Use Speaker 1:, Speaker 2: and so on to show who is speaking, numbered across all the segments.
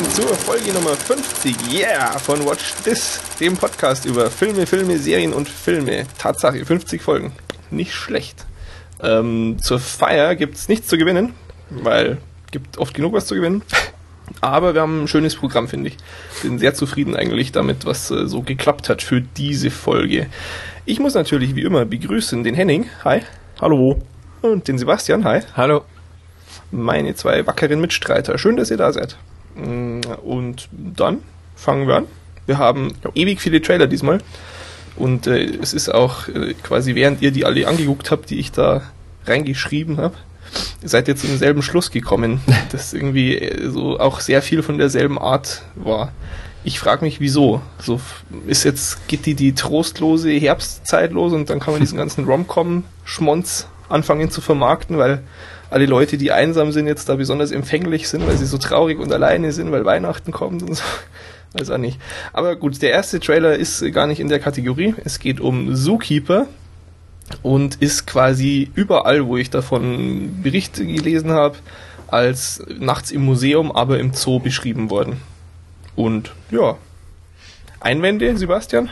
Speaker 1: zur Folge Nummer 50, von Watch This, dem Podcast über Filme, Serien und Filme. Tatsache, 50 Folgen. Nicht schlecht. Zur Feier gibt's nichts zu gewinnen, weil gibt oft genug was zu gewinnen. Aber wir haben ein schönes Programm, finde ich. Bin sehr zufrieden eigentlich damit, was so geklappt hat für diese Folge. Ich muss natürlich wie immer begrüßen den Henning. Hi.
Speaker 2: Hallo.
Speaker 1: Und den Sebastian. Hi.
Speaker 2: Hallo.
Speaker 1: Meine zwei wackeren Mitstreiter. Schön, dass ihr da seid. Und dann fangen wir an. Wir haben ewig viele Trailer diesmal. Und es ist auch quasi, während ihr die alle angeguckt habt, die ich da reingeschrieben habe, seid ihr zum selben Schluss gekommen, dass irgendwie so auch sehr viel von derselben Art war. Ich frage mich, wieso. So geht die trostlose Herbstzeit los und dann kann man diesen ganzen Rom-Com-Schmonz anfangen zu vermarkten, weil alle Leute, die einsam sind, jetzt da besonders empfänglich sind, weil sie so traurig und alleine sind, weil Weihnachten kommt und so. Weiß auch nicht. Aber gut, der erste Trailer ist gar nicht in der Kategorie. Es geht um Zookeeper und ist quasi überall, wo ich davon Berichte gelesen habe, als nachts im Museum, aber im Zoo beschrieben worden. Und ja, Einwände, Sebastian?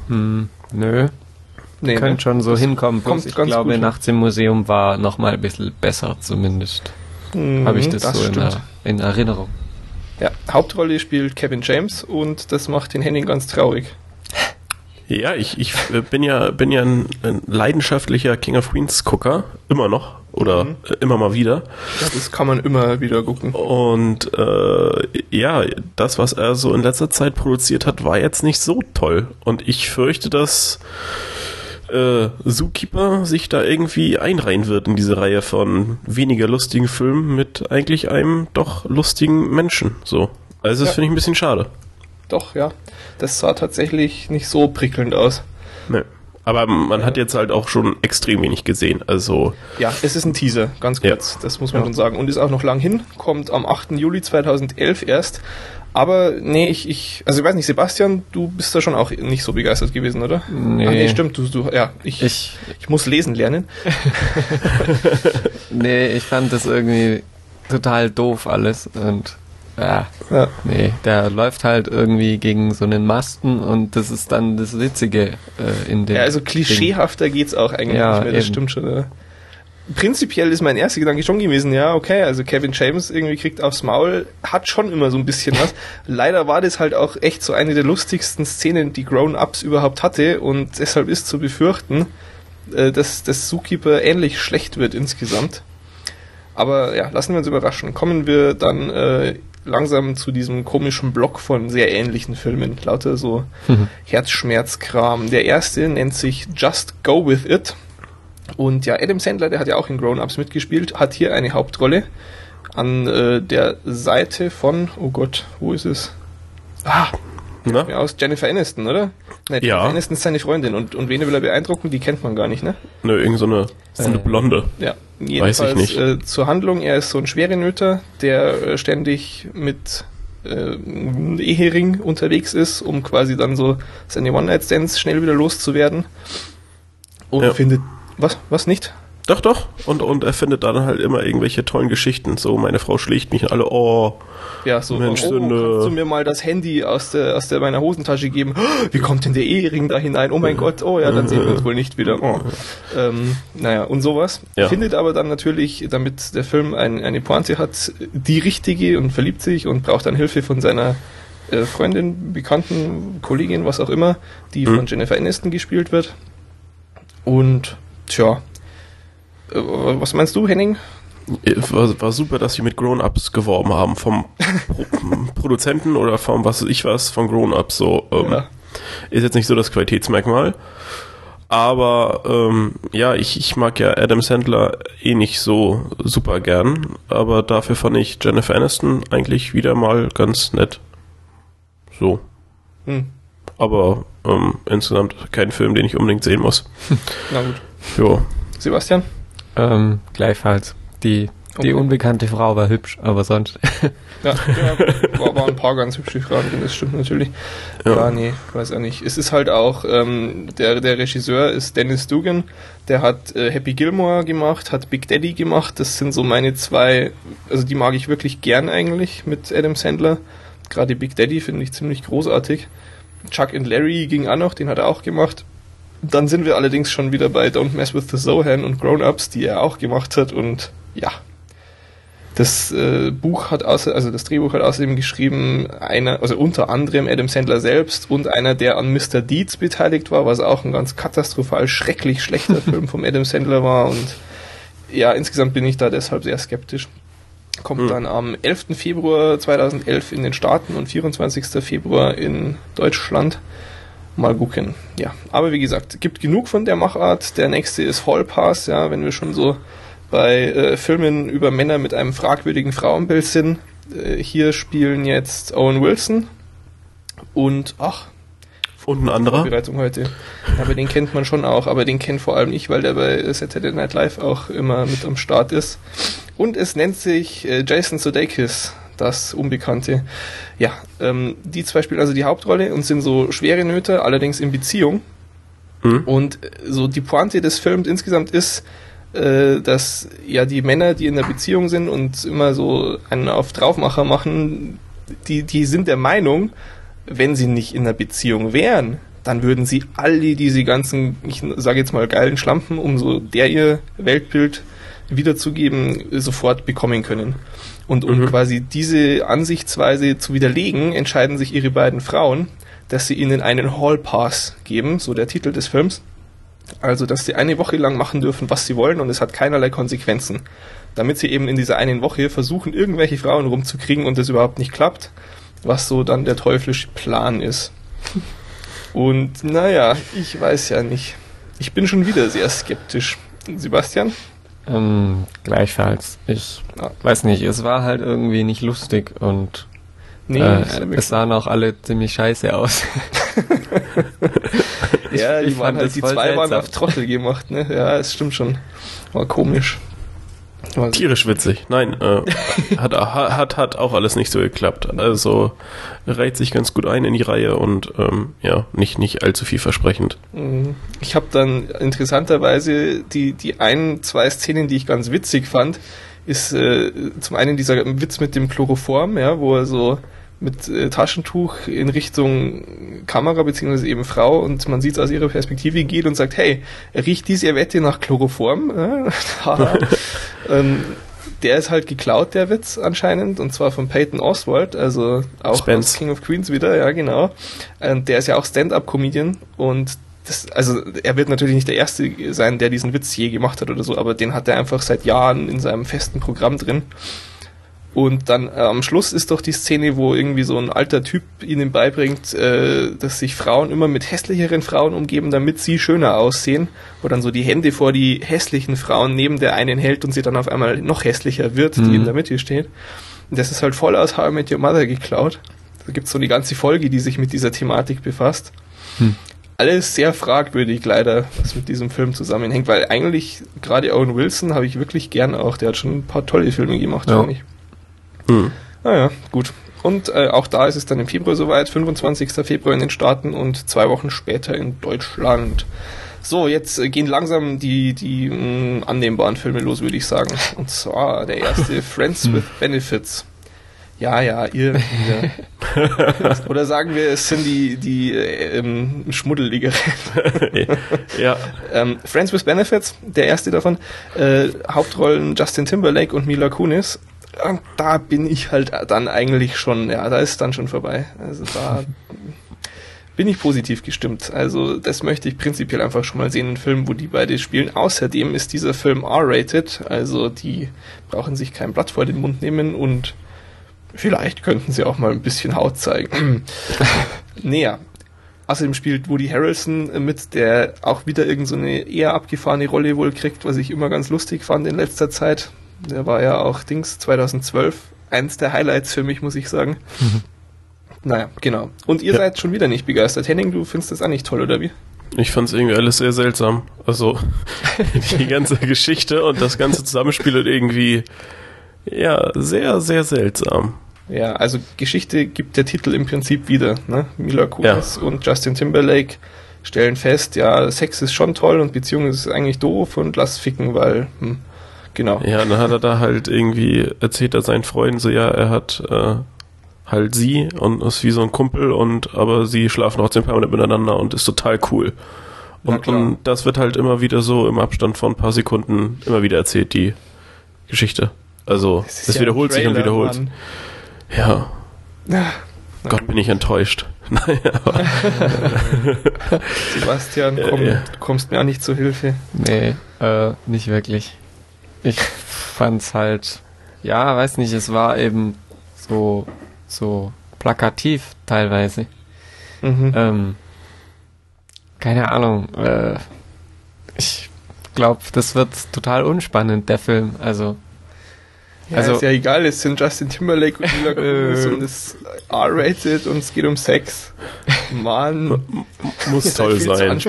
Speaker 2: Nö.
Speaker 1: Nee,
Speaker 2: könnte schon so hinkommen.
Speaker 1: Kommt
Speaker 2: ich
Speaker 1: ganz
Speaker 2: glaube,
Speaker 1: gut
Speaker 2: nachts im Museum war noch mal ein bisschen besser zumindest. Habe ich das so in Erinnerung.
Speaker 1: Ja, Hauptrolle spielt Kevin James und das macht den Henning ganz traurig.
Speaker 2: Ja, ich bin ja ein leidenschaftlicher King of Queens Gucker, immer noch oder immer mal wieder.
Speaker 1: Ja, das kann man immer wieder gucken.
Speaker 2: Und das, was er so in letzter Zeit produziert hat, war jetzt nicht so toll. Und ich fürchte, dass Zookeeper sich da irgendwie einreihen wird in diese Reihe von weniger lustigen Filmen mit eigentlich einem doch lustigen Menschen. So. Also das finde ich ein bisschen schade.
Speaker 1: Doch, ja. Das sah tatsächlich nicht so prickelnd aus.
Speaker 2: Nee. Aber man hat jetzt halt auch schon extrem wenig gesehen. Also
Speaker 1: ja, es ist ein Teaser, ganz kurz. Ja. Das muss man schon sagen. Und ist auch noch lang hin. Kommt am 8. Juli 2011 erst. Aber nee, ich weiß nicht, Sebastian, du bist da schon auch nicht so begeistert gewesen, oder?
Speaker 2: Nee.
Speaker 1: Ach, nee, stimmt, ich muss lesen lernen.
Speaker 2: Nee, ich fand das irgendwie total doof alles und nee, der läuft halt irgendwie gegen so einen Masten und das ist dann das Witzige in dem. Ja,
Speaker 1: also klischeehafter geht's auch eigentlich nicht mehr, das stimmt schon, oder? Prinzipiell ist mein erster Gedanke schon gewesen, ja, okay, also Kevin James irgendwie kriegt aufs Maul, hat schon immer so ein bisschen was. Leider war das halt auch echt so eine der lustigsten Szenen, die Grown-Ups überhaupt hatte und deshalb ist zu befürchten, dass das Zookeeper ähnlich schlecht wird insgesamt. Aber ja, lassen wir uns überraschen. Kommen wir dann langsam zu diesem komischen Block von sehr ähnlichen Filmen. Lauter so Herzschmerzkram. Der erste nennt sich Just Go With It. Und ja, Adam Sandler, der hat ja auch in Grown-Ups mitgespielt, hat hier eine Hauptrolle an der Seite von, oh Gott, wo ist es? Aus Jennifer Aniston, oder? Nein,
Speaker 2: ja.
Speaker 1: Jennifer Aniston ist seine Freundin und wen will er beeindrucken, die kennt man gar nicht, ne?
Speaker 2: Nö, irgend so eine Blonde.
Speaker 1: Ja, jedenfalls
Speaker 2: weiß ich nicht.
Speaker 1: Zur Handlung, er ist so ein Schwerenöter, der ständig mit Ehering unterwegs ist, um quasi dann so seine One-Night-Stands schnell wieder loszuwerden. Und findet Was nicht?
Speaker 2: Doch. Und er findet dann halt immer irgendwelche tollen Geschichten. So, meine Frau schlägt mich und alle,
Speaker 1: ja, so,
Speaker 2: Mensch,
Speaker 1: kannst du mir mal das Handy aus meiner Hosentasche geben? Wie kommt denn der Ehering da hinein? Oh mein Gott, dann sehen wir uns wohl nicht wieder. Und sowas.
Speaker 2: Ja.
Speaker 1: Findet aber dann natürlich, damit der Film eine Pointe hat, die richtige und verliebt sich und braucht dann Hilfe von seiner Freundin, Bekannten, Kollegin, was auch immer, die von Jennifer Aniston gespielt wird. Und tja, was meinst du, Henning?
Speaker 2: War super, dass sie mit Grown-Ups geworben haben, vom Produzenten oder vom was weiß ich was, von Grown-Ups. So, ist jetzt nicht so das Qualitätsmerkmal. Aber ich mag ja Adam Sandler nicht so super gern, aber dafür fand ich Jennifer Aniston eigentlich wieder mal ganz nett. So. Aber insgesamt kein Film, den ich unbedingt sehen muss.
Speaker 1: Na gut.
Speaker 2: Jo.
Speaker 1: Sebastian?
Speaker 2: Gleichfalls. Die unbekannte Frau war hübsch, aber sonst.
Speaker 1: Ja, war ein paar ganz hübsche Fragen drin, das stimmt natürlich. Ja, nee, weiß auch nicht. Es ist halt auch, der Regisseur ist Dennis Dugan, der hat Happy Gilmore gemacht, hat Big Daddy gemacht, das sind so meine zwei, also die mag ich wirklich gern eigentlich mit Adam Sandler. Gerade Big Daddy finde ich ziemlich großartig. Chuck and Larry ging auch noch, den hat er auch gemacht. Dann sind wir allerdings schon wieder bei Don't Mess with the Zohan und Grown-Ups, die er auch gemacht hat. Und ja, das Drehbuch hat außerdem geschrieben unter anderem Adam Sandler selbst und einer, der an Mr. Deeds beteiligt war, was auch ein ganz katastrophal schrecklich schlechter Film vom Adam Sandler war. Und ja, insgesamt bin ich da deshalb sehr skeptisch. Kommt dann am 11. Februar 2011 in den Staaten und 24. Februar in Deutschland. Mal gucken. Ja, aber wie gesagt, gibt genug von der Machart. Der nächste ist Hall Pass, ja, wenn wir schon so bei Filmen über Männer mit einem fragwürdigen Frauenbild sind. Hier spielen jetzt Owen Wilson und
Speaker 2: ein anderer.
Speaker 1: Vorbereitung heute. Aber den kennt man schon auch, aber den kennt vor allem ich, weil der bei Saturday Night Live auch immer mit am Start ist. Und es nennt sich Jason Sudeikis, das Unbekannte. Ja, die zwei spielen also die Hauptrolle und sind so schwere Nöte, allerdings in Beziehung. Und so die Pointe des Films insgesamt ist, dass ja die Männer, die in der Beziehung sind und immer so einen auf Draufmacher machen, die sind der Meinung, wenn sie nicht in der Beziehung wären, dann würden sie alle diese ganzen, ich sage jetzt mal geilen Schlampen, um so ihr Weltbild wiederzugeben, sofort bekommen können. Und um quasi diese Ansichtsweise zu widerlegen, entscheiden sich ihre beiden Frauen, dass sie ihnen einen Hall Pass geben, so der Titel des Films. Also, dass sie eine Woche lang machen dürfen, was sie wollen, und es hat keinerlei Konsequenzen. Damit sie eben in dieser einen Woche versuchen, irgendwelche Frauen rumzukriegen und das überhaupt nicht klappt, was so dann der teuflische Plan ist. Und naja, ich weiß ja nicht. Ich bin schon wieder sehr skeptisch. Sebastian?
Speaker 3: Gleichfalls. Ich weiß nicht, es war halt irgendwie nicht lustig und es sahen auch alle ziemlich scheiße aus.
Speaker 1: Ja, die zwei waren auf Trottel gemacht, ne? Ja, es stimmt schon. War komisch.
Speaker 2: Tierisch witzig. Nein, hat auch alles nicht so geklappt. Also reiht sich ganz gut ein in die Reihe und nicht allzu vielversprechend.
Speaker 1: Ich habe dann interessanterweise die 2 Szenen, die ich ganz witzig fand, ist zum einen dieser Witz mit dem Chloroform, ja, wo er so mit Taschentuch in Richtung Kamera beziehungsweise eben Frau und man sieht es aus ihrer Perspektive geht und sagt, hey, riecht diese Wette nach Chloroform? Der ist halt geklaut, der Witz anscheinend, und zwar von Peyton Oswalt, also auch aus King of Queens wieder, ja genau. Der ist ja auch Stand-Up-Comedian und er wird natürlich nicht der Erste sein, der diesen Witz je gemacht hat oder so, aber den hat er einfach seit Jahren in seinem festen Programm drin. Und dann am Schluss ist doch die Szene, wo irgendwie so ein alter Typ ihnen beibringt, dass sich Frauen immer mit hässlicheren Frauen umgeben, damit sie schöner aussehen. Wo dann so die Hände vor die hässlichen Frauen neben der einen hält und sie dann auf einmal noch hässlicher wird, die in der Mitte steht. Und das ist halt voll aus How I Met Your Mother geklaut. Da gibt's so eine ganze Folge, die sich mit dieser Thematik befasst. Alles sehr fragwürdig leider, was mit diesem Film zusammenhängt, weil eigentlich gerade Owen Wilson habe ich wirklich gern auch. Der hat schon ein paar tolle Filme gemacht, finde ich. Naja, gut. Und auch da ist es dann im Februar soweit, 25. Februar in den Staaten und 2 Wochen später in Deutschland. So, jetzt gehen langsam die annehmbaren Filme los, würde ich sagen. Und zwar der erste, Friends with Benefits. Ja, ihr. Oder sagen wir, es sind die schmuddeligeren.
Speaker 2: Ja.
Speaker 1: Friends with Benefits, der erste davon. Hauptrollen Justin Timberlake und Mila Kunis. Da bin ich halt dann eigentlich schon, da ist dann schon vorbei. Also da bin ich positiv gestimmt. Also das möchte ich prinzipiell einfach schon mal sehen, einen Film, wo die beide spielen. Außerdem ist dieser Film R-rated, also die brauchen sich kein Blatt vor den Mund nehmen und vielleicht könnten sie auch mal ein bisschen Haut zeigen. Näher. Außerdem spielt Woody Harrelson mit, der auch wieder irgend so eine eher abgefahrene Rolle wohl kriegt, was ich immer ganz lustig fand in letzter Zeit. Der war ja auch 2012 eins der Highlights für mich, muss ich sagen. Naja, genau. Und ihr seid schon wieder nicht begeistert. Henning, du findest das auch nicht toll, oder wie?
Speaker 2: Ich fand es irgendwie alles sehr seltsam. Also die ganze Geschichte und das ganze Zusammenspiel und irgendwie sehr, sehr seltsam.
Speaker 1: Ja, also Geschichte gibt der Titel im Prinzip wieder. Ne? Mila Kunis und Justin Timberlake stellen fest, Sex ist schon toll und Beziehung ist eigentlich doof und lass ficken, weil... Genau.
Speaker 2: Ja, dann hat er da halt irgendwie erzählt, er seinen Freunden so, er hat halt sie und ist wie so ein Kumpel aber sie schlafen trotzdem permanent miteinander und ist total cool. Und das wird halt immer wieder so im Abstand von ein paar Sekunden immer wieder erzählt, die Geschichte. Also, es wiederholt sich und wiederholt. Mann. Ja. Gott, bin ich enttäuscht.
Speaker 1: Sebastian, du kommst mir auch nicht zur Hilfe.
Speaker 3: Nee, nicht wirklich. Ich fand's halt, weiß nicht, es war eben so plakativ teilweise. Keine Ahnung. Ich glaube, das wird total unspannend, der Film. Also
Speaker 1: ist ja egal, es sind Justin Timberlake und Mila Kunis und es ist R-rated und es geht um Sex. Mann.
Speaker 2: Muss toll sein.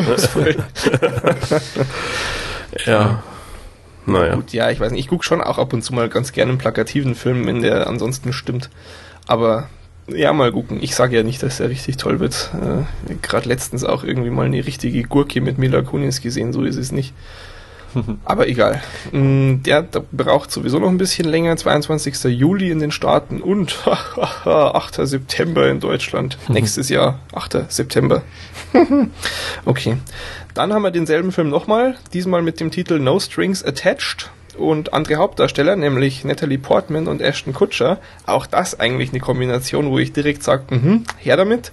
Speaker 2: Ja. Naja.
Speaker 1: Gut, ja, ich weiß nicht, ich gucke schon auch ab und zu mal ganz gerne einen plakativen Film, wenn der ansonsten stimmt. Aber ja, mal gucken. Ich sage ja nicht, dass der richtig toll wird. Gerade letztens auch irgendwie mal eine richtige Gurke mit Mila Kunis gesehen, so ist es nicht. Aber egal. Der braucht sowieso noch ein bisschen länger. 22. Juli in den Staaten und 8. September in Deutschland. Nächstes Jahr, 8. September. Okay. Dann haben wir denselben Film nochmal, diesmal mit dem Titel No Strings Attached und andere Hauptdarsteller, nämlich Natalie Portman und Ashton Kutcher. Auch das eigentlich eine Kombination, wo ich direkt sage, her damit.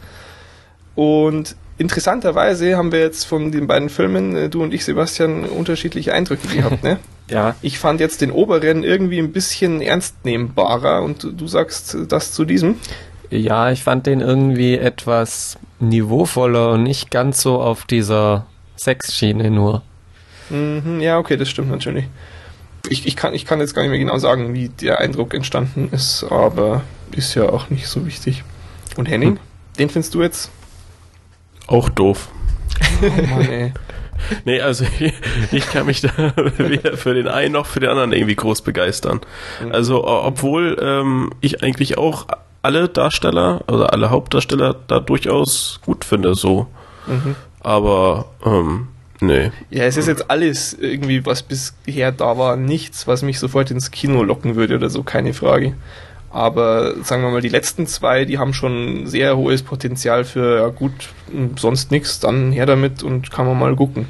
Speaker 1: Und interessanterweise haben wir jetzt von den beiden Filmen, du und ich, Sebastian, unterschiedliche Eindrücke gehabt, ne?
Speaker 3: Ja.
Speaker 1: Ich fand jetzt den oberen irgendwie ein bisschen ernstnehmbarer und du sagst das zu diesem?
Speaker 3: Ja, ich fand den irgendwie etwas niveauvoller und nicht ganz so auf dieser Sexschiene nur.
Speaker 1: Ja, okay, das stimmt natürlich. Ich kann jetzt gar nicht mehr genau sagen, wie der Eindruck entstanden ist, aber ist ja auch nicht so wichtig. Und Henning, den findest du jetzt?
Speaker 2: Auch doof.
Speaker 1: Oh Mann, ey.
Speaker 2: Nee, also ich kann mich da weder für den einen noch für den anderen irgendwie groß begeistern. Also obwohl ich eigentlich auch alle Darsteller, also alle Hauptdarsteller da durchaus gut finde, so. Aber nee.
Speaker 1: Ja, es ist jetzt alles irgendwie, was bisher da war, nichts, was mich sofort ins Kino locken würde oder so, keine Frage. Aber sagen wir mal, die letzten zwei, die haben schon sehr hohes Potenzial für, ja gut, sonst nichts, dann her damit und kann man mal gucken.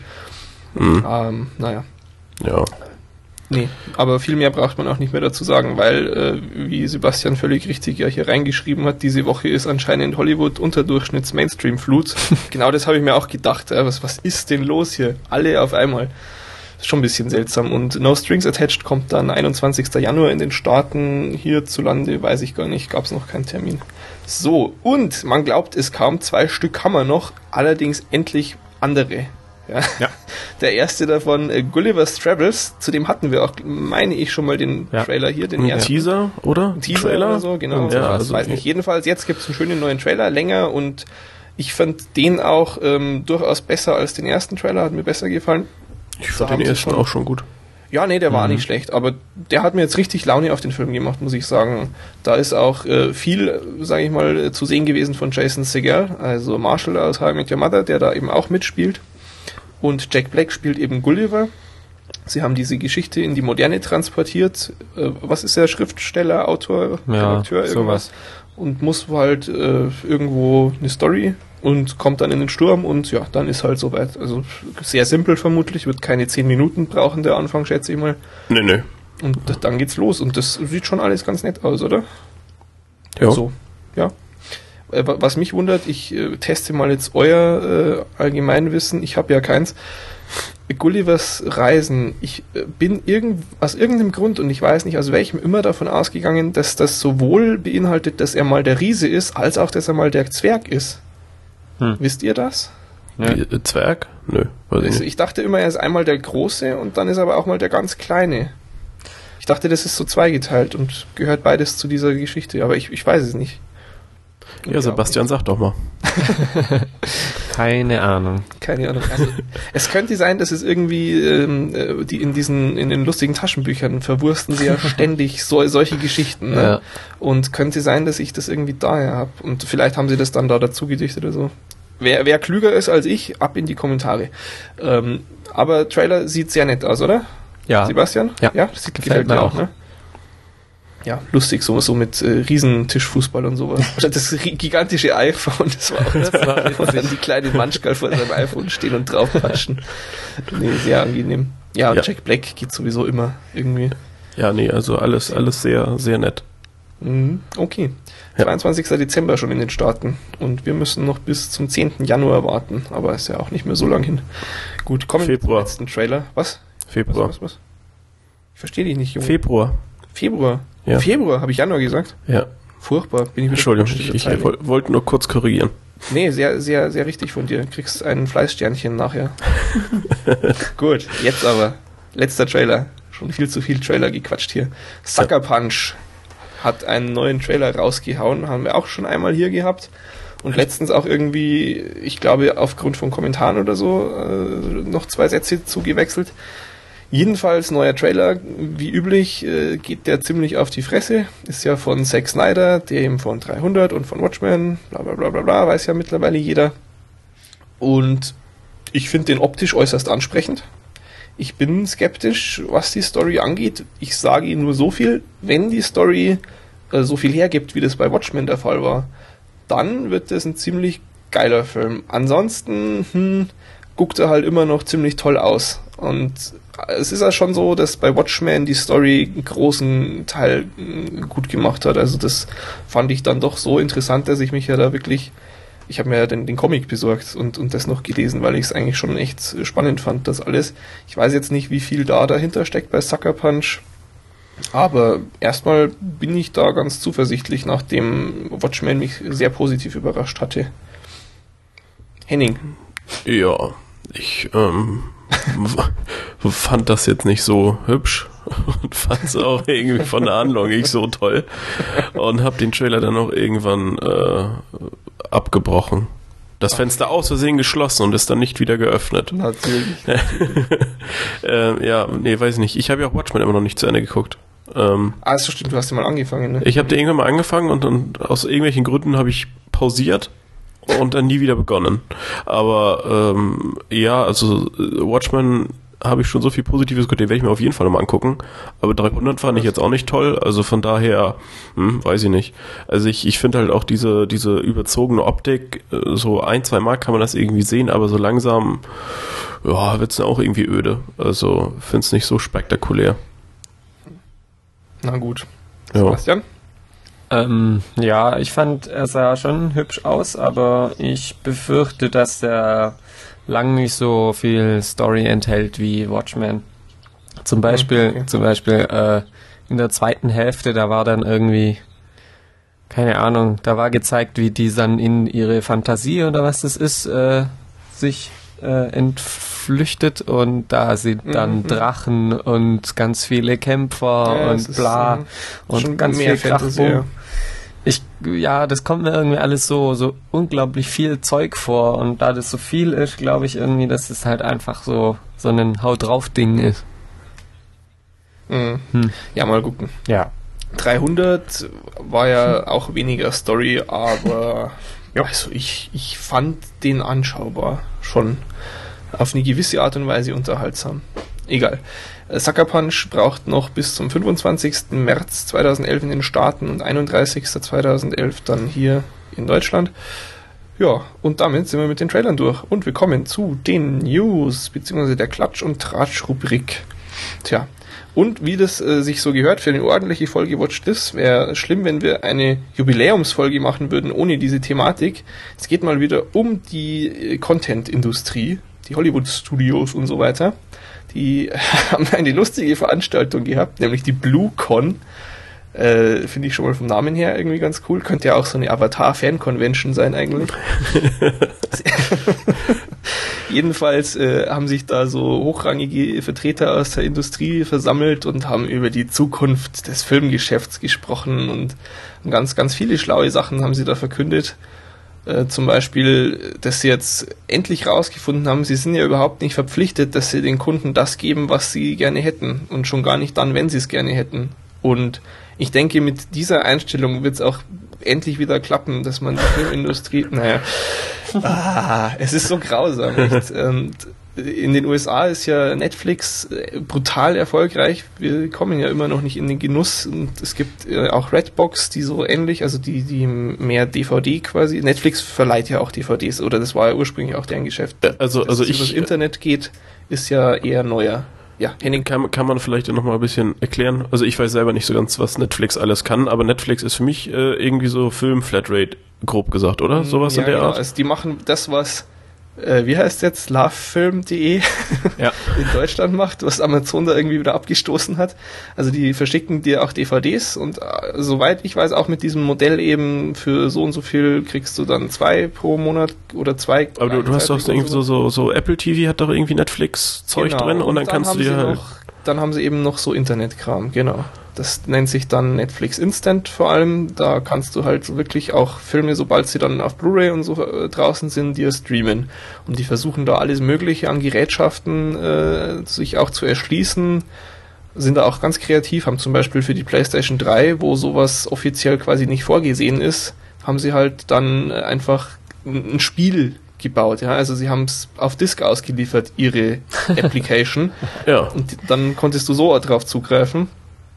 Speaker 1: Naja.
Speaker 2: Ja.
Speaker 1: Nee, aber viel mehr braucht man auch nicht mehr dazu sagen, weil, wie Sebastian völlig richtig ja hier reingeschrieben hat, diese Woche ist anscheinend Hollywood Unterdurchschnitts-Mainstream-Flut. Genau das habe ich mir auch gedacht. Was ist denn los hier? Alle auf einmal. Ist schon ein bisschen seltsam. Und No Strings Attached kommt dann 21. Januar in den Staaten. Hierzulande weiß ich gar nicht, gab es noch keinen Termin. So, und man glaubt es kaum, 2 Stück haben wir noch, allerdings endlich andere. Ja. Der erste davon, Gulliver's Travels, zu dem hatten wir auch, meine ich, schon mal den Trailer hier, den ersten.
Speaker 2: Teaser, oder?
Speaker 1: Teaser Trailer oder so, genau.
Speaker 2: Ja, also
Speaker 1: weiß nicht. Jedenfalls, jetzt gibt es einen schönen neuen Trailer, länger, und ich fand den auch durchaus besser als den ersten Trailer, hat mir besser gefallen.
Speaker 2: Ich fand den ersten auch schon gut.
Speaker 1: Ja, nee, der war nicht schlecht, aber der hat mir jetzt richtig Laune auf den Film gemacht, muss ich sagen. Da ist auch viel, sage ich mal, zu sehen gewesen von Jason Segel, also Marshall aus How I Met Your Mother, der da eben auch mitspielt. Und Jack Black spielt eben Gulliver. Sie haben diese Geschichte in die Moderne transportiert. Was ist der Schriftsteller, Autor, Redakteur, irgendwas? Und muss halt irgendwo eine Story und kommt dann in den Sturm und ja, dann ist halt soweit. Also sehr simpel vermutlich, wird keine 10 Minuten brauchen, der Anfang, schätze ich mal.
Speaker 2: Nee.
Speaker 1: Und dann geht's los und das sieht schon alles ganz nett aus, oder?
Speaker 2: Ja.
Speaker 1: So, ja. Was mich wundert, ich teste mal jetzt euer Allgemeinwissen, ich habe ja keins. Gullivers Reisen, ich bin aus irgendeinem Grund, und ich weiß nicht aus welchem, immer davon ausgegangen, dass das sowohl beinhaltet, dass er mal der Riese ist, als auch, dass er mal der Zwerg ist. Wisst ihr das?
Speaker 2: Ja. Zwerg? Nö.
Speaker 1: Also ich dachte immer, er ist einmal der Große und dann ist er aber auch mal der ganz Kleine. Ich dachte, das ist so zweigeteilt und gehört beides zu dieser Geschichte, aber ich weiß es nicht.
Speaker 2: Ja, Sebastian, sag doch mal.
Speaker 3: Keine Ahnung.
Speaker 1: Also, es könnte sein, dass es irgendwie die in den lustigen Taschenbüchern verwursten sie ja ständig solche Geschichten. Ne? Ja. Und könnte sein, dass ich das irgendwie daher habe. Und vielleicht haben sie das dann da dazu gedichtet oder so. Wer klüger ist als ich, ab in die Kommentare. Aber Trailer sieht sehr nett aus, oder?
Speaker 3: Ja.
Speaker 1: Sebastian?
Speaker 3: Ja,
Speaker 1: das gefällt mir auch. Ne? ja, lustig, so mit Riesentischfußball und sowas. Das gigantische iPhone, das war auch und dann die kleine Manschgal vor seinem iPhone stehen und draufpatschen. Nee, sehr angenehm. Ja, und Jack Black geht sowieso immer irgendwie.
Speaker 2: Ja, nee, also alles sehr, sehr nett.
Speaker 1: Okay. 22. Dezember schon in den Staaten und wir müssen noch bis zum 10. Januar warten, aber ist ja auch nicht mehr so lang hin. Gut, kommen wir zum letzten Trailer. Was?
Speaker 2: Februar.
Speaker 1: Was? Ich verstehe dich nicht, Junge.
Speaker 2: Februar.
Speaker 1: Ja. Februar, habe ich Januar gesagt?
Speaker 2: Ja.
Speaker 1: Furchtbar, bin ich wieder.
Speaker 2: Entschuldigung, ich wollte nur kurz korrigieren.
Speaker 1: Nee, sehr, sehr, sehr richtig von dir. Du kriegst ein Fleißsternchen nachher. Gut, jetzt aber. Letzter Trailer. Schon viel zu viel Trailer gequatscht hier. Sucker Punch hat einen neuen Trailer rausgehauen. Haben wir auch schon einmal hier gehabt. Und letztens auch irgendwie, ich glaube, aufgrund von Kommentaren oder so, noch 2 Sätze zugewechselt. Jedenfalls neuer Trailer, wie üblich, geht der ziemlich auf die Fresse. Ist ja von Zack Snyder, dem von 300 und von Watchmen, bla bla bla bla bla, weiß ja mittlerweile jeder. Und ich finde den optisch äußerst ansprechend. Ich bin skeptisch, was die Story angeht. Ich sage Ihnen nur so viel, wenn die Story so viel hergibt, wie das bei Watchmen der Fall war, dann wird das ein ziemlich geiler Film. Ansonsten guckt er halt immer noch ziemlich toll aus. Und es ist ja schon so, dass bei Watchmen die Story einen großen Teil gut gemacht hat. Also das fand ich dann doch so interessant, dass ich mich ja da wirklich, ich habe mir ja den Comic besorgt und das noch gelesen, weil ich es eigentlich schon echt spannend fand, das alles. Ich weiß jetzt nicht, wie viel da dahinter steckt bei Sucker Punch, aber erstmal bin ich da ganz zuversichtlich, nachdem Watchmen mich sehr positiv überrascht hatte. Henning.
Speaker 2: Ja, ich fand das jetzt nicht so hübsch und fand es auch irgendwie von der Handlung nicht so toll und habe den Trailer dann auch irgendwann abgebrochen. Das Fenster aus Versehen geschlossen und ist dann nicht wieder geöffnet.
Speaker 1: Natürlich.
Speaker 2: Ja, nee, weiß ich nicht. Ich habe ja auch Watchmen immer noch nicht zu Ende geguckt.
Speaker 1: So stimmt, du hast ja mal angefangen, ne?
Speaker 2: Ich habe den irgendwann mal angefangen und aus irgendwelchen Gründen habe ich pausiert und dann nie wieder begonnen. Aber ja, also Watchmen habe ich schon so viel Positives gehört, den werde ich mir auf jeden Fall nochmal angucken. Aber 300 fand ich jetzt auch nicht toll, also von daher, weiß ich nicht. Also ich finde halt auch diese überzogene Optik, so 1-2 Mal kann man das irgendwie sehen, aber so langsam, ja, wird's dann auch irgendwie öde. Also finde es nicht so spektakulär.
Speaker 1: Na gut.
Speaker 2: Ja.
Speaker 1: Sebastian?
Speaker 3: Ja, ich fand, er sah schon hübsch aus, aber ich befürchte, dass er lang nicht so viel Story enthält wie Watchmen. Zum Beispiel in der zweiten Hälfte, da war dann irgendwie, keine Ahnung, da war gezeigt, wie die dann in ihre Fantasie oder was das ist, sich entflüchtet und da sind dann Drachen und ganz viele Kämpfer und bla und ganz viel Krachboom. Ja, das kommt mir irgendwie alles so unglaublich viel Zeug vor und da das so viel ist, glaube ich irgendwie, dass es halt einfach so ein Haut-drauf-Ding ist.
Speaker 1: Ja, mal gucken.
Speaker 3: Ja.
Speaker 1: 300 war ja auch weniger Story, aber also ich fand den anschaubar schon auf eine gewisse Art und Weise unterhaltsam. Egal. Sucker Punch braucht noch bis zum 25. März 2011 in den Staaten und 31.2011 dann hier in Deutschland. Ja, und damit sind wir mit den Trailern durch. Und wir kommen zu den News, beziehungsweise der Klatsch- und Tratsch-Rubrik. Tja, und wie das sich so gehört für eine ordentliche Folge Watch This, wäre schlimm, wenn wir eine Jubiläumsfolge machen würden ohne diese Thematik. Es geht mal wieder um die Content-Industrie, die Hollywood-Studios und so weiter. Die haben eine lustige Veranstaltung gehabt, nämlich die BlueCon. Finde ich schon mal vom Namen her irgendwie ganz cool. Könnte ja auch so eine Avatar-Fan-Convention sein eigentlich. Jedenfalls haben sich da so hochrangige Vertreter aus der Industrie versammelt und haben über die Zukunft des Filmgeschäfts gesprochen und ganz, ganz viele schlaue Sachen haben sie da verkündet. Zum Beispiel, dass sie jetzt endlich rausgefunden haben, sie sind ja überhaupt nicht verpflichtet, dass sie den Kunden das geben, was sie gerne hätten und schon gar nicht dann, wenn sie es gerne hätten. Und ich denke, mit dieser Einstellung wird es auch endlich wieder klappen, dass man die Filmindustrie, es ist so grausam, echt. Und in den USA ist ja Netflix brutal erfolgreich. Wir kommen ja immer noch nicht in den Genuss. Und es gibt auch Redbox, die so ähnlich, also die mehr DVD quasi. Netflix verleiht ja auch DVDs, oder das war ja ursprünglich auch deren Geschäft.
Speaker 2: Also
Speaker 1: über das Internet geht, ist ja eher neuer. Ja,
Speaker 2: Henning. Kann man vielleicht noch mal ein bisschen erklären? Also ich weiß selber nicht so ganz, was Netflix alles kann, aber Netflix ist für mich irgendwie so Film-Flatrate, grob gesagt, oder? Sowas in der Art?
Speaker 1: Also die machen das, was wie heißt jetzt, lovefilm.de
Speaker 2: ja.
Speaker 1: in Deutschland macht, was Amazon da irgendwie wieder abgestoßen hat. Also die verschicken dir auch DVDs und soweit ich weiß, auch mit diesem Modell eben für so und so viel kriegst du dann 2 pro Monat oder 2.
Speaker 2: Aber du hast doch irgendwie so Apple TV hat doch irgendwie Netflix-Zeug drin und dann kannst du dir halt...
Speaker 1: Dann haben sie eben noch so Internetkram, genau. Das nennt sich dann Netflix Instant vor allem. Da kannst du halt wirklich auch Filme, sobald sie dann auf Blu-ray und so draußen sind, dir streamen. Und die versuchen da alles Mögliche an Gerätschaften sich auch zu erschließen. Sind da auch ganz kreativ, haben zum Beispiel für die PlayStation 3, wo sowas offiziell quasi nicht vorgesehen ist, haben sie halt dann einfach ein Spiel gebaut, ja, also sie haben es auf Disk ausgeliefert, ihre Application.
Speaker 2: Ja.
Speaker 1: Und dann konntest du so drauf zugreifen.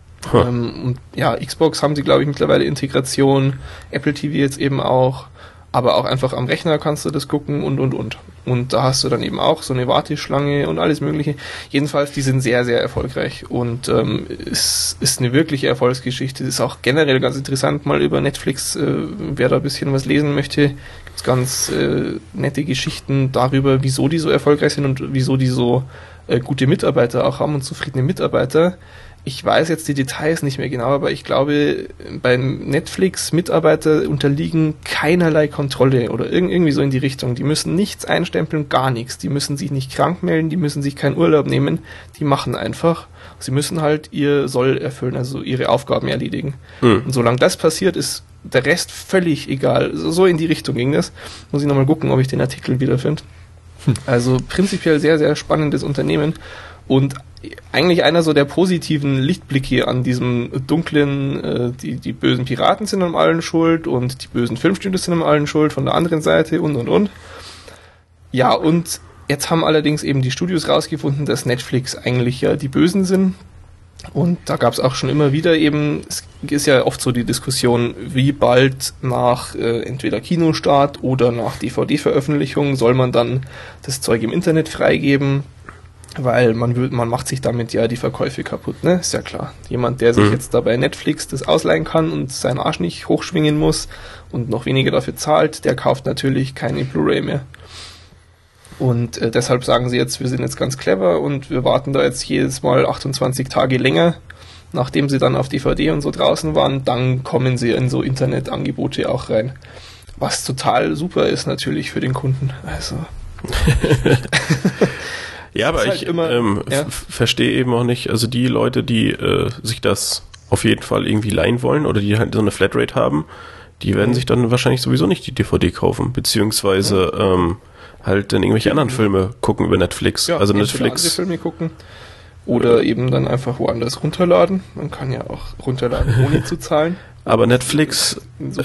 Speaker 1: Und ja, Xbox haben sie, glaube ich, mittlerweile Integration, Apple TV jetzt eben auch, aber auch einfach am Rechner kannst du das gucken und. Und da hast du dann eben auch so eine Warteschlange und alles Mögliche. Jedenfalls, die sind sehr, sehr erfolgreich und es ist eine wirkliche Erfolgsgeschichte. Es ist auch generell ganz interessant, mal über Netflix, wer da ein bisschen was lesen möchte, gibt's ganz nette Geschichten darüber, wieso die so erfolgreich sind und wieso die so gute Mitarbeiter auch haben und zufriedene Mitarbeiter. Ich weiß jetzt die Details nicht mehr genau, aber ich glaube, beim Netflix-Mitarbeiter unterliegen keinerlei Kontrolle oder irgendwie so in die Richtung. Die müssen nichts einstempeln, gar nichts. Die müssen sich nicht krank melden, die müssen sich keinen Urlaub nehmen. Die machen einfach. Sie müssen halt ihr Soll erfüllen, also ihre Aufgaben erledigen. Und solange das passiert, ist der Rest völlig egal. So in die Richtung ging das. Muss ich nochmal gucken, ob ich den Artikel wiederfinde. Also prinzipiell sehr, sehr spannendes Unternehmen. Und eigentlich einer so der positiven Lichtblicke an diesem dunklen, die bösen Piraten sind an allen schuld und die bösen Filmstudios sind an allen schuld von der anderen Seite und. Ja, und jetzt haben allerdings eben die Studios rausgefunden, dass Netflix eigentlich ja die Bösen sind. Und da gab es auch schon immer wieder eben, es ist ja oft so die Diskussion, wie bald nach entweder Kinostart oder nach DVD-Veröffentlichung soll man dann das Zeug im Internet freigeben. Weil man macht sich damit ja die Verkäufe kaputt, ne? Ist ja klar. Jemand, der sich jetzt da bei Netflix das ausleihen kann und seinen Arsch nicht hochschwingen muss und noch weniger dafür zahlt, der kauft natürlich keine Blu-ray mehr. Und deshalb sagen sie jetzt, wir sind jetzt ganz clever und wir warten da jetzt jedes Mal 28 Tage länger, nachdem sie dann auf DVD und so draußen waren, dann kommen sie in so Internetangebote auch rein. Was total super ist natürlich für den Kunden. Also...
Speaker 2: Ja, aber ich verstehe eben auch nicht, also die Leute, die sich das auf jeden Fall irgendwie leihen wollen oder die halt so eine Flatrate haben, die werden sich dann wahrscheinlich sowieso nicht die DVD kaufen, beziehungsweise halt dann irgendwelche anderen Filme gucken über Netflix.
Speaker 1: Ja,
Speaker 2: also Netflix.
Speaker 1: Andere Filme gucken oder eben dann einfach woanders runterladen. Man kann ja auch runterladen, ohne zu zahlen.
Speaker 2: Aber Netflix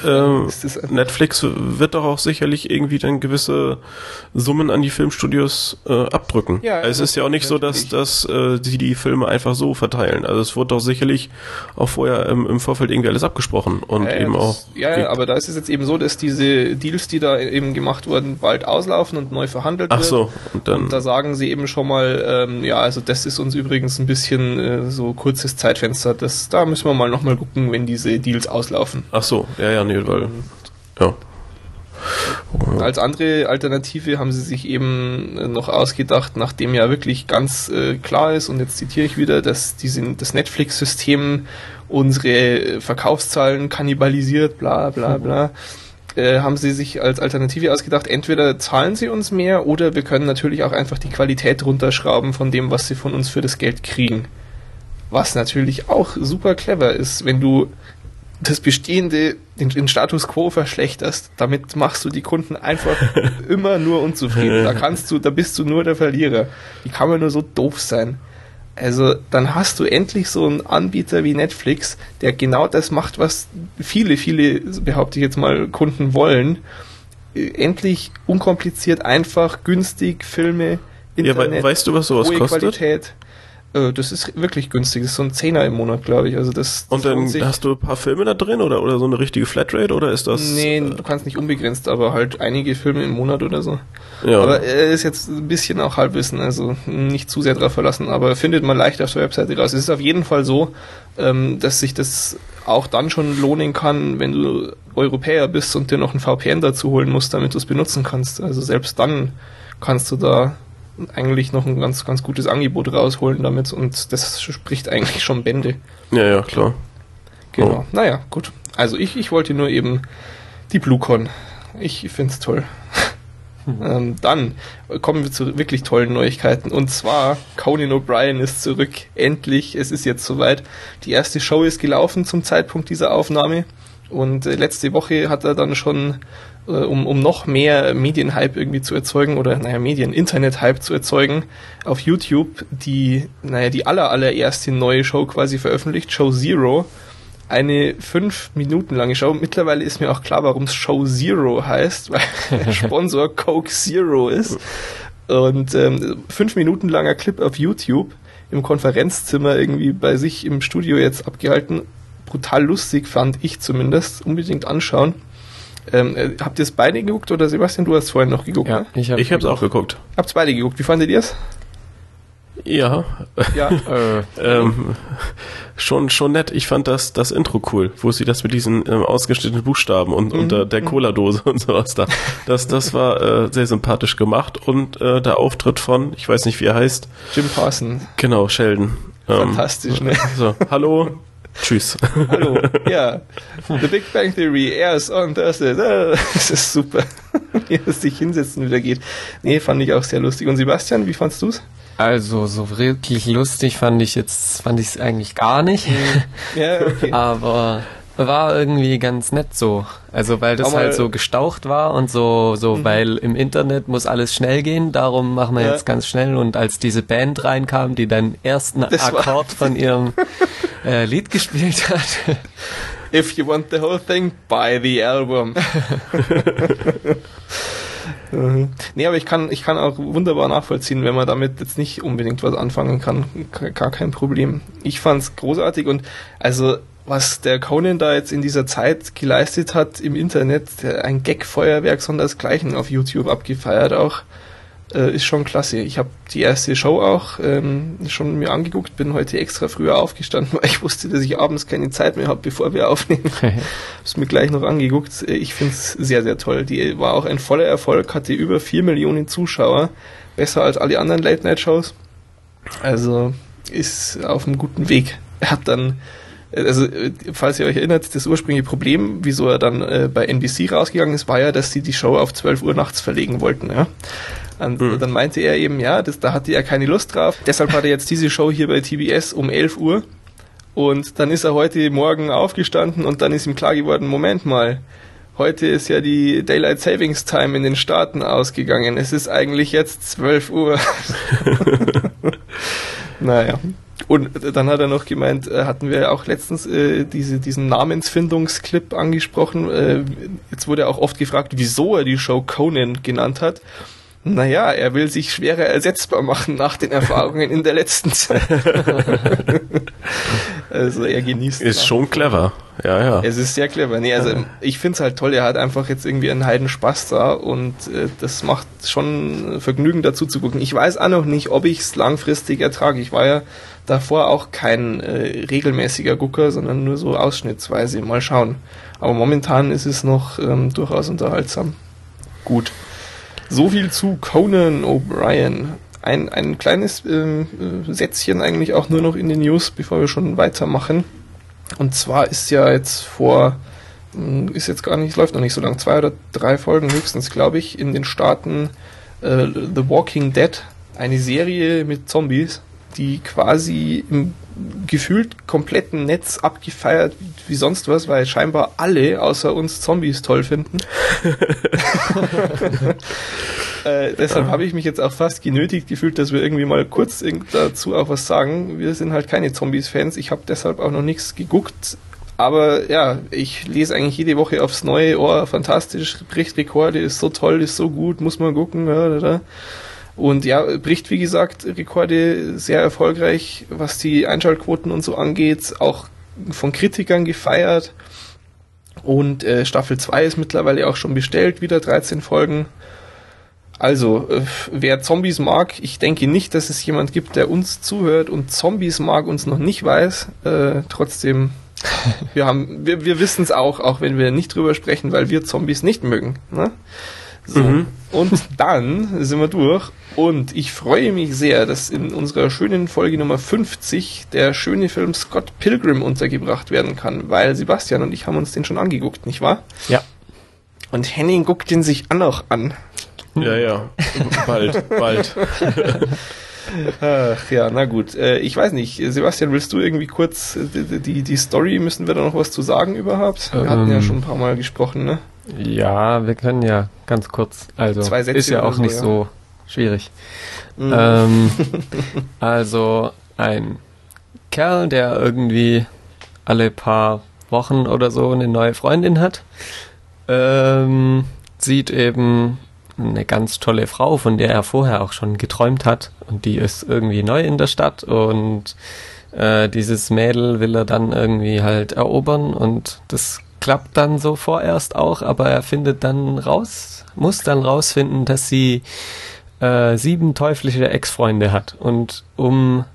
Speaker 2: wird doch auch sicherlich irgendwie dann gewisse Summen an die Filmstudios abdrücken.
Speaker 1: Ja,
Speaker 2: es ist ja auch nicht so, dass sie die Filme einfach so verteilen. Also es wurde doch sicherlich auch vorher im Vorfeld irgendwie alles abgesprochen und
Speaker 1: aber da ist es jetzt eben so, dass diese Deals, die da eben gemacht wurden, bald auslaufen und neu verhandelt wird.
Speaker 2: Ach so. Und
Speaker 1: da sagen sie eben schon mal, also das ist uns übrigens ein bisschen so kurzes Zeitfenster. Da müssen wir mal nochmal gucken, wenn diese Deals auslaufen.
Speaker 2: Ach so, nee, weil, ja.
Speaker 1: Als andere Alternative haben sie sich eben noch ausgedacht, nachdem ja wirklich ganz klar ist, und jetzt zitiere ich wieder, dass das Netflix-System unsere Verkaufszahlen kannibalisiert, bla bla bla, haben sie sich als Alternative ausgedacht, entweder zahlen sie uns mehr oder wir können natürlich auch einfach die Qualität runterschrauben von dem, was sie von uns für das Geld kriegen. Was natürlich auch super clever ist, wenn du das Bestehende, den Status Quo verschlechterst, damit machst du die Kunden einfach immer nur unzufrieden. Da bist du nur der Verlierer. Wie kann man nur so doof sein? Also, dann hast du endlich so einen Anbieter wie Netflix, der genau das macht, was viele, behaupte ich jetzt mal, Kunden wollen. Endlich unkompliziert, einfach, günstig Filme Internet,
Speaker 2: weißt du, was sowas
Speaker 1: hohe
Speaker 2: kostet?
Speaker 1: Qualität. Das ist wirklich günstig. Das ist so ein Zehner im Monat, glaube ich. Also das
Speaker 2: Und dann hast du ein paar Filme da drin oder so eine richtige Flatrate oder ist das...
Speaker 1: Nee, du kannst nicht unbegrenzt, aber halt einige Filme im Monat oder so.
Speaker 2: Ja.
Speaker 1: Aber ist jetzt ein bisschen auch Halbwissen, also nicht zu sehr drauf verlassen, aber findet man leicht auf der Webseite raus. Es ist auf jeden Fall so, dass sich das auch dann schon lohnen kann, wenn du Europäer bist und dir noch ein VPN dazu holen musst, damit du es benutzen kannst. Also selbst dann kannst du da eigentlich noch ein ganz, ganz gutes Angebot rausholen damit und das spricht eigentlich schon Bände.
Speaker 2: Ja, klar.
Speaker 1: Genau.
Speaker 2: Oh.
Speaker 1: Naja, gut. Also ich wollte nur eben die BlueCon. Ich find's toll. Dann kommen wir zu wirklich tollen Neuigkeiten. Und zwar, Conan O'Brien ist zurück. Endlich, es ist jetzt soweit. Die erste Show ist gelaufen zum Zeitpunkt dieser Aufnahme. Und letzte Woche hat er dann schon, um noch mehr Medienhype irgendwie zu erzeugen, oder Internet-Hype zu erzeugen, auf YouTube die allererste neue Show quasi veröffentlicht, Show Zero. Eine 5 Minuten lange Show. Mittlerweile ist mir auch klar, warum es Show Zero heißt, weil der Sponsor Coke Zero ist. Und 5 Minuten langer Clip auf YouTube im Konferenzzimmer irgendwie bei sich im Studio jetzt abgehalten. Brutal lustig, fand ich zumindest. Unbedingt anschauen. Habt ihr es beide geguckt oder Sebastian, du hast vorhin noch geguckt?
Speaker 3: Ja,
Speaker 1: ne?
Speaker 2: Ich habe es auch geguckt.
Speaker 1: Habt's beide geguckt. Wie fandet ihr es?
Speaker 2: Ja.
Speaker 1: Ja.
Speaker 2: Schon nett. Ich fand das Intro cool, wo sie das mit diesen ausgeschnittenen Buchstaben und der Cola-Dose und sowas da. Das war sehr sympathisch gemacht und der Auftritt von, ich weiß nicht, wie er heißt.
Speaker 1: Jim Parsons.
Speaker 2: Genau, Sheldon.
Speaker 1: Fantastisch, ne?
Speaker 2: So, hallo. Tschüss.
Speaker 1: Hallo, ja. The Big Bang Theory airs on Thursday. Das ist super. Wie es sich hinsetzen wieder geht. Nee, fand ich auch sehr lustig. Und Sebastian, wie fandst du's?
Speaker 3: Also so wirklich lustig fand ich es eigentlich gar nicht.
Speaker 1: Ja, okay.
Speaker 3: Aber war irgendwie ganz nett so. Also weil das halt so gestaucht war und so weil im Internet muss alles schnell gehen, darum machen wir jetzt ganz schnell. Und als diese Band reinkam, die den ersten Akkord von ihrem Lied gespielt hat.
Speaker 1: If you want the whole thing, buy the album. Nee, aber ich kann auch wunderbar nachvollziehen, wenn man damit jetzt nicht unbedingt was anfangen kann. Gar kein Problem. Ich fand's großartig und also was der Conan da jetzt in dieser Zeit geleistet hat im Internet, ein Gag-Feuerwerk sondersgleichen auf YouTube abgefeiert auch, ist schon klasse. Ich habe die erste Show auch schon mir angeguckt, bin heute extra früher aufgestanden, weil ich wusste, dass ich abends keine Zeit mehr habe, bevor wir aufnehmen. Hab's mir gleich noch angeguckt. Ich find's sehr, sehr toll. Die war auch ein voller Erfolg, hatte über 4 Millionen Zuschauer, besser als alle anderen Late-Night-Shows. Also ist auf einem guten Weg. Er hat dann, also falls ihr euch erinnert, das ursprüngliche Problem, wieso er dann bei NBC rausgegangen ist, war ja, dass sie die Show auf 12 Uhr nachts verlegen wollten, ja. Und dann meinte er eben, da hatte er keine Lust drauf. Deshalb hat er jetzt diese Show hier bei TBS um 11 Uhr. Und dann ist er heute Morgen aufgestanden und dann ist ihm klar geworden, Moment mal, heute ist ja die Daylight Savings Time in den Staaten ausgegangen. Es ist eigentlich jetzt 12 Uhr. Naja. Und dann hat er noch gemeint, hatten wir auch letztens diesen Namensfindungsclip angesprochen. Jetzt wurde auch oft gefragt, wieso er die Show Conan genannt hat. Naja, er will sich schwerer ersetzbar machen nach den Erfahrungen in der letzten Zeit. Also er genießt es.
Speaker 2: Ist schon clever. Ja.
Speaker 1: Es ist sehr clever. Nee, also ich find's halt toll, er hat einfach jetzt irgendwie einen Heidenspaß da und das macht schon Vergnügen dazu zu gucken. Ich weiß auch noch nicht, ob ich's langfristig ertrage. Ich war ja davor auch kein regelmäßiger Gucker, sondern nur so ausschnittsweise. Mal schauen. Aber momentan ist es noch durchaus unterhaltsam. Gut. So viel zu Conan O'Brien. Ein kleines Sätzchen eigentlich auch nur noch in den News, bevor wir schon weitermachen. Und zwar ist ja jetzt läuft noch nicht so lang, 2 oder 3 Folgen höchstens, glaube ich, in den Staaten The Walking Dead, eine Serie mit Zombies, die quasi im gefühlt kompletten Netz abgefeiert wie sonst was, weil scheinbar alle außer uns Zombies toll finden. Deshalb habe ich mich jetzt auch fast genötigt gefühlt, dass wir irgendwie mal kurz dazu auch was sagen. Wir sind halt keine Zombies-Fans. Ich habe deshalb auch noch nichts geguckt. Aber ja, ich lese eigentlich jede Woche aufs Neue, fantastisch, bricht Rekorde, ist so toll, ist so gut, muss man gucken. Und ja, bricht wie gesagt Rekorde, sehr erfolgreich, was die Einschaltquoten und so angeht, auch von Kritikern gefeiert. Und Staffel 2 ist mittlerweile auch schon bestellt, wieder 13 Folgen. Also, wer Zombies mag, ich denke nicht, dass es jemand gibt, der uns zuhört und Zombies mag, uns noch nicht weiß. Trotzdem, wir wissen es auch wenn wir nicht drüber sprechen, weil wir Zombies nicht mögen. Ne? So. Und dann sind wir durch. Und ich freue mich sehr, dass in unserer schönen Folge Nummer 50 der schöne Film Scott Pilgrim untergebracht werden kann, weil Sebastian und ich haben uns den schon angeguckt, nicht wahr?
Speaker 3: Ja.
Speaker 1: Und Henning guckt den sich auch noch an.
Speaker 2: Ja, bald.
Speaker 1: Ach ja, na gut. Ich weiß nicht, Sebastian, willst du irgendwie kurz die Story, müssen wir da noch was zu sagen überhaupt? Wir hatten ja schon ein paar Mal gesprochen, ne?
Speaker 3: Ja, wir können ja ganz kurz. Also
Speaker 1: 2 Sätze
Speaker 3: ist ja auch
Speaker 1: so,
Speaker 3: nicht
Speaker 1: ja.
Speaker 3: so schwierig. Also ein Kerl, der irgendwie alle paar Wochen oder so eine neue Freundin hat, sieht eben eine ganz tolle Frau, von der er vorher auch schon geträumt hat, und die ist irgendwie neu in der Stadt, und dieses Mädel will er dann irgendwie halt erobern, und das klappt dann so vorerst auch, aber er muss dann rausfinden, dass sie 7 teuflische Ex-Freunde hat, und um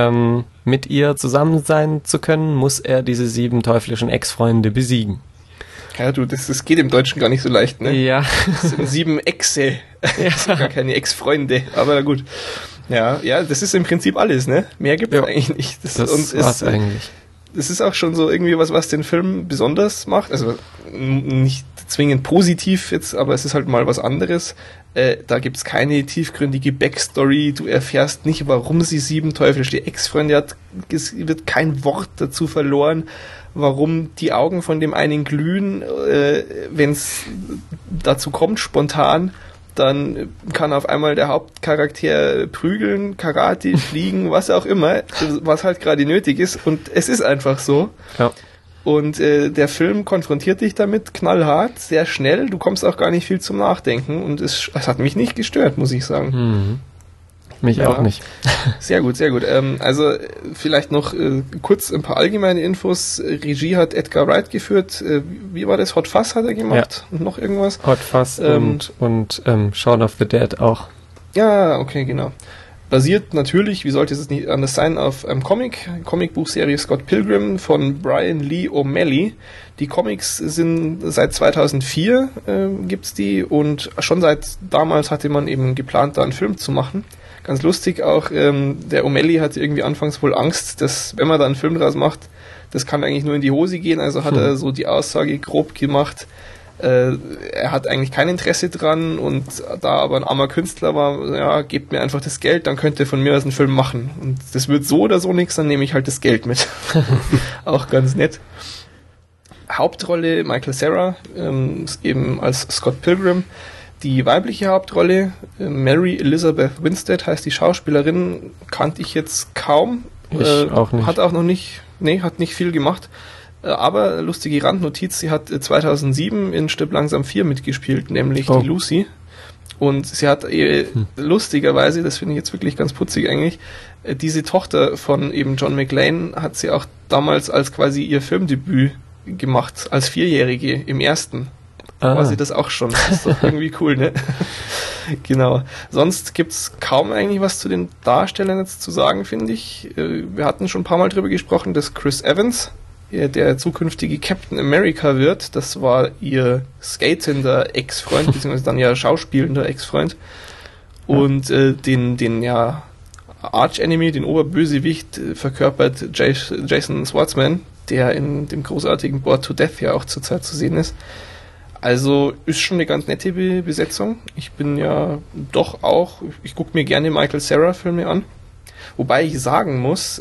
Speaker 3: mit ihr zusammen sein zu können, muss er diese 7 teuflischen Ex-Freunde besiegen.
Speaker 1: Ja, das geht im Deutschen gar nicht so leicht, ne?
Speaker 3: Ja.
Speaker 1: Das sind 7 Exe. Das sind gar keine Ex-Freunde, aber na gut. Ja, das ist im Prinzip alles, ne? Mehr gibt's eigentlich nicht.
Speaker 3: Das war's eigentlich.
Speaker 1: Das ist auch schon so irgendwie was den Film besonders macht. Also nicht zwingend positiv jetzt, aber es ist halt mal was anderes. Da gibt's keine tiefgründige Backstory. Du erfährst nicht, warum sie 7 teuflische Ex-Freunde hat. Es wird kein Wort dazu verloren, warum die Augen von dem einen glühen, wenn es dazu kommt, spontan. Dann kann auf einmal der Hauptcharakter prügeln, Karate, fliegen, was auch immer, was halt gerade nötig ist. Und es ist einfach so.
Speaker 3: Ja.
Speaker 1: Und der Film konfrontiert dich damit knallhart, sehr schnell. Du kommst auch gar nicht viel zum Nachdenken. Und es hat mich nicht gestört, muss ich sagen.
Speaker 3: Mhm. Mich auch nicht.
Speaker 1: Sehr gut, sehr gut. Also vielleicht noch kurz ein paar allgemeine Infos. Regie hat Edgar Wright geführt. Wie war das? Hot Fuzz hat er gemacht? Ja. Und noch irgendwas?
Speaker 3: Hot Fuzz und Shaun of the Dead auch.
Speaker 1: Ja, okay, genau. Basiert natürlich, wie sollte es nicht anders sein, auf einem Comicbuchserie Scott Pilgrim von Brian Lee O'Malley. Die Comics sind seit 2004 gibt's die, und schon seit damals hatte man eben geplant, da einen Film zu machen. Ganz lustig auch, der O'Malley hatte irgendwie anfangs wohl Angst, dass wenn man da einen Film draus macht, das kann eigentlich nur in die Hose gehen, also hat er so die Aussage grob gemacht, er hat eigentlich kein Interesse dran, und da aber ein armer Künstler war, ja, gebt mir einfach das Geld, dann könnt ihr von mir aus einen Film machen. Und das wird so oder so nichts, dann nehme ich halt das Geld mit. Auch ganz nett. Hauptrolle Michael Cera, eben als Scott Pilgrim. Die weibliche Hauptrolle, Mary Elizabeth Winstead heißt die Schauspielerin, kannte ich jetzt kaum.
Speaker 3: Ich auch nicht.
Speaker 1: Hat nicht viel gemacht. Aber lustige Randnotiz, sie hat 2007 in Stirb langsam 4 mitgespielt, nämlich die Lucy. Und sie hat lustigerweise, das finde ich jetzt wirklich ganz putzig eigentlich, diese Tochter von eben John McClane hat sie auch damals als quasi ihr Filmdebüt gemacht, als 4-Jährige im ersten. War sie das auch schon. Das ist doch irgendwie cool, ne? Genau. Sonst gibt's kaum eigentlich was zu den Darstellern jetzt zu sagen, finde ich. Wir hatten schon ein paar Mal drüber gesprochen, dass Chris Evans, der zukünftige Captain America wird, das war ihr skatender Ex-Freund, beziehungsweise dann ja schauspielender Ex-Freund. Und den Arch-Enemy, den Oberbösewicht, verkörpert Jason Schwartzman, der in dem großartigen Bored to Death ja auch zurzeit zu sehen ist. Also ist schon eine ganz nette Besetzung. Ich bin ja doch auch, ich gucke mir gerne Michael Cera Filme an. Wobei ich sagen muss,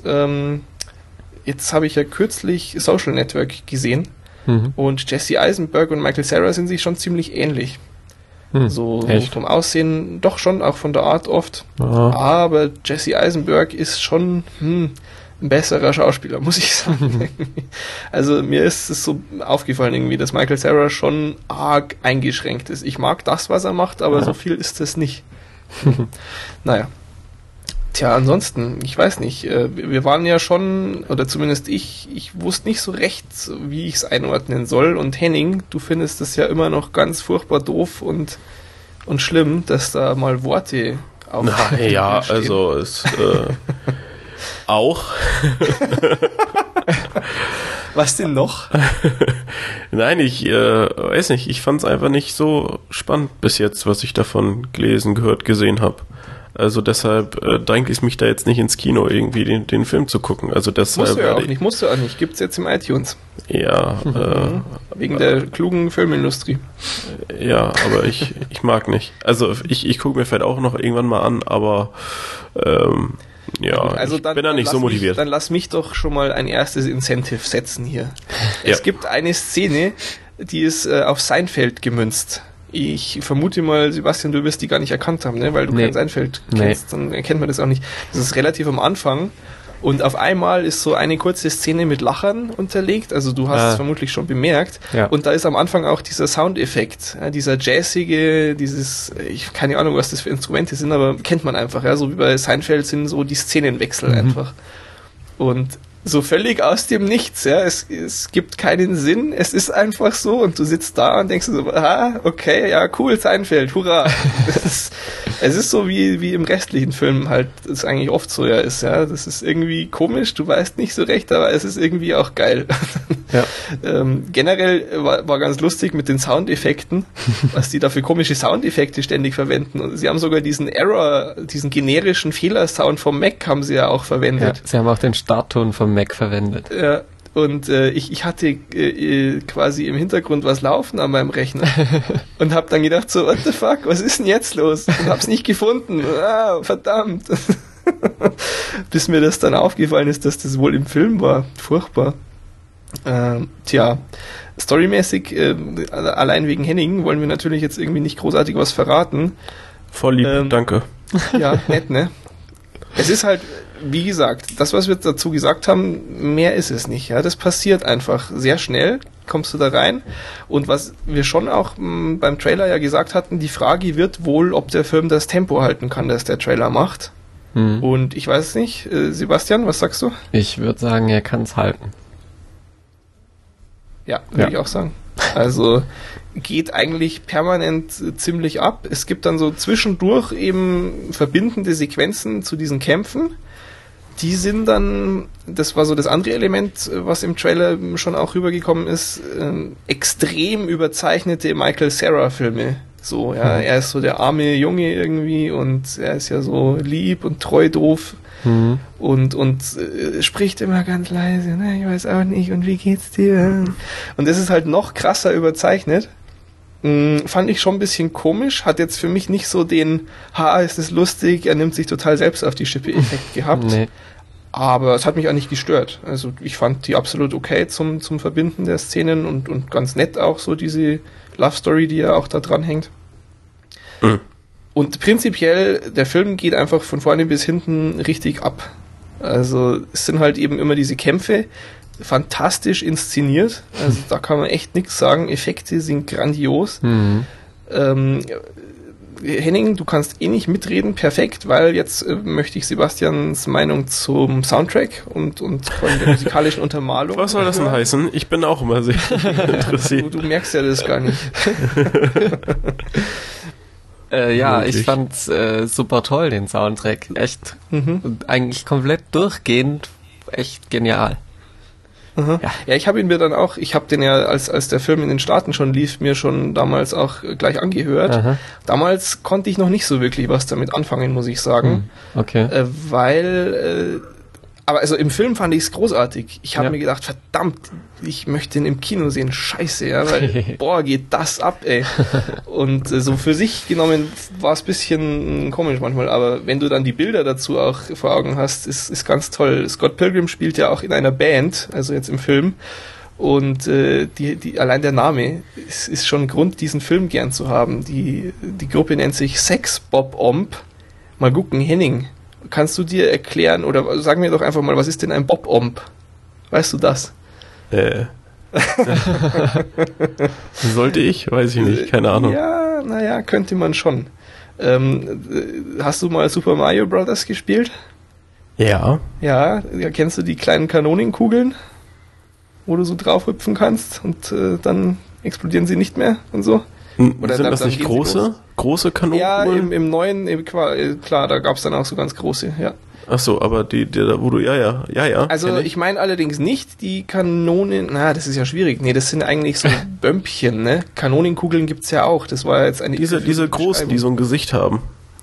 Speaker 1: jetzt habe ich ja kürzlich Social Network gesehen, und Jesse Eisenberg und Michael Cera sind sich schon ziemlich ähnlich. So vom Aussehen doch schon, auch von der Art oft.
Speaker 3: Aha.
Speaker 1: Aber Jesse Eisenberg ist schon ein besserer Schauspieler, muss ich sagen. Also mir ist es so aufgefallen irgendwie, dass Michael Cera schon arg eingeschränkt ist. Ich mag das, was er macht, aber so viel ist das nicht. Naja. Tja, ansonsten, ich weiß nicht, wir waren ja schon, oder zumindest ich wusste nicht so recht, wie ich es einordnen soll. Und Henning, du findest es ja immer noch ganz furchtbar doof und schlimm, dass da mal Worte auf
Speaker 2: ja, stehen. Also es auch.
Speaker 1: Was denn noch?
Speaker 2: Nein, ich weiß nicht, ich fand es einfach nicht so spannend bis jetzt, was ich davon gelesen, gehört, gesehen habe. Also deshalb drängt es mich da jetzt nicht ins Kino, irgendwie den Film zu gucken. Also deshalb
Speaker 1: musst du auch nicht. Gibt's jetzt im iTunes.
Speaker 2: Ja.
Speaker 1: Wegen der klugen Filmindustrie.
Speaker 2: Ja, aber ich mag nicht. Also ich gucke mir vielleicht auch noch irgendwann mal an, aber ja,
Speaker 1: also
Speaker 2: ich bin da nicht so motiviert.
Speaker 1: Dann lass mich doch schon mal ein erstes Incentive setzen hier. Ja. Es gibt eine Szene, die ist auf Seinfeld gemünzt. Ich vermute mal, Sebastian, du wirst die gar nicht erkannt haben, ne? Weil du kein Seinfeld kennst, dann erkennt man das auch nicht. Das ist relativ am Anfang und auf einmal ist so eine kurze Szene mit Lachern unterlegt, also du hast es vermutlich schon bemerkt. Ja. Und da ist am Anfang auch dieser Soundeffekt, dieser jazzige, ich keine Ahnung, was das für Instrumente sind, aber kennt man einfach, ja, so wie bei Seinfeld sind so die Szenenwechsel einfach. Und so völlig aus dem Nichts, ja, es gibt keinen Sinn, es ist einfach so und du sitzt da und denkst so, okay, ja, cool, Seinfeld, hurra. Es ist so wie im restlichen Film halt, das eigentlich oft so ja ist, ja, das ist irgendwie komisch, du weißt nicht so recht, aber es ist irgendwie auch geil. Ja. Generell war ganz lustig mit den Soundeffekten, was die da für komische Soundeffekte ständig verwenden und sie haben sogar diesen generischen Fehlersound vom Mac haben sie ja auch verwendet.
Speaker 3: Ja, sie haben auch den Startton vom Mac verwendet.
Speaker 1: Ja, und ich hatte quasi im Hintergrund was laufen an meinem Rechner und habe dann gedacht so, what the fuck, was ist denn jetzt los? Und hab's nicht gefunden. Verdammt. Bis mir das dann aufgefallen ist, dass das wohl im Film war. Furchtbar. Storymäßig, allein wegen Henning, wollen wir natürlich jetzt irgendwie nicht großartig was verraten.
Speaker 2: Voll lieb, danke.
Speaker 1: Ja, nett, ne? Es ist halt, wie gesagt, das, was wir dazu gesagt haben, mehr ist es nicht. Ja, das passiert einfach sehr schnell, kommst du da rein. Und was wir schon auch beim Trailer ja gesagt hatten, die Frage wird wohl, ob der Film das Tempo halten kann, das der Trailer macht. Und ich weiß nicht, Sebastian, was sagst du?
Speaker 3: Ich würde sagen, er kann es halten.
Speaker 1: Ja, würde ich auch sagen. Also geht eigentlich permanent ziemlich ab. Es gibt dann so zwischendurch eben verbindende Sequenzen zu diesen Kämpfen. Die sind dann, das war so das andere Element, was im Trailer schon auch rübergekommen ist, extrem überzeichnete Michael Cera-Filme. So, ja, er ist so der arme Junge irgendwie und er ist ja so lieb und treu doof. Und spricht immer ganz leise, ne, ich weiß auch nicht, und wie geht's dir? Und das ist halt noch krasser überzeichnet. Fand ich schon ein bisschen komisch, hat jetzt für mich nicht so den, ist das lustig, er nimmt sich total selbst auf die Schippe Effekt gehabt. Nee. Aber es hat mich auch nicht gestört. Also ich fand die absolut okay zum Verbinden der Szenen und ganz nett auch so diese Love Story, die ja auch da dran hängt. Und prinzipiell, der Film geht einfach von vorne bis hinten richtig ab. Also es sind halt eben immer diese Kämpfe, fantastisch inszeniert. Also da kann man echt nichts sagen. Effekte sind grandios. Henning, du kannst eh nicht mitreden, perfekt, weil jetzt möchte ich Sebastians Meinung zum Soundtrack und von der musikalischen Untermalung.
Speaker 2: Was soll das denn heißen? Ich bin auch immer sehr interessiert.
Speaker 1: Du merkst ja das gar nicht.
Speaker 3: Ich fand's super toll, den Soundtrack. Echt, eigentlich komplett durchgehend, echt genial.
Speaker 1: Ja, ich habe ihn mir dann auch, ich habe den ja, als der Film in den Staaten schon lief, mir schon damals auch gleich angehört. Damals konnte ich noch nicht so wirklich was damit anfangen, muss ich sagen.
Speaker 3: Okay.
Speaker 1: Aber also im Film fand ich es großartig. Ich habe mir gedacht, verdammt, ich möchte ihn im Kino sehen. Scheiße, ja, weil, geht das ab, ey. Und so für sich genommen war es ein bisschen komisch manchmal, aber wenn du dann die Bilder dazu auch vor Augen hast, ist ganz toll. Scott Pilgrim spielt ja auch in einer Band, also jetzt im Film. Und allein der Name ist schon ein Grund, diesen Film gern zu haben. Die Gruppe nennt sich Sex Bob Omb. Mal gucken, Henning. Kannst du dir erklären, oder sag mir doch einfach mal, was ist denn ein Bob-Omb? Weißt du das?
Speaker 2: Sollte ich? Weiß ich nicht, keine Ahnung.
Speaker 1: Ja, naja, könnte man schon. Hast du mal Super Mario Bros. Gespielt?
Speaker 2: Ja.
Speaker 1: Ja, kennst du die kleinen Kanonenkugeln, wo du so draufhüpfen kannst und dann explodieren sie nicht mehr und so?
Speaker 2: Oder sind das nicht große Kanonen?
Speaker 1: Ja, im neuen, klar, da gab's dann auch so ganz große, ja.
Speaker 2: Ach so, aber die da, wo du, ja.
Speaker 1: Also ich meine allerdings nicht die Kanonen, das ist ja schwierig. Nee, das sind eigentlich so Bömpchen, ne? Kanonenkugeln gibt's ja auch. Das war jetzt eine...
Speaker 2: Diese großen, die so ein Gesicht haben.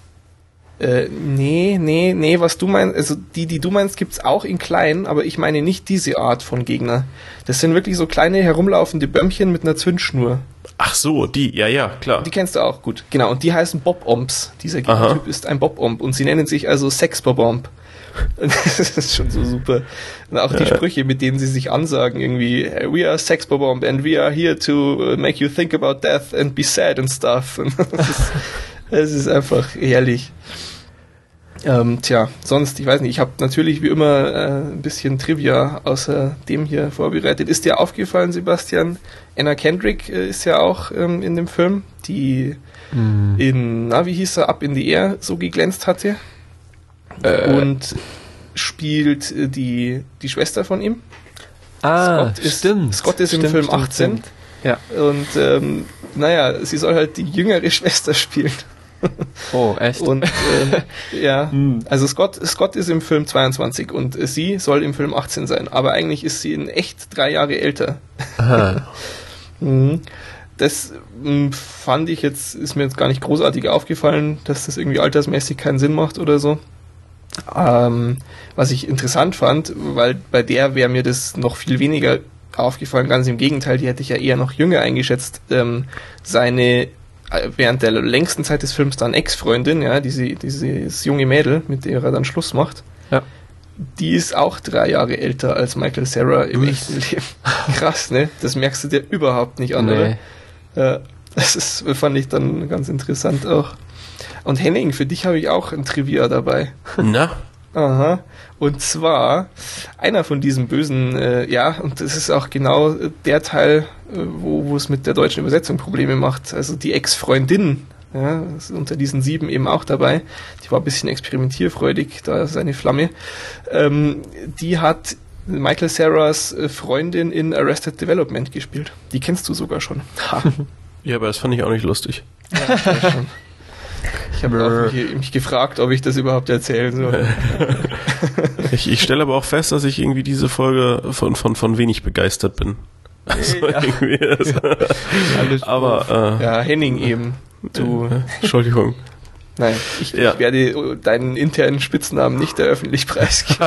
Speaker 1: Nee, was du meinst, also die du meinst, gibt's auch in klein, aber ich meine nicht diese Art von Gegner. Das sind wirklich so kleine herumlaufende Bömmchen mit einer Zündschnur.
Speaker 2: Ach so, die, ja, klar.
Speaker 1: Die kennst du auch, gut. Genau, und die heißen Bob-Omps. Dieser Gegnertyp ist ein Bob-Omp und sie nennen sich also Sex-Bob-Omp. Das ist schon so super. Und auch die Sprüche, mit denen sie sich ansagen, irgendwie, we are Sex-Bob-Omp and we are here to make you think about death and be sad and stuff. Und das ist einfach herrlich. Sonst, ich weiß nicht, ich habe natürlich wie immer ein bisschen Trivia außer dem hier vorbereitet. Ist dir aufgefallen, Sebastian? Anna Kendrick ist ja auch in dem Film, die wie hieß er, Up in the Air so geglänzt hatte. Und spielt die Schwester von ihm. Scott ist im Film 18.
Speaker 3: Stimmt. Ja.
Speaker 1: Und sie soll halt die jüngere Schwester spielen.
Speaker 3: Oh, echt?
Speaker 1: Und also Scott ist im Film 22 und sie soll im Film 18 sein, aber eigentlich ist sie in echt 3 Jahre älter.
Speaker 2: Aha.
Speaker 1: Das fand ich jetzt, ist mir jetzt gar nicht großartig aufgefallen, dass das irgendwie altersmäßig keinen Sinn macht oder so. Was ich interessant fand, weil bei der wäre mir das noch viel weniger aufgefallen, ganz im Gegenteil, die hätte ich ja eher noch jünger eingeschätzt, seine während der längsten Zeit des Films dann Ex-Freundin, ja, dieses junge Mädel, mit der er dann Schluss macht, die ist auch 3 Jahre älter als Michael Cera im echten Leben. Krass, ne? Das merkst du dir überhaupt nicht an, oder? Ja, fand ich dann ganz interessant auch. Und Henning, für dich habe ich auch ein Trivia dabei.
Speaker 2: Na?
Speaker 1: Aha. Und zwar einer von diesen bösen, und das ist auch genau der Teil, wo es mit der deutschen Übersetzung Probleme macht. Also die Ex-Freundin, ja, ist unter diesen 7 eben auch dabei. Die war ein bisschen experimentierfreudig, da ist eine Flamme. Die hat Michael Ceras Freundin in Arrested Development gespielt. Die kennst du sogar schon. Ha.
Speaker 2: Ja, aber das fand ich auch nicht lustig.
Speaker 1: Ja, schon. Ich habe mich gefragt, ob ich das überhaupt erzählen soll.
Speaker 2: Ich stelle aber auch fest, dass ich irgendwie diese Folge von wenig begeistert bin. Also
Speaker 1: Henning eben. Du.
Speaker 2: Entschuldigung.
Speaker 1: Nein, ich werde deinen internen Spitznamen nicht öffentlich preisgeben.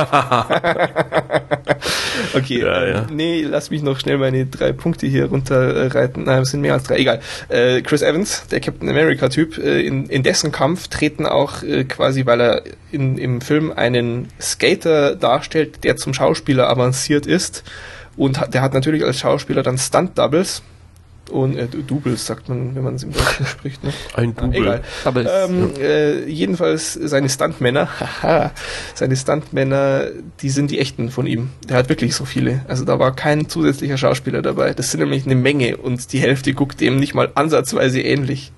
Speaker 1: Okay, nee, lass mich noch schnell meine 3 Punkte hier runterreiten. Nein, es sind mehr als 3, egal. Chris Evans, der Captain America-Typ, in dessen Kampf treten auch quasi, weil er im Film einen Skater darstellt, der zum Schauspieler avanciert ist. Und der hat natürlich als Schauspieler dann Stunt-Doubles. Und Doubles sagt man, wenn man es im Deutschen spricht. Ne?
Speaker 2: Ein Double.
Speaker 1: Jedenfalls seine Stuntmänner, die sind die echten von ihm. Der hat wirklich so viele. Also da war kein zusätzlicher Schauspieler dabei. Das sind nämlich eine Menge und die Hälfte guckt dem nicht mal ansatzweise ähnlich.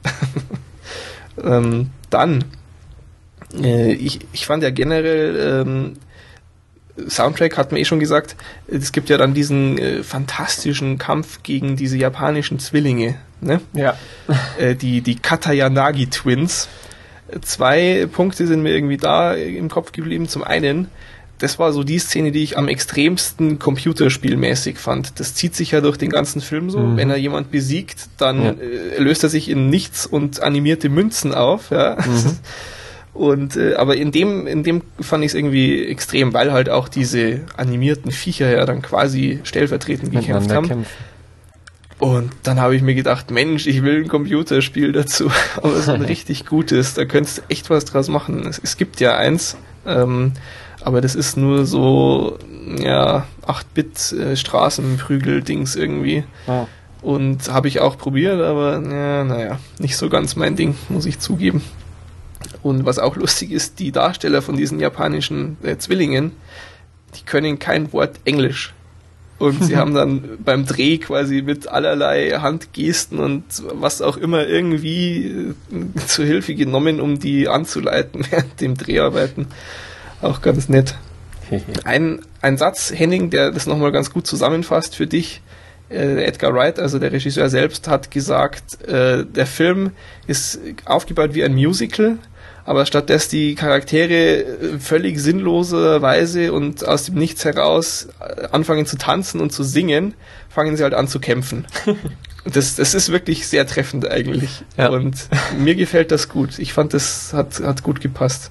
Speaker 1: Ich fand ja generell Soundtrack hat man schon gesagt, es gibt ja dann diesen fantastischen Kampf gegen diese japanischen Zwillinge, ne?
Speaker 3: Ja.
Speaker 1: Die Katayanagi Twins. 2 Punkte sind mir irgendwie da im Kopf geblieben. Zum einen, das war so die Szene, die ich am extremsten computerspielmäßig fand. Das zieht sich ja durch den ganzen Film so. Wenn er jemand besiegt, dann löst er sich in nichts und animierte Münzen auf, ja. Und aber in dem fand ich es irgendwie extrem, weil halt auch diese animierten Viecher ja dann quasi stellvertretend gekämpft haben. Und dann habe ich mir gedacht, Mensch, ich will ein Computerspiel dazu, aber so ein richtig gutes, da könntest du echt was draus machen. Es gibt ja eins, aber das ist nur so 8-Bit Straßenprügel-Dings irgendwie. Ja. Und habe ich auch probiert, aber nicht so ganz mein Ding, muss ich zugeben. Und was auch lustig ist, die Darsteller von diesen japanischen Zwillingen, die können kein Wort Englisch. Und sie haben dann beim Dreh quasi mit allerlei Handgesten und was auch immer irgendwie zur Hilfe genommen, um die anzuleiten während dem Dreharbeiten. Auch ganz nett. Ein Satz, Henning, der das nochmal ganz gut zusammenfasst für dich. Edgar Wright, also der Regisseur selbst, hat gesagt, der Film ist aufgebaut wie ein Musical, aber statt dass die Charaktere völlig sinnloserweise und aus dem Nichts heraus anfangen zu tanzen und zu singen, fangen sie halt an zu kämpfen. Das ist wirklich sehr treffend eigentlich. Ja. Und mir gefällt das gut. Ich fand, das hat gut gepasst.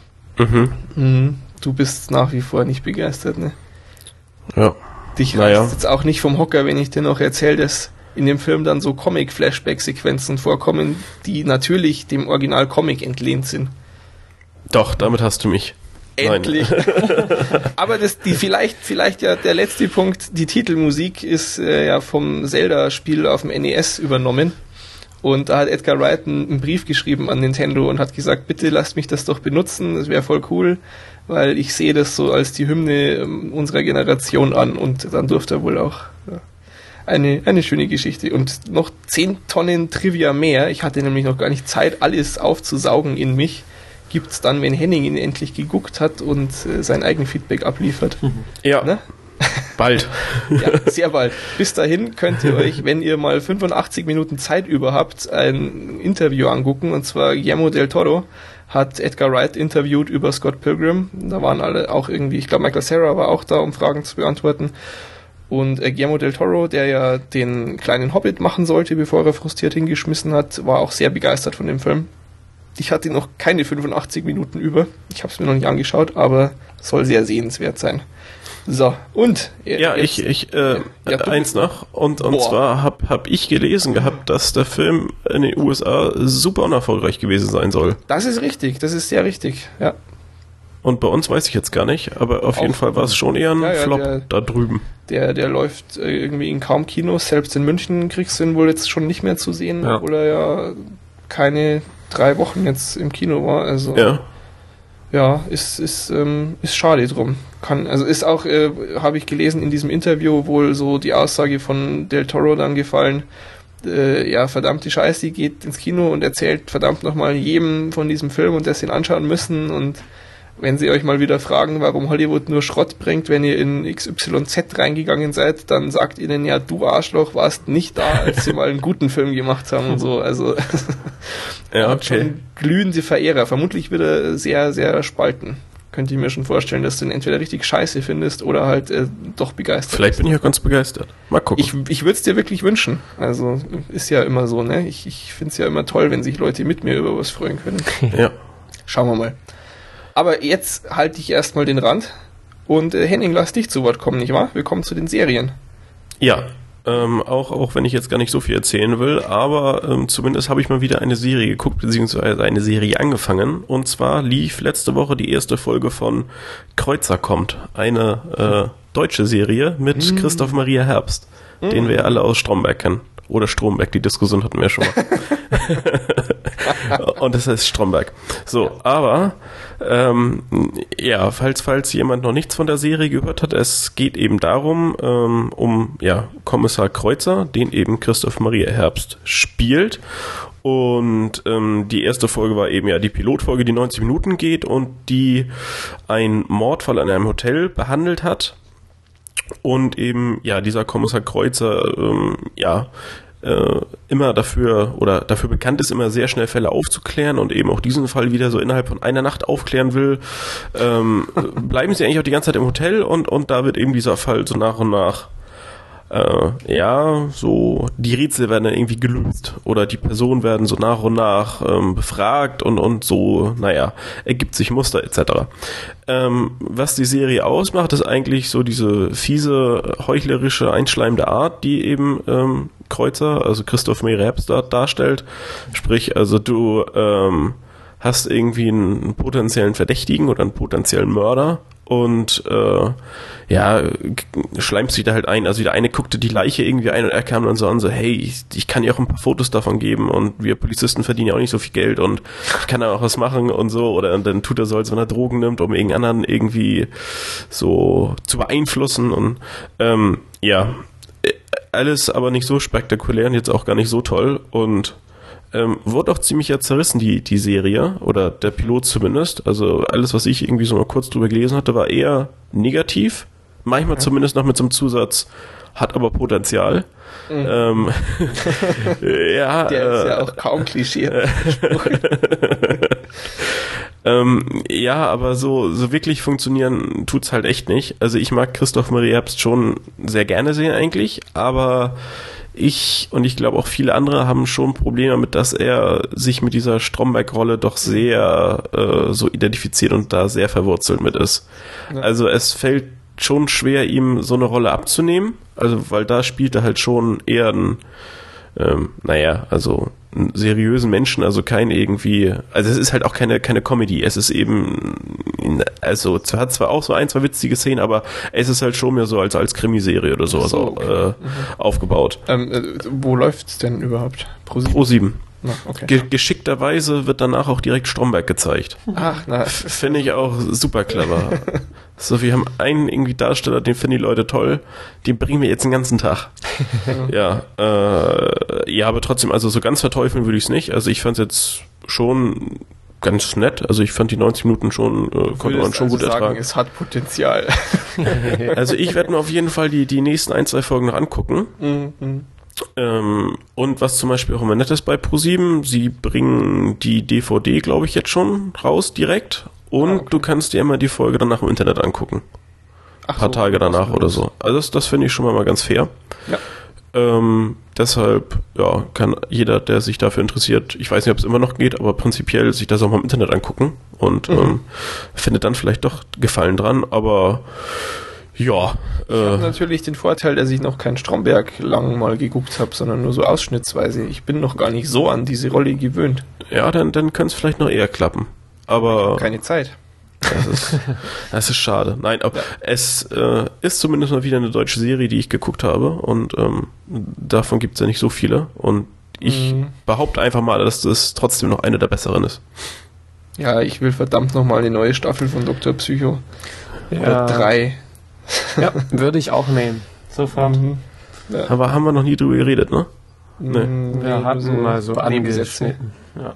Speaker 1: Du bist nach wie vor nicht begeistert, ne?
Speaker 2: Ja.
Speaker 1: Dich reißt jetzt auch nicht vom Hocker, wenn ich dir noch erzähle, dass in dem Film dann so Comic-Flashback-Sequenzen vorkommen, die natürlich dem Original-Comic entlehnt sind.
Speaker 2: Doch, damit hast du mich.
Speaker 1: Endlich. Aber vielleicht ja der letzte Punkt, die Titelmusik ist ja vom Zelda-Spiel auf dem NES übernommen. Und da hat Edgar Wright einen Brief geschrieben an Nintendo und hat gesagt, bitte lasst mich das doch benutzen, das wäre voll cool, weil ich sehe das so als die Hymne unserer Generation an. Und dann durfte er wohl auch eine schöne Geschichte. Und noch 10 Tonnen Trivia mehr, ich hatte nämlich noch gar nicht Zeit, alles aufzusaugen in mich, gibt's dann, wenn Henning ihn endlich geguckt hat und sein Eigenfeedback abliefert.
Speaker 2: Ja. Ne? Bald.
Speaker 1: Ja, sehr bald. Bis dahin könnt ihr euch, wenn ihr mal 85 Minuten Zeit über habt, ein Interview angucken, und zwar Guillermo del Toro hat Edgar Wright interviewt über Scott Pilgrim. Da waren alle auch irgendwie, ich glaube Michael Cera war auch da, um Fragen zu beantworten. Und Guillermo del Toro, der ja den kleinen Hobbit machen sollte, bevor er frustriert hingeschmissen hat, war auch sehr begeistert von dem Film. Ich hatte noch keine 85 Minuten über. Ich habe es mir noch nicht angeschaut, aber soll sehr sehenswert sein. So, und?
Speaker 2: Ja, eins noch. Und zwar hab ich gelesen gehabt, dass der Film in den USA super unerfolgreich gewesen sein soll.
Speaker 1: Das ist richtig, das ist sehr richtig, ja.
Speaker 2: Und bei uns weiß ich jetzt gar nicht, aber auf jeden Fall war es schon eher ein Flop da drüben.
Speaker 1: Der läuft irgendwie in kaum Kinos, selbst in München kriegst du ihn wohl jetzt schon nicht mehr zu sehen, obwohl er ja keine 3 Wochen jetzt im Kino war, also ja, ist schade drum. Ist auch, habe ich gelesen in diesem Interview wohl so die Aussage von Del Toro dann gefallen, verdammte Scheiße, die geht ins Kino und erzählt verdammt nochmal jedem von diesem Film und das ihn anschauen müssen, und wenn sie euch mal wieder fragen, warum Hollywood nur Schrott bringt, wenn ihr in XYZ reingegangen seid, dann sagt ihnen, ja, du Arschloch warst nicht da, als sie mal einen guten Film gemacht haben und so. Also er hat schon glühende Verehrer. Vermutlich wird er sehr, sehr spalten. Könnte ich mir schon vorstellen, dass du ihn entweder richtig scheiße findest oder halt doch begeistert.
Speaker 2: Vielleicht bin ich ja ganz begeistert. Mal gucken.
Speaker 1: Ich würde es dir wirklich wünschen. Also ist ja immer so, ne? Ich finde es ja immer toll, wenn sich Leute mit mir über was freuen können.
Speaker 2: Ja.
Speaker 1: Schauen wir mal. Aber jetzt halte ich erstmal den Rand und Henning, lass dich zu Wort kommen, nicht wahr? Wir kommen zu den Serien.
Speaker 2: Ja, auch wenn ich jetzt gar nicht so viel erzählen will, aber zumindest habe ich mal wieder eine Serie geguckt, beziehungsweise eine Serie angefangen. Und zwar lief letzte Woche die erste Folge von Kreuzer kommt, eine deutsche Serie mit Christoph Maria Herbst, den wir alle aus Stromberg kennen. Oder Stromberg, die Diskussion hatten wir schon mal. Und das heißt Stromberg. So, aber falls jemand noch nichts von der Serie gehört hat, es geht eben darum, um Kommissar Kreuzer, den eben Christoph Maria Herbst spielt. Und die erste Folge war eben die Pilotfolge, die 90 Minuten geht und die einen Mordfall an einem Hotel behandelt hat. Und eben, dieser Kommissar Kreuzer, immer dafür bekannt ist, immer sehr schnell Fälle aufzuklären und eben auch diesen Fall wieder so innerhalb von einer Nacht aufklären will, bleiben sie eigentlich auch die ganze Zeit im Hotel und da wird eben dieser Fall so nach und nach so die Rätsel werden dann irgendwie gelöst oder die Personen werden so nach und nach befragt und so, ergibt sich Muster etc. Was die Serie ausmacht, ist eigentlich so diese fiese, heuchlerische, einschleimende Art, die eben Kreuzer, also Christoph Maria Herbst darstellt. Sprich, also du hast irgendwie einen potenziellen Verdächtigen oder einen potenziellen Mörder und schleimt sich da halt ein. Also der eine guckte die Leiche irgendwie ein und er kam dann so an, so, hey, ich kann dir auch ein paar Fotos davon geben und wir Polizisten verdienen ja auch nicht so viel Geld und ich kann da auch was machen und so. Oder und dann tut er so, als wenn er Drogen nimmt, um irgendeinen anderen irgendwie so zu beeinflussen und alles aber nicht so spektakulär und jetzt auch gar nicht so toll und wurde auch ziemlich zerrissen, die Serie, oder der Pilot zumindest. Also alles, was ich irgendwie so mal kurz drüber gelesen hatte, war eher negativ. Manchmal zumindest noch mit so einem Zusatz, hat aber Potenzial.
Speaker 1: Der ist ja auch kaum Klischee.
Speaker 2: Aber so wirklich funktionieren tut's halt echt nicht. Also ich mag Christoph Maria Herbst schon sehr gerne sehen eigentlich, aber ich glaube auch viele andere haben schon Probleme damit, dass er sich mit dieser Stromberg-Rolle doch sehr so identifiziert und da sehr verwurzelt mit ist. Ja. Also es fällt schon schwer, ihm so eine Rolle abzunehmen, also weil da spielt er halt schon eher einen seriösen Menschen, also kein irgendwie, also es ist halt auch keine Comedy, es ist eben, hat zwar auch so ein, zwei witzige Szenen, aber es ist halt schon mehr so als Krimiserie oder sowas aufgebaut.
Speaker 1: Wo läuft's denn überhaupt?
Speaker 2: Pro 7.
Speaker 1: Na, okay.
Speaker 2: Geschickterweise wird danach auch direkt Stromberg gezeigt.
Speaker 1: Ach, na.
Speaker 2: Finde ich auch super clever. So, wir haben einen irgendwie Darsteller, den finden die Leute toll, den bringen wir jetzt den ganzen Tag. Aber trotzdem, also so ganz verteufeln würde ich es nicht. Also ich fand es jetzt schon ganz nett. Also ich fand die 90 Minuten schon, konnte man schon gut ertragen.
Speaker 1: Es hat Potenzial.
Speaker 2: Also ich werde mir auf jeden Fall die nächsten 1-2 Folgen noch angucken.
Speaker 1: Mhm.
Speaker 2: Und was zum Beispiel auch immer nett ist bei ProSieben, sie bringen die DVD, glaube ich, jetzt schon raus direkt. Und du kannst dir immer die Folge danach im Internet angucken. Ein paar Tage danach oder so. Also das finde ich schon mal ganz fair.
Speaker 1: Ja.
Speaker 2: Deshalb, kann jeder, der sich dafür interessiert, ich weiß nicht, ob es immer noch geht, aber prinzipiell sich das auch mal im Internet angucken und findet dann vielleicht doch Gefallen dran, aber ich habe
Speaker 1: natürlich den Vorteil, dass ich noch kein Stromberg lang mal geguckt habe, sondern nur so ausschnittsweise. Ich bin noch gar nicht so an diese Rolle gewöhnt.
Speaker 2: Ja, dann könnte es vielleicht noch eher klappen. Aber
Speaker 1: keine Zeit.
Speaker 2: Das ist schade. Nein, aber es ist zumindest mal wieder eine deutsche Serie, die ich geguckt habe und davon gibt es ja nicht so viele und ich behaupte einfach mal, dass das trotzdem noch eine der besseren ist.
Speaker 1: Ja, ich will verdammt nochmal eine neue Staffel von Dr. Psycho. Oder 3.
Speaker 3: Ja, würde ich auch nehmen. Sofort.
Speaker 2: Ja. Aber haben wir noch nie drüber geredet, ne?
Speaker 3: Nee. Wir hatten mal so angeschnitten.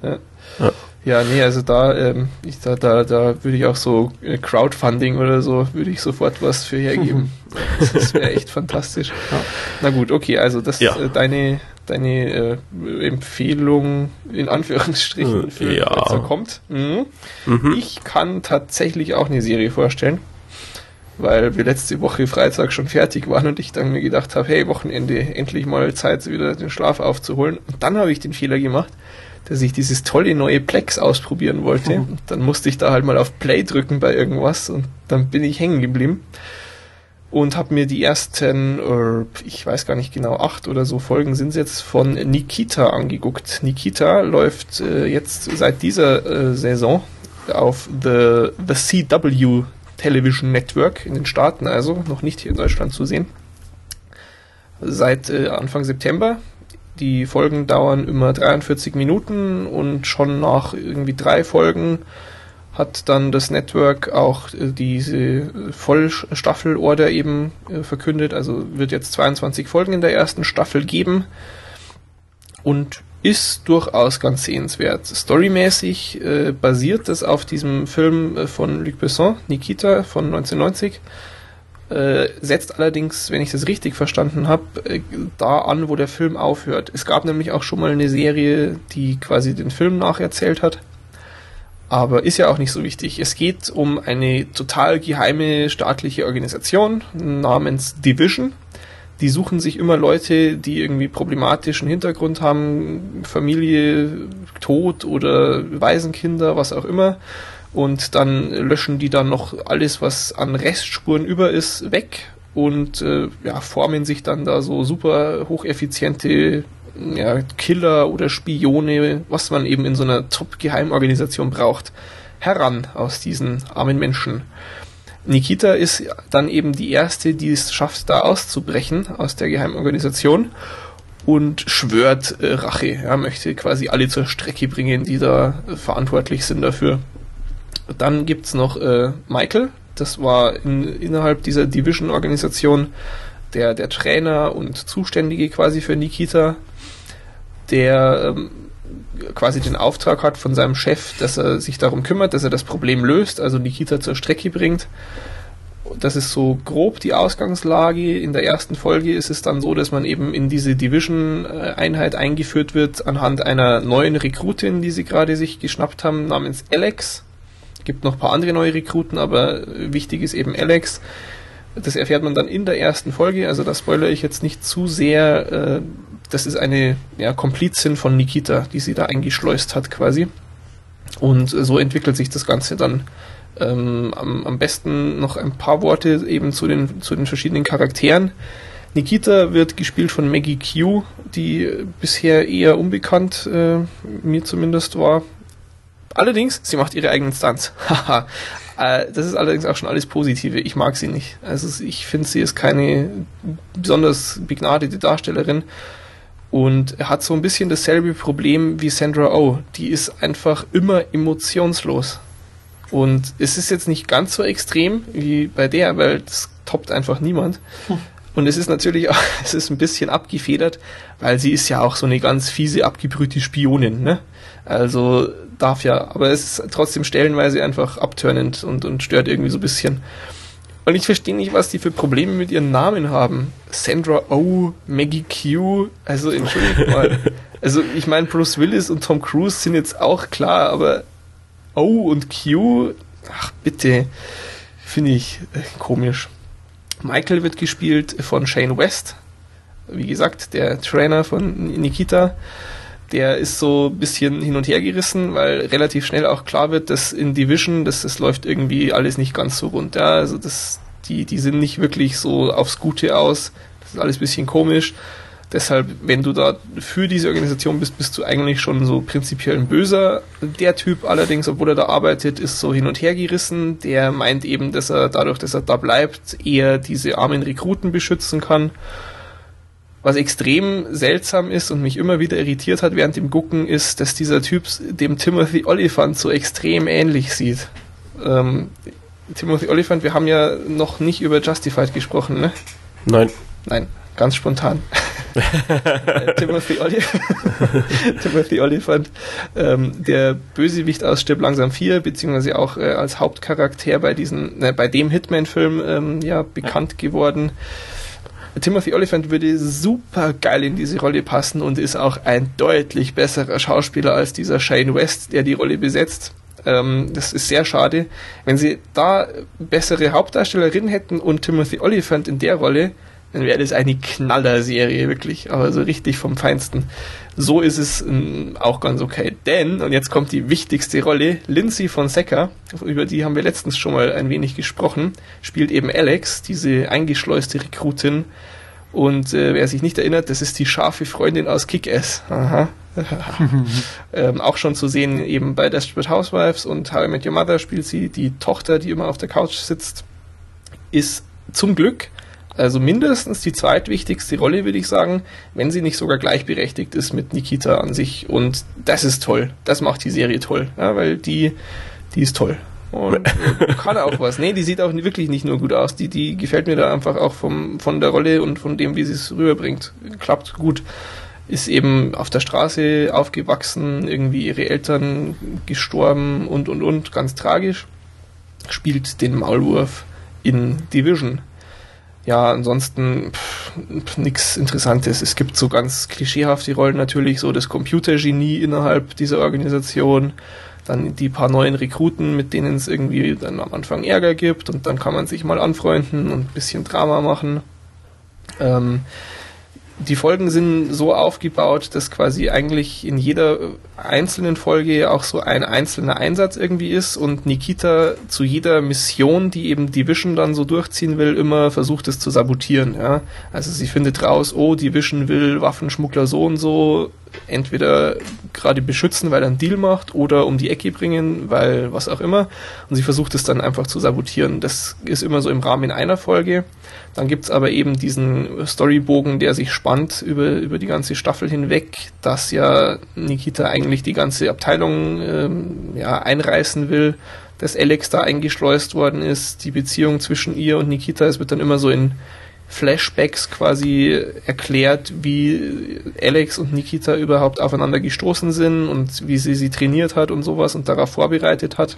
Speaker 1: Ja, nee, also da würde ich auch so Crowdfunding oder so, würde ich sofort was für hergeben. Das wäre echt fantastisch. Ja. Na gut, okay, also das deine Empfehlung in Anführungsstrichen für was kommt. Ich kann tatsächlich auch eine Serie vorstellen, weil wir letzte Woche Freitag schon fertig waren und ich dann mir gedacht habe, hey, Wochenende, endlich mal Zeit, wieder den Schlaf aufzuholen. Und dann habe ich den Fehler gemacht, dass ich dieses tolle neue Plex ausprobieren wollte. Und dann musste ich da halt mal auf Play drücken bei irgendwas und dann bin ich hängen geblieben und habe mir die ersten, ich weiß gar nicht genau, 8 oder so Folgen sind es jetzt, von Nikita angeguckt. Nikita läuft jetzt seit dieser Saison auf the CW Television Network in den Staaten, also noch nicht hier in Deutschland zu sehen. Seit Anfang September. Die Folgen dauern immer 43 Minuten und schon nach irgendwie 3 Folgen hat dann das Network auch diese Vollstaffel-Order eben verkündet. Also wird jetzt 22 Folgen in der ersten Staffel geben und ist durchaus ganz sehenswert. Storymäßig basiert es auf diesem Film von Luc Besson, Nikita von 1990. Setzt allerdings, wenn ich das richtig verstanden habe, da an, wo der Film aufhört. Es gab nämlich auch schon mal eine Serie, die quasi den Film nacherzählt hat. Aber ist ja auch nicht so wichtig. Es geht um eine total geheime staatliche Organisation namens Division. Die suchen sich immer Leute, die irgendwie problematischen Hintergrund haben, Familie, Tod oder Waisenkinder, was auch immer. Und dann löschen die dann noch alles, was an Restspuren über ist, weg und formen sich dann da so super hocheffiziente Killer oder Spione, was man eben in so einer Top-Geheimorganisation braucht, heran aus diesen armen Menschen. Nikita ist dann eben die erste, die es schafft, da auszubrechen aus der Geheimorganisation und schwört Rache. Er möchte quasi alle zur Strecke bringen, die da verantwortlich sind dafür. Dann gibt's noch Michael. Das war innerhalb dieser Division-Organisation der Trainer und Zuständige quasi für Nikita, der quasi den Auftrag hat von seinem Chef, dass er sich darum kümmert, dass er das Problem löst, also Nikita zur Strecke bringt. Das ist so grob die Ausgangslage. In der ersten Folge ist es dann so, dass man eben in diese Division-Einheit eingeführt wird anhand einer neuen Rekrutin, die sie gerade sich geschnappt haben, namens Alex. Gibt noch ein paar andere neue Rekruten, aber wichtig ist eben Alex. Das erfährt man dann in der ersten Folge, also da spoilere ich jetzt nicht zu sehr. Das ist eine Komplizin von Nikita, die sie da eingeschleust hat quasi. Und so entwickelt sich das Ganze dann. Am besten noch ein paar Worte eben zu den verschiedenen Charakteren. Nikita wird gespielt von Maggie Q, die bisher eher unbekannt, mir zumindest war. Allerdings, sie macht ihre eigenen Stunts. Haha. Das ist allerdings auch schon alles Positive. Ich mag sie nicht. Also ich finde, sie ist keine besonders begnadete Darstellerin und hat so ein bisschen dasselbe Problem wie Sandra Oh. Die ist einfach immer emotionslos. Und es ist jetzt nicht ganz so extrem wie bei der, weil das toppt einfach niemand. Und es ist natürlich auch, es ist ein bisschen abgefedert, weil sie ist ja auch so eine ganz fiese, abgebrühte Spionin, ne? Also darf ja, aber es ist trotzdem stellenweise einfach abturnend und stört irgendwie so ein bisschen. Und ich verstehe nicht, was die für Probleme mit ihren Namen haben. Sandra Oh, Maggie Q, also entschuldigt mal. Also ich meine, Bruce Willis und Tom Cruise sind jetzt auch klar, aber O und Q, ach bitte, finde ich komisch. Michael wird gespielt von Shane West, wie gesagt, der Trainer von Nikita. Der ist so ein bisschen hin und her gerissen, weil relativ schnell auch klar wird, dass in Division, das läuft irgendwie alles nicht ganz so rund. Ja, also die sind nicht wirklich so aufs Gute aus, das ist alles ein bisschen komisch. Deshalb, wenn du da für diese Organisation bist, bist du eigentlich schon so prinzipiell ein Böser. Der Typ allerdings, obwohl er da arbeitet, ist so hin und her gerissen. Der meint eben, dass er dadurch, dass er da bleibt, eher diese armen Rekruten beschützen kann. Was extrem seltsam ist und mich immer wieder irritiert hat während dem Gucken, ist, dass dieser Typ dem Timothy Olyphant so extrem ähnlich sieht. Timothy Olyphant, wir haben ja noch nicht über Justified gesprochen, ne? Nein, ganz spontan. Timothy Olyphant, der Bösewicht aus Stirb langsam 4, beziehungsweise auch als Hauptcharakter bei dem Hitman-Film bekannt geworden. Timothy Olyphant würde super geil in diese Rolle passen und ist auch ein deutlich besserer Schauspieler als dieser Shane West, der die Rolle besetzt. Das ist sehr schade. Wenn sie da bessere Hauptdarstellerin hätten und Timothy Olyphant in der Rolle, dann wäre das eine Knallerserie, wirklich, aber so richtig vom Feinsten. So ist es auch ganz okay. Denn, und jetzt kommt die wichtigste Rolle, Lindsay Fonseca, über die haben wir letztens schon mal ein wenig gesprochen, spielt eben Alex, diese eingeschleuste Rekrutin. Und wer sich nicht erinnert, das ist die scharfe Freundin aus Kick-Ass. Aha. Auch schon zu sehen eben bei Desperate Housewives und How I Met Your Mother spielt sie die Tochter, die immer auf der Couch sitzt. Ist zum Glück also mindestens die zweitwichtigste Rolle, würde ich sagen, wenn sie nicht sogar gleichberechtigt ist mit Nikita an sich. Und das ist toll. Das macht die Serie toll. Ja, weil die ist toll. Und kann auch was. Nee, die sieht auch wirklich nicht nur gut aus. Die gefällt mir da einfach auch von der Rolle und von dem, wie sie es rüberbringt. Klappt gut. Ist eben auf der Straße aufgewachsen, irgendwie ihre Eltern gestorben und. Ganz tragisch. Spielt den Maulwurf in Division. Ja, ansonsten nichts Interessantes. Es gibt so ganz klischeehafte Rollen natürlich, so das Computergenie innerhalb dieser Organisation, dann die paar neuen Rekruten, mit denen es irgendwie dann am Anfang Ärger gibt und dann kann man sich mal anfreunden und ein bisschen Drama machen. Die Folgen sind so aufgebaut, dass quasi eigentlich in jeder einzelnen Folge auch so ein einzelner Einsatz irgendwie ist und Nikita zu jeder Mission, die eben Division dann so durchziehen will, immer versucht es zu sabotieren. Ja? Also sie findet raus, oh, Division will Waffenschmuggler so und so entweder gerade beschützen, weil er einen Deal macht, oder um die Ecke bringen, weil was auch immer. Und sie versucht es dann einfach zu sabotieren. Das ist immer so im Rahmen einer Folge. Dann gibt's aber eben diesen Storybogen, der sich spannt über die ganze Staffel hinweg, dass ja Nikita eigentlich die ganze Abteilung einreißen will, dass Alex da eingeschleust worden ist, die Beziehung zwischen ihr und Nikita, es wird dann immer so in Flashbacks quasi erklärt, wie Alex und Nikita überhaupt aufeinander gestoßen sind und wie sie trainiert hat und sowas und darauf vorbereitet hat.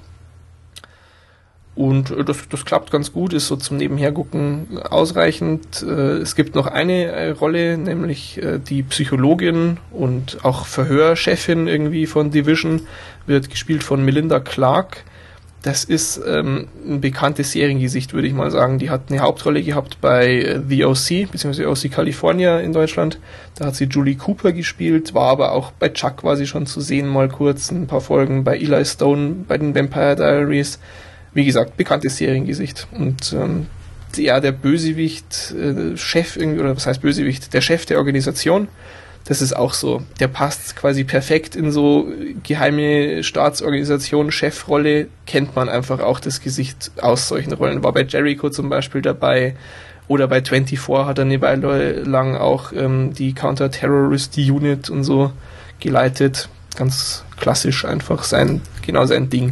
Speaker 1: Und das klappt ganz gut, ist so zum Nebenhergucken ausreichend. Es gibt noch eine Rolle, nämlich die Psychologin und auch Verhörchefin irgendwie von Division, wird gespielt von Melinda Clarke. Das ist ein bekanntes Seriengesicht, würde ich mal sagen. Die hat eine Hauptrolle gehabt bei The O.C., beziehungsweise O.C. California in Deutschland. Da hat sie Julie Cooper gespielt, war aber auch bei Chuck war sie schon zu sehen, mal kurz ein paar Folgen, bei Eli Stone, bei den Vampire Diaries. Wie gesagt, bekanntes Seriengesicht. Und der Bösewicht, Chef irgendwie, oder was heißt Bösewicht, der Chef der Organisation, das ist auch so. Der passt quasi perfekt in so geheime Staatsorganisation, Chefrolle, kennt man einfach auch das Gesicht aus solchen Rollen. War bei Jericho zum Beispiel dabei, oder bei 24 hat er eine Weile lang auch die Counter-Terrorist Unit und so geleitet. Ganz klassisch einfach sein Ding.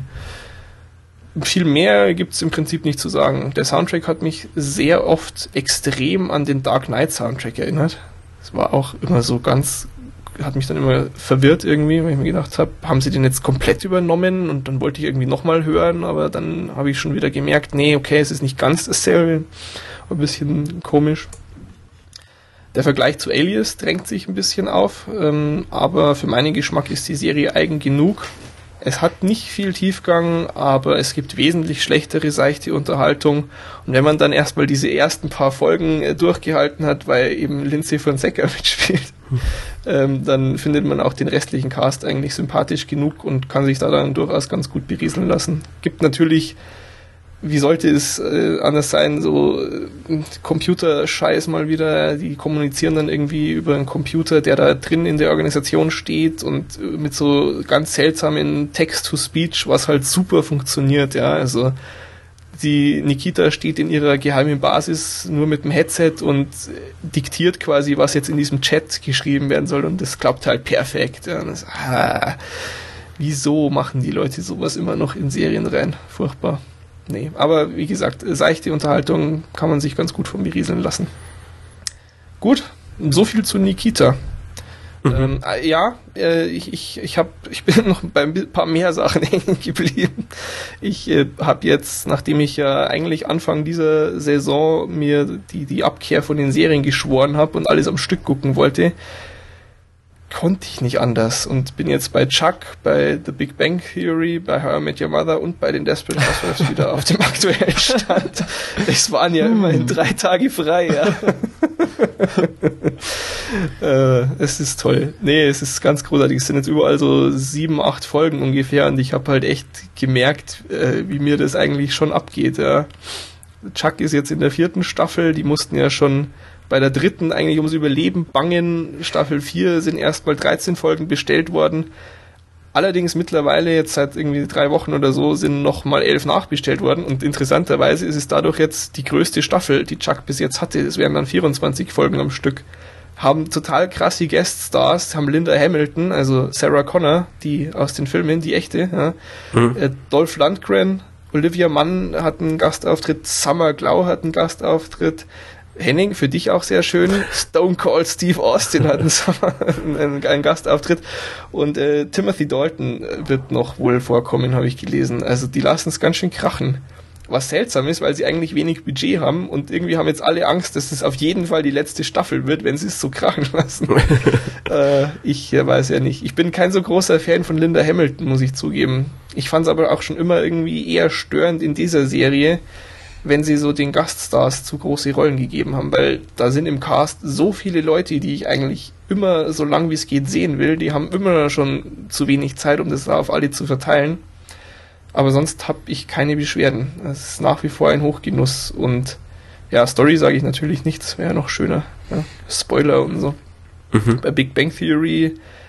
Speaker 1: Viel mehr gibt's im Prinzip nicht zu sagen. Der Soundtrack hat mich sehr oft extrem an den Dark Knight Soundtrack erinnert. Es war auch immer so hat mich dann immer verwirrt irgendwie, weil ich mir gedacht habe, haben sie den jetzt komplett übernommen? Und dann wollte ich irgendwie nochmal hören, aber dann habe ich schon wieder gemerkt, nee, okay, es ist nicht ganz dasselbe. Ein bisschen komisch. Der Vergleich zu Alias drängt sich ein bisschen auf, aber für meinen Geschmack ist die Serie eigen genug. Es hat nicht viel Tiefgang, aber es gibt wesentlich schlechtere seichte Unterhaltung. Und wenn man dann erstmal diese ersten paar Folgen durchgehalten hat, weil eben Lindsay Fonseca mitspielt, dann findet man auch den restlichen Cast eigentlich sympathisch genug und kann sich da dann durchaus ganz gut berieseln lassen. Gibt natürlich, wie sollte es anders sein, so Computerscheiß mal wieder, die kommunizieren dann irgendwie über einen Computer, der da drin in der Organisation steht und mit so ganz seltsamen Text-to-Speech, was halt super funktioniert, ja, also die Nikita steht in ihrer geheimen Basis nur mit dem Headset und diktiert quasi, was jetzt in diesem Chat geschrieben werden soll und das klappt halt perfekt, ja, das, wieso machen die Leute sowas immer noch in Serien rein? Furchtbar. Nee, aber wie gesagt, seichte Unterhaltung kann man sich ganz gut von mir rieseln lassen. Gut, so viel zu Nikita. Mhm. Ich bin noch bei ein paar mehr Sachen hängen geblieben. Ich habe jetzt, nachdem ich ja eigentlich Anfang dieser Saison mir die Abkehr von den Serien geschworen habe und alles am Stück gucken wollte, konnte ich nicht anders und bin jetzt bei Chuck, bei The Big Bang Theory, bei How I Met Your Mother und bei den Desperate Housewives wieder auf dem aktuellen Stand. Es waren ja immerhin 3 Tage frei, ja. Es ist toll. Nee, es ist ganz großartig. Es sind jetzt überall so 7, 8 Folgen ungefähr und ich habe halt echt gemerkt, wie mir das eigentlich schon abgeht, ja. Chuck ist jetzt in der 4. Staffel, die mussten ja schon bei der 3. eigentlich ums Überleben bangen. Staffel 4 sind erstmal 13 Folgen bestellt worden. Allerdings mittlerweile jetzt seit irgendwie 3 Wochen oder so sind noch mal 11 nachbestellt worden. Und interessanterweise ist es dadurch jetzt die größte Staffel, die Chuck bis jetzt hatte. Es wären dann 24 Folgen am Stück. Haben total krasse Gueststars, haben Linda Hamilton, also Sarah Connor, die aus den Filmen, die echte, ja. Dolph Lundgren, Olivia Munn hat einen Gastauftritt, Summer Glau hat einen Gastauftritt, Henning, für dich auch sehr schön, Stone Cold Steve Austin hat einen Gastauftritt und Timothy Dalton wird noch wohl vorkommen, habe ich gelesen. Also die lassen es ganz schön krachen. Was seltsam ist, weil sie eigentlich wenig Budget haben und irgendwie haben jetzt alle Angst, dass es auf jeden Fall die letzte Staffel wird, wenn sie es so krachen lassen. Ich weiß ja nicht. Ich bin kein so großer Fan von Linda Hamilton, muss ich zugeben. Ich fand es aber auch schon immer irgendwie eher störend in dieser Serie, wenn sie so den Gaststars zu große Rollen gegeben haben, weil da sind im Cast so viele Leute, die ich eigentlich immer so lang wie es geht sehen will, die haben immer schon zu wenig Zeit, um das da auf alle zu verteilen. Aber sonst habe ich keine Beschwerden. Es ist nach wie vor ein Hochgenuss und ja, Story sage ich natürlich nicht, das wäre ja noch schöner. Ja? Spoiler und so. Bei Big Bang Theory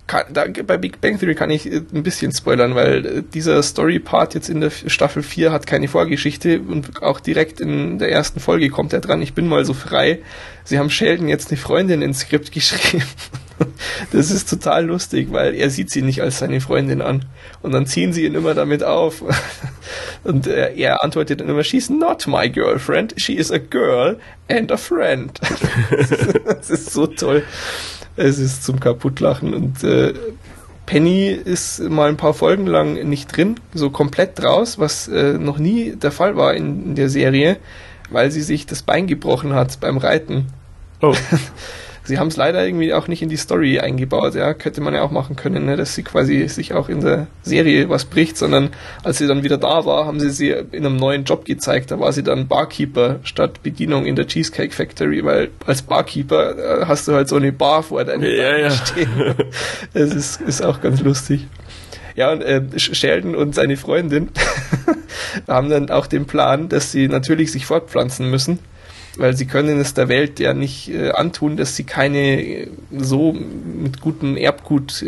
Speaker 1: Bei Big Bang Theory kann ich ein bisschen spoilern, weil dieser Story-Part jetzt in der Staffel 4 hat keine Vorgeschichte und auch direkt in der ersten Folge kommt er dran, ich bin mal so frei. Sie haben Sheldon jetzt eine Freundin ins Skript geschrieben. Das ist total lustig, weil er sieht sie nicht als seine Freundin an. Und dann ziehen sie ihn immer damit auf. Und er antwortet dann immer, she's not my girlfriend, she is a girl and a friend. Das ist so toll. Es ist zum Kaputtlachen. Und Penny ist mal ein paar Folgen lang nicht drin, so komplett raus, was noch nie der Fall war in der Serie, weil sie sich das Bein gebrochen hat beim Reiten.
Speaker 2: Oh.
Speaker 1: Sie haben es leider irgendwie auch nicht in die Story eingebaut, ja, könnte man ja auch machen können, ne, dass sie quasi sich auch in der Serie was bricht, sondern als sie dann wieder da war, haben sie in einem neuen Job gezeigt, da war sie dann Barkeeper statt Bedienung in der Cheesecake Factory, weil als Barkeeper hast du halt so eine Bar vor deinem
Speaker 2: ja.
Speaker 1: stehen. Das ist auch ganz lustig. Ja, und Sheldon und seine Freundin haben dann auch den Plan, dass sie natürlich sich fortpflanzen müssen, weil sie können es der Welt ja nicht antun, dass sie keine so mit gutem Erbgut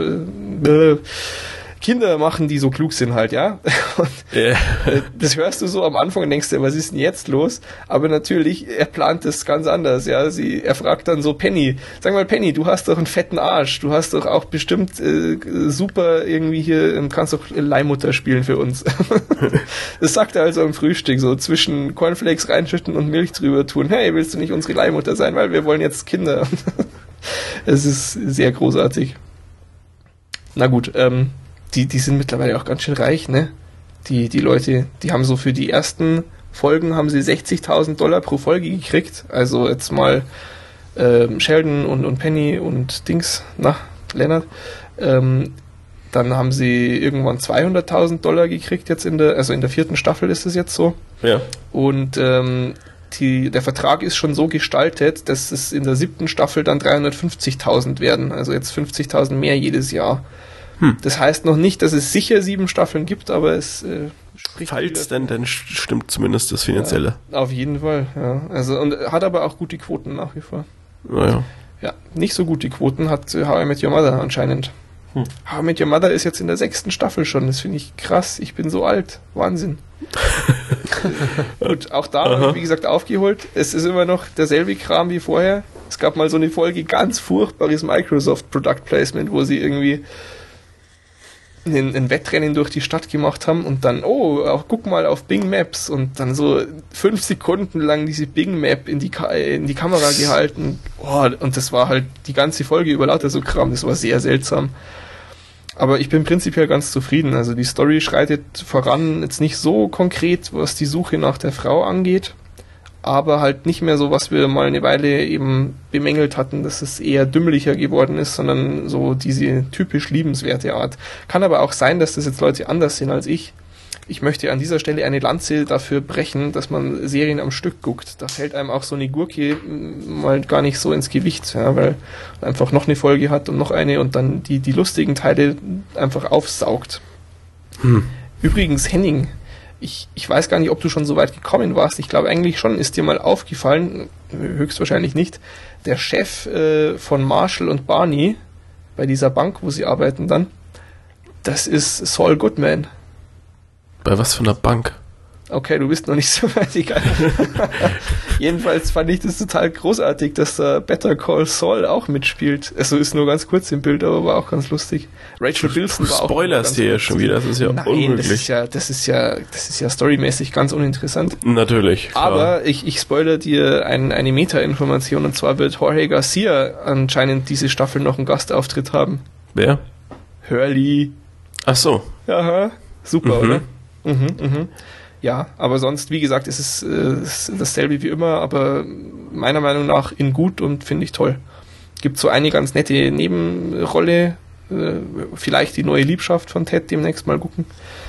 Speaker 1: Kinder machen, die so klug sind halt, ja. Und das hörst du so am Anfang und denkst dir, was ist denn jetzt los? Aber natürlich, er plant das ganz anders, ja. Er fragt dann so Penny, sag mal Penny, du hast doch einen fetten Arsch, du hast doch auch bestimmt super irgendwie hier, kannst doch Leihmutter spielen für uns. Das sagt er also am Frühstück, so zwischen Cornflakes reinschütten und Milch drüber tun. Hey, willst du nicht unsere Leihmutter sein, weil wir wollen jetzt Kinder. Es ist sehr großartig. Na gut, die sind mittlerweile auch ganz schön reich, ne? Die Leute, die haben so für die ersten Folgen haben sie $60.000 pro Folge gekriegt. Also jetzt mal Sheldon und Penny und Leonard. Dann haben sie irgendwann $200.000 gekriegt jetzt in der 4. Staffel ist es jetzt so.
Speaker 2: Ja.
Speaker 1: Und der Vertrag ist schon so gestaltet, dass es in der 7. Staffel dann 350.000 werden. Also jetzt 50.000 mehr jedes Jahr. Das heißt noch nicht, dass es sicher 7 Staffeln gibt, aber es spricht.
Speaker 2: Falls denn stimmt zumindest das Finanzielle.
Speaker 1: Ja, auf jeden Fall, ja. Also, und hat aber auch gute Quoten nach wie vor.
Speaker 2: Naja.
Speaker 1: Ja, nicht so gute Quoten hat How I Met Your Mother anscheinend. How I Met Your Mother ist jetzt in der 6. Staffel schon, das finde ich krass. Ich bin so alt. Wahnsinn. Gut, auch da habe ich, wie gesagt, aufgeholt. Es ist immer noch derselbe Kram wie vorher. Es gab mal so eine Folge, ganz furchtbares Microsoft Product Placement, wo sie irgendwie ein Wettrennen durch die Stadt gemacht haben und dann, auch guck mal auf Bing Maps und dann so 5 Sekunden lang diese Bing Map in die Kamera gehalten. Und das war halt die ganze Folge über lauter so Kram. Das war sehr seltsam. Aber ich bin prinzipiell ganz zufrieden. Also die Story schreitet voran, jetzt nicht so konkret, was die Suche nach der Frau angeht, aber halt nicht mehr so, was wir mal eine Weile eben bemängelt hatten, dass es eher dümmlicher geworden ist, sondern so diese typisch liebenswerte Art. Kann aber auch sein, dass das jetzt Leute anders sehen als ich. Ich möchte an dieser Stelle eine Lanze dafür brechen, dass man Serien am Stück guckt. Da fällt einem auch so eine Gurke mal gar nicht so ins Gewicht, ja, weil man einfach noch eine Folge hat und noch eine und dann die lustigen Teile einfach aufsaugt. Übrigens, Henning, ich weiß gar nicht, ob du schon so weit gekommen warst. Ich glaube eigentlich schon, ist dir mal aufgefallen, höchstwahrscheinlich nicht, der Chef von Marshall und Barney bei dieser Bank, wo sie arbeiten dann, das ist Saul Goodman.
Speaker 2: Bei was für einer Bank?
Speaker 1: Okay, du bist noch nicht so weit, egal. Jedenfalls fand ich das total großartig, dass da Better Call Saul auch mitspielt. Also ist nur ganz kurz im Bild, aber war auch ganz lustig. Rachel Bilson war auch.
Speaker 2: Du spoilerst hier ja schon wieder, das ist ja unmöglich.
Speaker 1: Das ist ja storymäßig ganz uninteressant.
Speaker 2: Natürlich. Klar.
Speaker 1: Aber ich spoilere dir eine Meta-Information, und zwar wird Jorge Garcia anscheinend diese Staffel noch einen Gastauftritt haben.
Speaker 2: Wer?
Speaker 1: Hurley.
Speaker 2: Ach so.
Speaker 1: Aha, super, oder? Ja, aber sonst, wie gesagt, ist es dasselbe wie immer, aber meiner Meinung nach in gut und finde ich toll. Gibt so eine ganz nette Nebenrolle, vielleicht die neue Liebschaft von Ted demnächst mal gucken.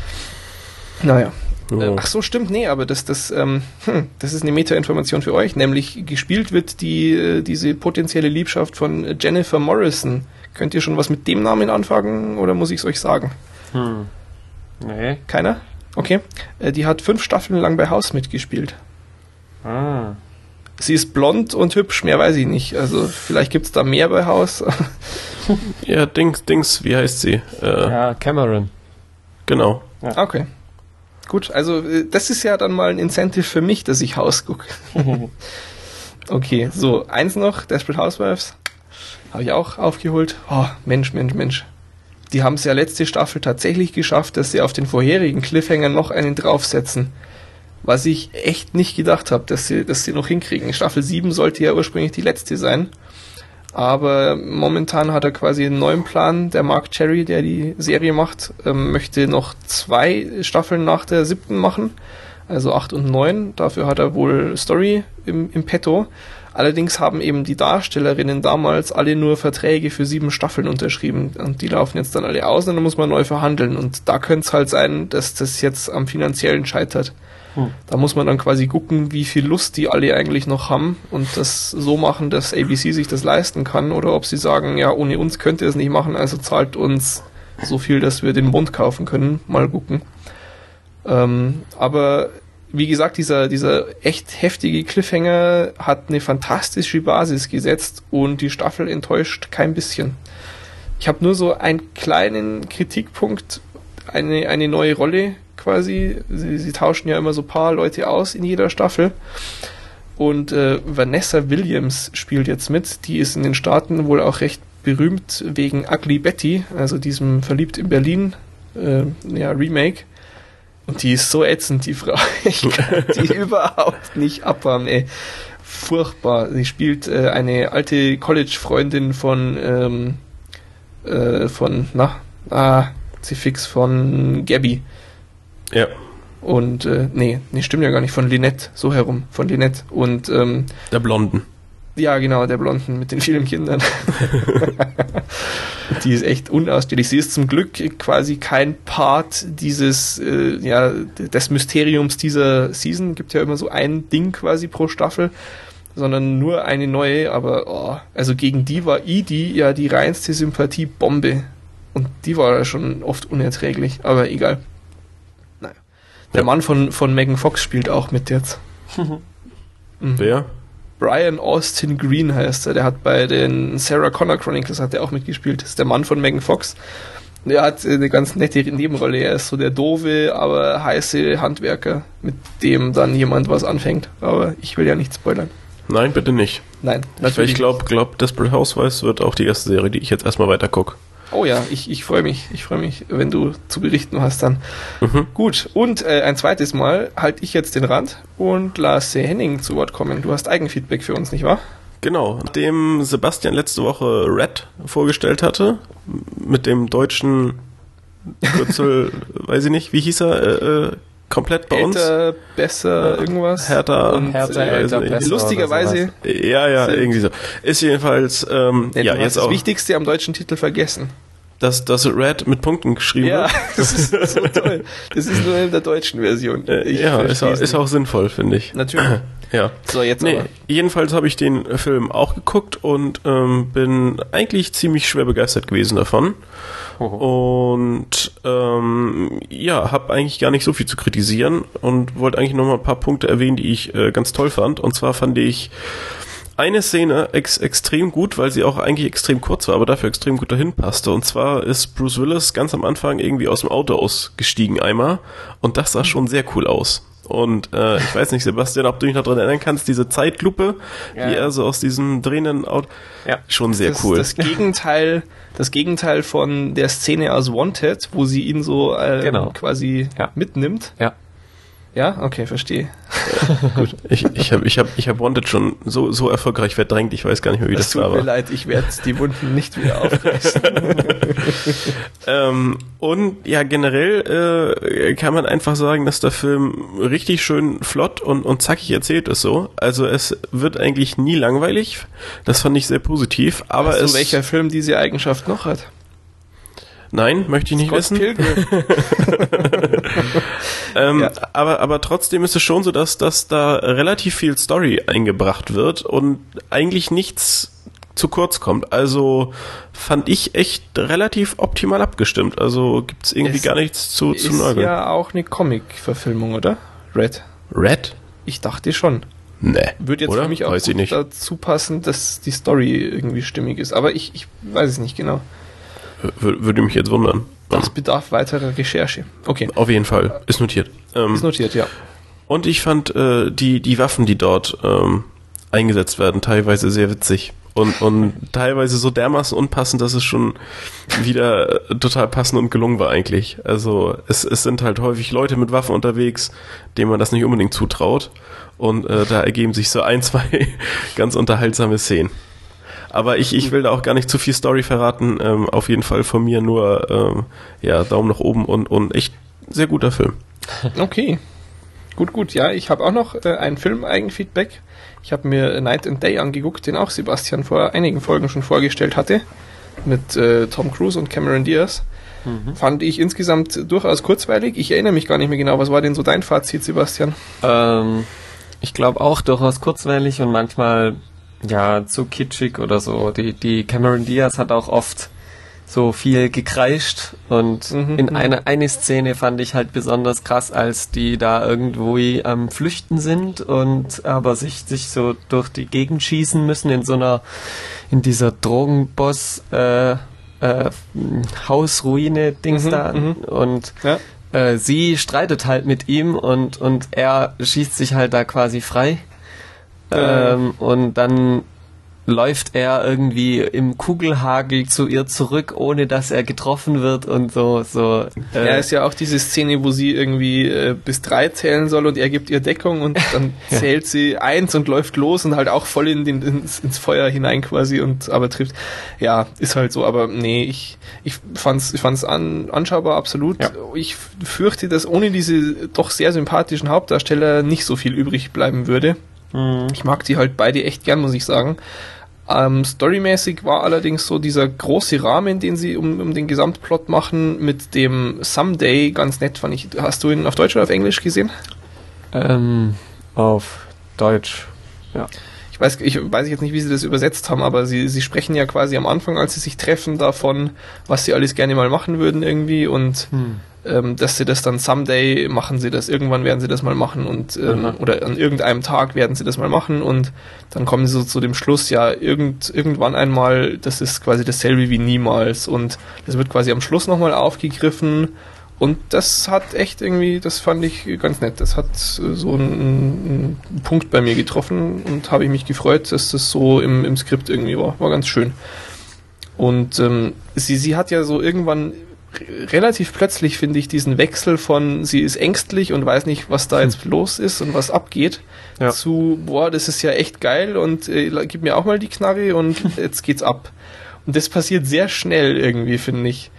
Speaker 1: Naja.
Speaker 2: Oh.
Speaker 1: Ach so, stimmt, nee, aber das ist eine Meta-Information für euch, nämlich gespielt wird diese potenzielle Liebschaft von Jennifer Morrison. Könnt ihr schon was mit dem Namen anfangen oder muss ich es euch sagen?
Speaker 3: Nee.
Speaker 1: Keiner? Okay. Die hat 5 Staffeln lang bei House mitgespielt. Sie ist blond und hübsch, mehr weiß ich nicht. Also vielleicht gibt's da mehr bei Haus.
Speaker 2: Ja, Dings, wie heißt sie?
Speaker 3: Ja, Cameron.
Speaker 2: Genau.
Speaker 3: Ja.
Speaker 1: Okay. Gut, also das ist ja dann mal ein Incentive für mich, dass ich Haus gucke. Okay, so, eins noch, Desperate Housewives. Habe ich auch aufgeholt. Oh, Mensch. Die haben es ja letzte Staffel tatsächlich geschafft, dass sie auf den vorherigen Cliffhanger noch einen draufsetzen. Was ich echt nicht gedacht habe, dass sie noch hinkriegen. Staffel 7 sollte ja ursprünglich die letzte sein. Aber momentan hat er quasi einen neuen Plan. Der Mark Cherry, der die Serie macht, möchte noch 2 Staffeln nach der 7. machen. Also 8 und 9. Dafür hat er wohl Story im Petto. Allerdings haben eben die Darstellerinnen damals alle nur Verträge für 7 Staffeln unterschrieben. Und die laufen jetzt dann alle aus und dann muss man neu verhandeln. Und da könnte es halt sein, dass das jetzt am Finanziellen scheitert. Da muss man dann quasi gucken, wie viel Lust die alle eigentlich noch haben und das so machen, dass ABC sich das leisten kann, oder ob sie sagen, ja, ohne uns könnt ihr es nicht machen, also zahlt uns so viel, dass wir den Mond kaufen können. Mal gucken. Aber wie gesagt, dieser echt heftige Cliffhanger hat eine fantastische Basis gesetzt und die Staffel enttäuscht kein bisschen. Ich habe nur so einen kleinen Kritikpunkt, eine neue Rolle quasi. Sie tauschen ja immer so ein paar Leute aus in jeder Staffel. Und Vanessa Williams spielt jetzt mit. Die ist in den Staaten wohl auch recht berühmt wegen Ugly Betty, also diesem Verliebt in Berlin Remake. Und die ist so ätzend, die Frau. Ich kann die überhaupt nicht abhaben, ey. Furchtbar. Sie spielt eine alte College-Freundin von Gabby.
Speaker 2: Ja.
Speaker 1: Und, nee, stimmt ja gar nicht, von Lynette, so herum, von Lynette. Und,
Speaker 2: der Blonden.
Speaker 1: Ja, genau, der Blonden mit den vielen Kindern. Die ist echt unausstehlich. Sie ist zum Glück quasi kein Part des Mysteriums dieser Season. Gibt ja immer so ein Ding quasi pro Staffel, sondern nur eine neue, aber also gegen die war Edie ja die reinste Sympathiebombe. Und die war schon oft unerträglich, aber egal. Naja. Der Mann von Megan Fox spielt auch mit jetzt.
Speaker 2: Wer?
Speaker 1: Brian Austin Green heißt er. Der hat bei den Sarah Connor Chronicles hat er auch mitgespielt. Das ist der Mann von Megan Fox. Der hat eine ganz nette Nebenrolle. Er ist so der doofe, aber heiße Handwerker, mit dem dann jemand was anfängt. Aber ich will ja nicht spoilern.
Speaker 2: Nein, bitte nicht.
Speaker 1: Nein,
Speaker 2: natürlich. Ich glaube, Desperate Housewives wird auch die erste Serie, die ich jetzt erstmal weiter gucke.
Speaker 1: Oh ja, ich freue mich. Ich freue mich, wenn du zu berichten hast dann. Gut, und ein zweites Mal halte ich jetzt den Rand und lasse Henning zu Wort kommen. Du hast Eigenfeedback für uns, nicht wahr?
Speaker 2: Genau, nachdem Sebastian letzte Woche Red vorgestellt hatte, mit dem deutschen Kürzel, weiß ich nicht, wie hieß er, komplett bei uns.
Speaker 1: Älter, besser, irgendwas.
Speaker 2: Härter,
Speaker 3: älter, besser.
Speaker 1: Lustigerweise.
Speaker 2: Ja, irgendwie so. Ist jedenfalls,
Speaker 1: jetzt auch. Das Wichtigste am deutschen Titel vergessen.
Speaker 2: Dass Red mit Punkten geschrieben wird.
Speaker 1: Ja, das ist so toll. Das ist nur in der deutschen Version.
Speaker 2: Ist auch sinnvoll, finde ich.
Speaker 1: Natürlich.
Speaker 2: Ja.
Speaker 1: So, jetzt aber.
Speaker 2: Jedenfalls habe ich den Film auch geguckt und bin eigentlich ziemlich schwer begeistert gewesen davon. Und habe eigentlich gar nicht so viel zu kritisieren und wollte eigentlich noch mal ein paar Punkte erwähnen, die ich ganz toll fand. Und zwar fand ich eine Szene extrem gut, weil sie auch eigentlich extrem kurz war, aber dafür extrem gut dahin passte. Und zwar ist Bruce Willis ganz am Anfang irgendwie aus dem Auto ausgestiegen einmal und das sah schon sehr cool aus. Und ich weiß nicht, Sebastian, ob du dich noch daran erinnern kannst, diese Zeitlupe, wie er so aus diesem drehenden Auto... Ja. Schon sehr cool.
Speaker 1: Das Gegenteil von der Szene aus Wanted, wo sie ihn so quasi mitnimmt.
Speaker 3: Ja.
Speaker 1: Ja, okay, verstehe.
Speaker 2: Gut. Ich hab Wanted schon so erfolgreich verdrängt, ich weiß gar nicht mehr, wie das war.
Speaker 1: Tut mir leid, ich werde die Wunden nicht wieder aufreißen.
Speaker 2: Und ja, generell kann man einfach sagen, dass der Film richtig schön flott und zackig erzählt ist so. Also es wird eigentlich nie langweilig. Das fand ich sehr positiv. Aber
Speaker 1: weißt du, welcher Film diese Eigenschaft noch hat?
Speaker 2: Nein, möchte ich nicht wissen. Aber trotzdem ist es schon so, dass da relativ viel Story eingebracht wird und eigentlich nichts zu kurz kommt. Also fand ich echt relativ optimal abgestimmt. Also gibt's irgendwie gar nichts zu nörgeln.
Speaker 1: Ist ja auch eine Comic-Verfilmung, oder? Red?
Speaker 2: Red?
Speaker 1: Ich dachte schon.
Speaker 2: Nee.
Speaker 1: Würde jetzt
Speaker 2: oder?
Speaker 1: für mich auch gut dazu passen, dass die Story irgendwie stimmig ist. Aber ich weiß es nicht genau.
Speaker 2: Würde mich jetzt wundern.
Speaker 1: Das bedarf weiterer Recherche. Okay.
Speaker 2: Auf jeden Fall. Ist notiert.
Speaker 1: Ist notiert, ja.
Speaker 2: Und ich fand die Waffen, die dort eingesetzt werden, teilweise sehr witzig. Und teilweise so dermaßen unpassend, dass es schon wieder total passend und gelungen war eigentlich. Also es sind halt häufig Leute mit Waffen unterwegs, denen man das nicht unbedingt zutraut. Und da ergeben sich so 1, 2 ganz unterhaltsame Szenen. Aber ich will da auch gar nicht zu viel Story verraten. Auf jeden Fall von mir nur Daumen nach oben und echt sehr guter Film.
Speaker 1: Okay. Gut. Ja, ich habe auch noch ein Film-Eigenfeedback. Ich habe mir Night and Day angeguckt, den auch Sebastian vor einigen Folgen schon vorgestellt hatte. Mit Tom Cruise und Cameron Diaz. Fand ich insgesamt durchaus kurzweilig. Ich erinnere mich gar nicht mehr genau. Was war denn so dein Fazit, Sebastian?
Speaker 3: Ich glaube auch durchaus kurzweilig und manchmal zu kitschig oder so. Die Cameron Diaz hat auch oft so viel gekreischt und in eine Szene fand ich halt besonders krass, als die da irgendwo am Flüchten sind und aber sich so durch die Gegend schießen müssen in dieser Drogenboss Hausruine Dings da und sie streitet halt mit ihm und er schießt sich halt da quasi frei. Und dann läuft er irgendwie im Kugelhagel zu ihr zurück, ohne dass er getroffen wird und so.
Speaker 1: Ist ja auch diese Szene, wo sie irgendwie bis 3 zählen soll und er gibt ihr Deckung und dann zählt sie 1 und läuft los und halt auch voll ins Feuer hinein quasi aber trifft. Ja, ist halt so, aber nee, ich fand's anschaubar, absolut. Ja. Ich fürchte, dass ohne diese doch sehr sympathischen Hauptdarsteller nicht so viel übrig bleiben würde. Ich mag die halt beide echt gern, muss ich sagen. Storymäßig war allerdings so dieser große Rahmen, den sie um den Gesamtplot machen, mit dem Someday ganz nett, fand ich. Hast du ihn auf Deutsch oder auf Englisch gesehen?
Speaker 3: Auf Deutsch, ja.
Speaker 1: Ich weiß jetzt nicht, wie sie das übersetzt haben, aber sie sprechen ja quasi am Anfang, als sie sich treffen, davon, was sie alles gerne mal machen würden irgendwie und dass sie das dann someday machen sie das, irgendwann werden sie das mal machen und oder an irgendeinem Tag werden sie das mal machen und dann kommen sie so zu dem Schluss, irgendwann einmal, das ist quasi dasselbe wie niemals und das wird quasi am Schluss nochmal aufgegriffen und das hat echt irgendwie, das fand ich ganz nett, das hat so einen Punkt bei mir getroffen und habe ich mich gefreut, dass das so im Skript irgendwie war ganz schön und sie hat ja so irgendwann relativ plötzlich, finde ich, diesen Wechsel von sie ist ängstlich und weiß nicht, was da jetzt los ist und was abgeht, zu, das ist ja echt geil und gib mir auch mal die Knarre und jetzt geht's ab. Und das passiert sehr schnell irgendwie, finde ich.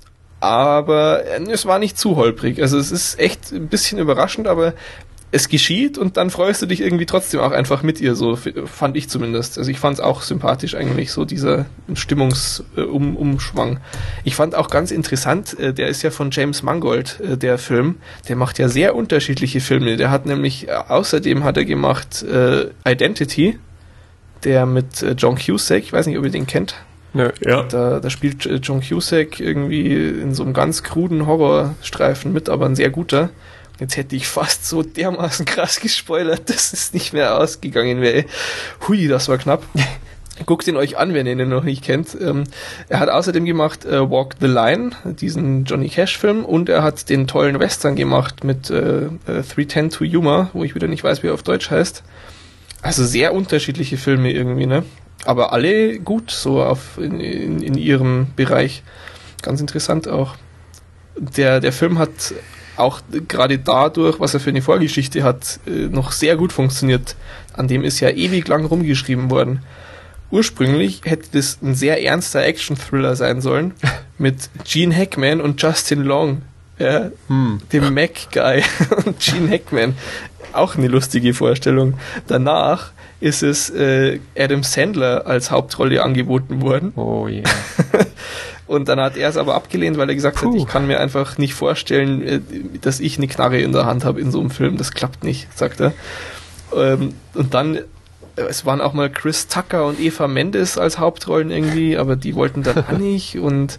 Speaker 1: Aber es war nicht zu holprig. Also es ist echt ein bisschen überraschend, aber es geschieht und dann freust du dich irgendwie trotzdem auch einfach mit ihr, so fand ich zumindest. Also ich fand es auch sympathisch eigentlich, so dieser Stimmungsumschwang. Ich fand auch ganz interessant, der ist ja von James Mangold, der Film, der macht ja sehr unterschiedliche Filme. Der hat nämlich, außerdem hat er gemacht Identity, der mit John Cusack, ich weiß nicht, ob ihr den kennt.
Speaker 2: Ja.
Speaker 1: Da spielt John Cusack irgendwie in so einem ganz kruden Horrorstreifen mit, aber ein sehr guter. Jetzt hätte ich fast so dermaßen krass gespoilert, dass es nicht mehr ausgegangen wäre. Hui, das war knapp. Guckt ihn euch an, wenn ihr ihn noch nicht kennt. Er hat außerdem gemacht Walk the Line, diesen Johnny Cash-Film, und er hat den tollen Western gemacht mit 3:10 to Yuma, wo ich wieder nicht weiß, wie er auf Deutsch heißt. Also sehr unterschiedliche Filme irgendwie, ne? Aber alle gut, so in ihrem Bereich. Ganz interessant auch. Der Film hat auch gerade dadurch, was er für eine Vorgeschichte hat, noch sehr gut funktioniert. An dem ist ja ewig lang rumgeschrieben worden. Ursprünglich hätte das ein sehr ernster Action-Thriller sein sollen, mit Gene Hackman und Justin Long, dem Mac-Guy und Gene Hackman. Auch eine lustige Vorstellung. Danach ist es Adam Sandler als Hauptrolle angeboten worden.
Speaker 3: Oh yeah.
Speaker 1: Und dann hat er es aber abgelehnt, weil er gesagt hat, ich kann mir einfach nicht vorstellen, dass ich eine Knarre in der Hand habe in so einem Film. Das klappt nicht, sagt er. Und dann, es waren auch mal Chris Tucker und Eva Mendes als Hauptrollen irgendwie, aber die wollten dann auch nicht. Und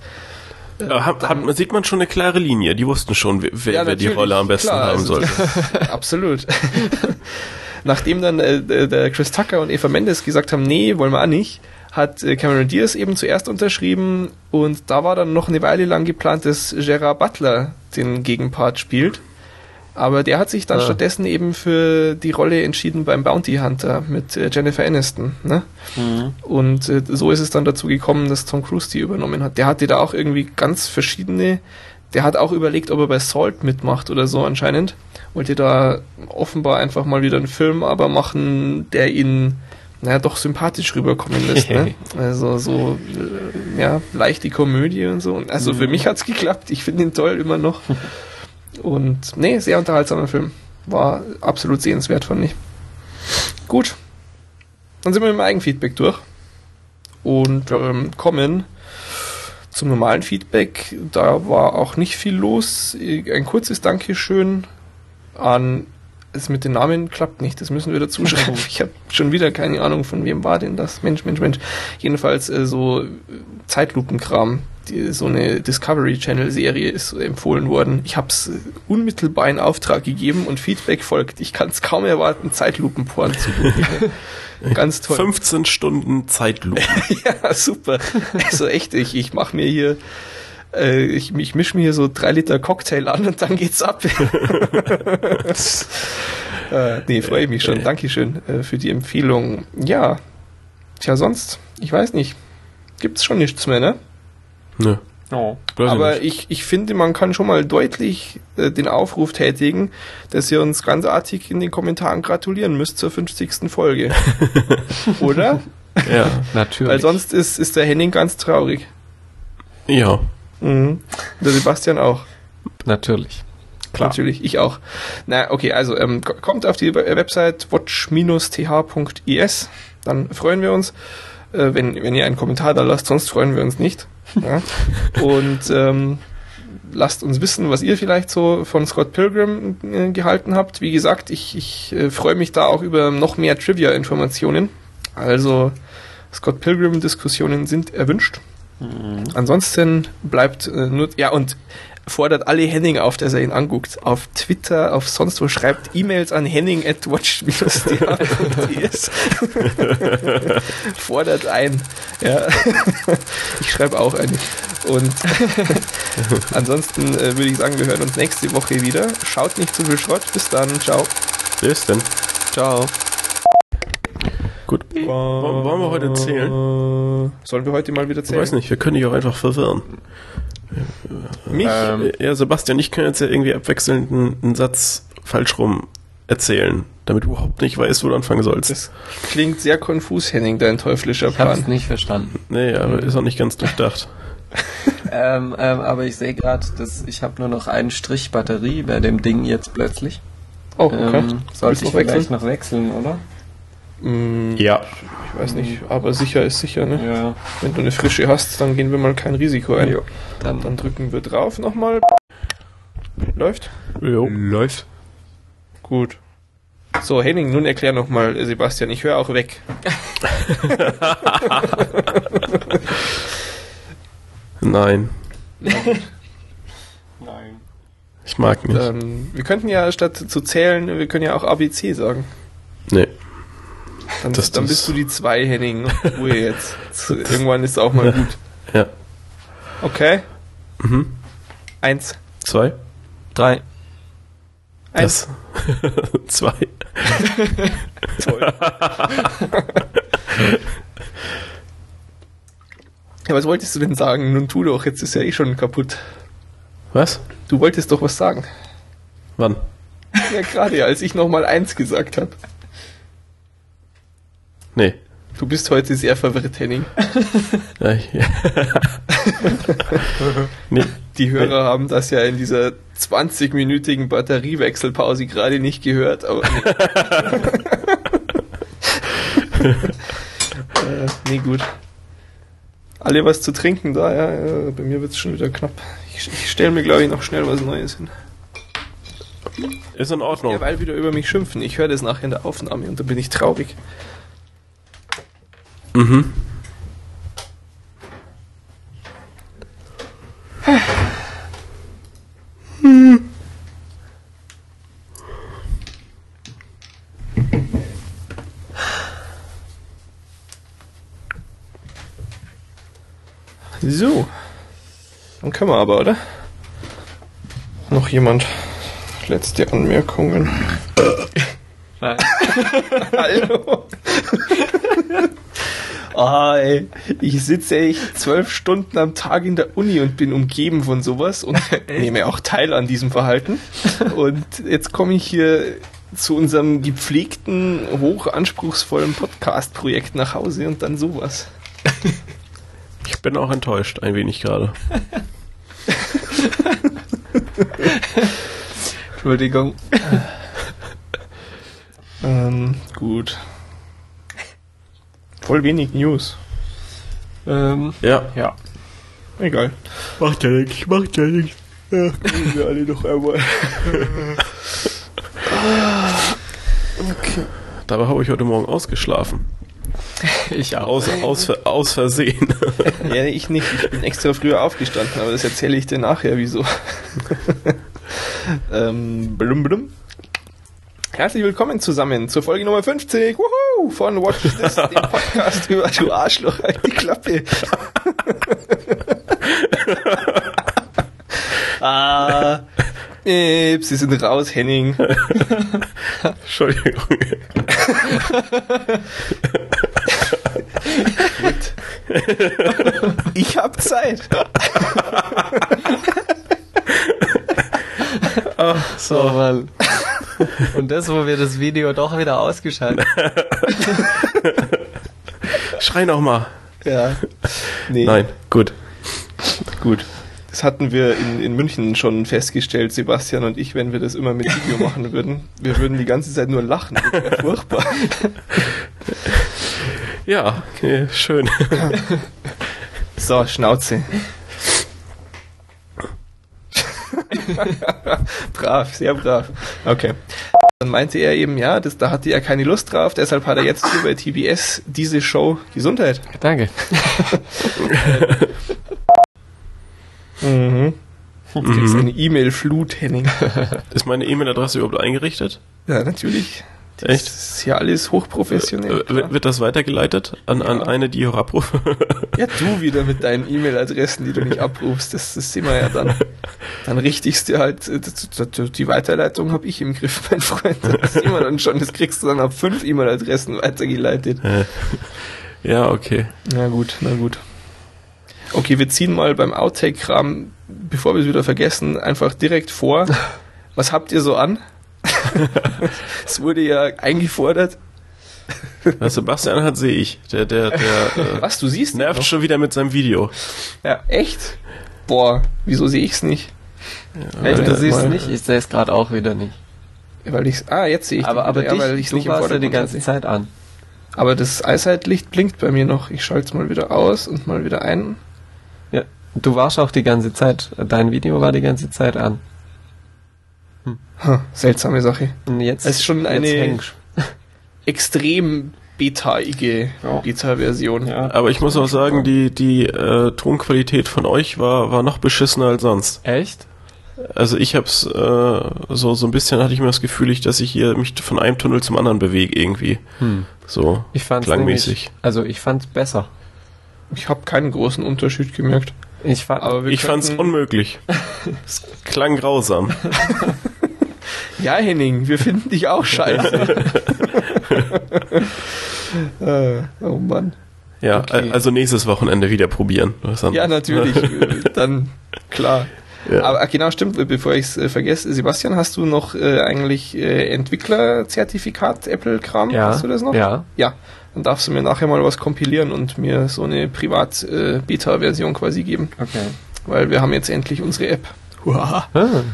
Speaker 2: sieht man schon eine klare Linie. Die wussten schon, wer die Rolle am besten haben sollte.
Speaker 1: Absolut. nachdem dann der Chris Tucker und Eva Mendes gesagt haben, nee, wollen wir auch nicht, hat Cameron Diaz eben zuerst unterschrieben und da war dann noch eine Weile lang geplant, dass Gerard Butler den Gegenpart spielt. Aber der hat sich dann stattdessen eben für die Rolle entschieden beim Bounty Hunter mit Jennifer Aniston. Ne? Mhm. Und so ist es dann dazu gekommen, dass Tom Cruise die übernommen hat. Der hatte da auch irgendwie ganz verschiedene, der hat auch überlegt, ob er bei Salt mitmacht oder so anscheinend. Wollte da offenbar einfach mal wieder einen Film aber machen, der ihn doch sympathisch rüberkommen lässt. Ne? Also so leichte Komödie und so. Also für mich hat's geklappt. Ich finde ihn toll immer noch. Und sehr unterhaltsamer Film. War absolut sehenswert, fand ich. Gut. Dann sind wir mit dem Eigenfeedback durch. Und kommen zum normalen Feedback. Da war auch nicht viel los. Ein kurzes Dankeschön an... Es mit den Namen klappt nicht, das müssen wir dazu schreiben. Ich habe schon wieder keine Ahnung, von wem war denn das? Mensch. Jedenfalls so Zeitlupenkram. So eine Discovery Channel Serie ist empfohlen worden. Ich habe es unmittelbar in Auftrag gegeben und Feedback folgt. Ich kann es kaum erwarten, Zeitlupenporn zu gucken. Ganz toll.
Speaker 2: 15 Stunden Zeitlupen.
Speaker 1: Ja, super. Also echt, ich mache mir hier ich mische mir hier so 3 Liter Cocktail an und dann geht's ab. Freue ich mich schon. Dankeschön für die Empfehlung. Ja, tja, sonst, ich weiß nicht. Gibt's schon nichts mehr, ne?
Speaker 2: Nö.
Speaker 1: Oh. Aber ich finde, man kann schon mal deutlich den Aufruf tätigen, dass ihr uns ganz artig in den Kommentaren gratulieren müsst zur 50. Folge. Oder?
Speaker 2: Ja, natürlich.
Speaker 1: Weil sonst ist der Henning ganz traurig.
Speaker 2: Ja.
Speaker 1: Mhm. Der Sebastian auch.
Speaker 3: Natürlich.
Speaker 1: Klar. Natürlich, ich auch. Na, okay, also kommt auf die Website watch-th.is, dann freuen wir uns, wenn ihr einen Kommentar da lasst, sonst freuen wir uns nicht. Ja? Und lasst uns wissen, was ihr vielleicht so von Scott Pilgrim gehalten habt. Wie gesagt, ich freue mich da auch über noch mehr Trivia-Informationen. Also Scott Pilgrim-Diskussionen sind erwünscht. Ansonsten bleibt nur, und fordert alle Henning auf, dass er ihn anguckt. Auf Twitter, auf sonst wo, schreibt E-Mails an henning@watch-th.is. Fordert ein. Ja. Ich schreibe auch eine. Und ansonsten würde ich sagen, wir hören uns nächste Woche wieder. Schaut nicht zu viel Schrott. Bis dann. Ciao.
Speaker 2: Bis dann.
Speaker 1: Ciao.
Speaker 2: Gut. Wollen wir heute zählen?
Speaker 1: Sollen wir heute mal wieder zählen?
Speaker 2: Ich weiß nicht, wir können dich auch einfach verwirren. Mich? Ja, Sebastian, ich kann jetzt ja irgendwie abwechselnd einen Satz falsch rum erzählen, damit du überhaupt nicht weißt, wo du anfangen sollst.
Speaker 1: Das klingt sehr konfus, Henning, dein teuflischer Plan.
Speaker 3: Ich hab's nicht verstanden.
Speaker 2: Nee, aber ist auch nicht ganz durchdacht.
Speaker 3: Aber ich sehe gerade, dass ich habe nur noch einen Strich Batterie bei dem Ding jetzt plötzlich.
Speaker 1: Oh, okay.
Speaker 3: Sollte ich vielleicht noch wechseln, oder?
Speaker 2: Ja.
Speaker 1: Ich weiß nicht, aber sicher ist sicher, ne?
Speaker 3: Ja.
Speaker 1: Wenn du eine frische hast, dann gehen wir mal kein Risiko ein.
Speaker 3: Jo.
Speaker 1: Dann drücken wir drauf nochmal. Läuft?
Speaker 2: Jo.
Speaker 3: Läuft.
Speaker 1: Gut. So, Henning, nun erklär nochmal, Sebastian, ich höre auch weg.
Speaker 2: Nein.
Speaker 3: Nein.
Speaker 2: Ich mag nicht.
Speaker 1: Wir könnten ja statt zu zählen, wir können ja auch ABC sagen.
Speaker 2: Nee.
Speaker 1: Dann bist du die 2, Henning. Ruhe jetzt. Irgendwann ist es auch mal gut.
Speaker 2: Ja.
Speaker 1: Okay.
Speaker 2: 1.
Speaker 1: 1.
Speaker 2: 2.
Speaker 3: 3.
Speaker 1: 1.
Speaker 2: 2.
Speaker 1: Toll. Ja, was wolltest du denn sagen? Nun tu doch, jetzt ist ja eh schon kaputt.
Speaker 2: Was?
Speaker 1: Du wolltest doch was sagen.
Speaker 2: Wann?
Speaker 1: Ja, gerade als ich nochmal 1 gesagt habe.
Speaker 2: Nee.
Speaker 1: Du bist heute sehr verwirrt, Henning.
Speaker 2: Ja. Nee.
Speaker 1: Die Hörer haben das ja in dieser 20-minütigen Batteriewechselpause gerade nicht gehört, aber nee, gut. Alle was zu trinken da, ja, bei mir wird's schon wieder knapp. Ich stelle mir, glaube ich, noch schnell was Neues hin.
Speaker 2: Ist in Ordnung.
Speaker 1: Weil wieder über mich schimpfen. Ich höre das nachher in der Aufnahme und da bin ich traurig.
Speaker 2: Mhm.
Speaker 1: So. Dann können wir aber, oder? Noch jemand? Letzte Anmerkungen.
Speaker 3: Nein.
Speaker 1: Hallo. Ey, ich sitze echt 12 Stunden am Tag in der Uni und bin umgeben von sowas und nehme auch teil an diesem Verhalten. Und jetzt komme ich hier zu unserem gepflegten, hochanspruchsvollen Podcast-Projekt nach Hause und dann sowas.
Speaker 2: Ich bin auch enttäuscht, ein wenig gerade.
Speaker 3: Entschuldigung.
Speaker 1: Gut. Voll wenig News.
Speaker 2: Ja.
Speaker 1: Egal.
Speaker 2: Macht ja nichts.
Speaker 1: Ja, kriegen wir alle doch einmal. Okay.
Speaker 2: Dabei habe ich heute Morgen ausgeschlafen.
Speaker 3: Ich auch.
Speaker 2: Aus Versehen.
Speaker 1: Ja, ich nicht. Ich bin extra früher aufgestanden, aber das erzähle ich dir nachher, wieso. Blum. Herzlich willkommen zusammen zur Folge Nummer 50 von Watch This, dem Podcast über du Arschloch, halt die Klappe. Sie sind raus, Henning.
Speaker 2: Entschuldigung.
Speaker 1: Gut. Ich hab Zeit.
Speaker 3: So, Mann. Und das, wo wir das Video doch wieder ausgeschaltet haben.
Speaker 2: Schrei noch mal.
Speaker 1: Ja. Nee.
Speaker 2: Nein, gut.
Speaker 1: Das hatten wir in München schon festgestellt, Sebastian und ich, wenn wir das immer mit Video machen würden. Wir würden die ganze Zeit nur lachen. Das wäre furchtbar.
Speaker 2: Ja, okay, schön.
Speaker 1: So, Schnauze. Brav, sehr brav. Okay. Dann meinte er eben, ja, da hatte er keine Lust drauf, deshalb hat er jetzt hier bei TBS diese Show Gesundheit.
Speaker 3: Danke.
Speaker 1: Du kriegst eine E-Mail-Flut, Henning.
Speaker 2: Ist meine E-Mail-Adresse überhaupt eingerichtet?
Speaker 1: Ja, natürlich.
Speaker 2: Echt?
Speaker 1: Das ist ja alles hochprofessionell.
Speaker 2: Wird das weitergeleitet an eine, die ich auch abrufe?
Speaker 1: Ja, du wieder mit deinen E-Mail-Adressen, die du nicht abrufst. Das sehen wir ja dann. Dann richtigst du halt, die Weiterleitung habe ich im Griff, mein Freund. Das sehen wir dann schon. Das kriegst du dann auf 5 E-Mail-Adressen weitergeleitet.
Speaker 2: Ja, okay.
Speaker 1: Na gut. Okay, wir ziehen mal beim Outtake-Kram, bevor wir es wieder vergessen, einfach direkt vor. Was habt ihr so an? Es wurde ja eingefordert.
Speaker 2: Was Sebastian hat, sehe ich. Der
Speaker 1: Was, du siehst
Speaker 2: nervt
Speaker 1: noch?
Speaker 2: schon wieder mit seinem Video.
Speaker 1: Ja, echt? Boah, wieso sehe ich's nicht?
Speaker 3: Ja, echt, du siehst es
Speaker 1: mal.
Speaker 3: nicht? Ich sehe es gerade auch wieder nicht.
Speaker 1: Weil ich's, jetzt sehe ich
Speaker 3: Aber
Speaker 1: wieder, weil
Speaker 3: dich,
Speaker 1: ich's
Speaker 3: du
Speaker 1: nicht im
Speaker 3: warst ja die
Speaker 1: Vordergrund
Speaker 3: ganze
Speaker 1: sehe.
Speaker 3: Zeit an.
Speaker 1: Aber das Eyesight-Licht blinkt bei mir noch. Ich schalte es mal wieder aus und mal wieder ein.
Speaker 3: Ja, du warst auch die ganze Zeit, dein Video war die ganze Zeit an.
Speaker 1: Seltsame Sache.
Speaker 3: Und jetzt
Speaker 1: Es ist schon eine
Speaker 3: hängst.
Speaker 1: extrem betaige Beta-Version.
Speaker 3: Ja.
Speaker 2: Aber ich muss auch sagen, die Tonqualität von euch war noch beschissener als sonst.
Speaker 3: Echt?
Speaker 2: Also ich hab's so ein bisschen hatte ich mir das Gefühl, dass ich hier mich von einem Tunnel zum anderen bewege irgendwie. So
Speaker 3: Ich fand's
Speaker 2: klangmäßig.
Speaker 3: Ich fand's besser.
Speaker 1: Ich habe keinen großen Unterschied gemerkt. Aber
Speaker 2: Ich fand's unmöglich. Es klang grausam.
Speaker 1: Ja, Henning, wir finden dich auch scheiße. Oh Mann.
Speaker 2: Ja,
Speaker 1: Okay.
Speaker 2: also nächstes Wochenende wieder probieren.
Speaker 1: Ja, natürlich. Dann, klar.
Speaker 2: Ja.
Speaker 1: Aber genau, stimmt, bevor ich es vergesse. Sebastian, hast du noch eigentlich Entwicklerzertifikat, Apple-Kram?
Speaker 3: Ja.
Speaker 1: Hast du das noch?
Speaker 3: Ja.
Speaker 1: Ja. Dann darfst du mir nachher mal was kompilieren und mir so eine Privat-Beta-Version quasi geben.
Speaker 3: Okay.
Speaker 1: Weil wir haben jetzt endlich unsere App. Huah.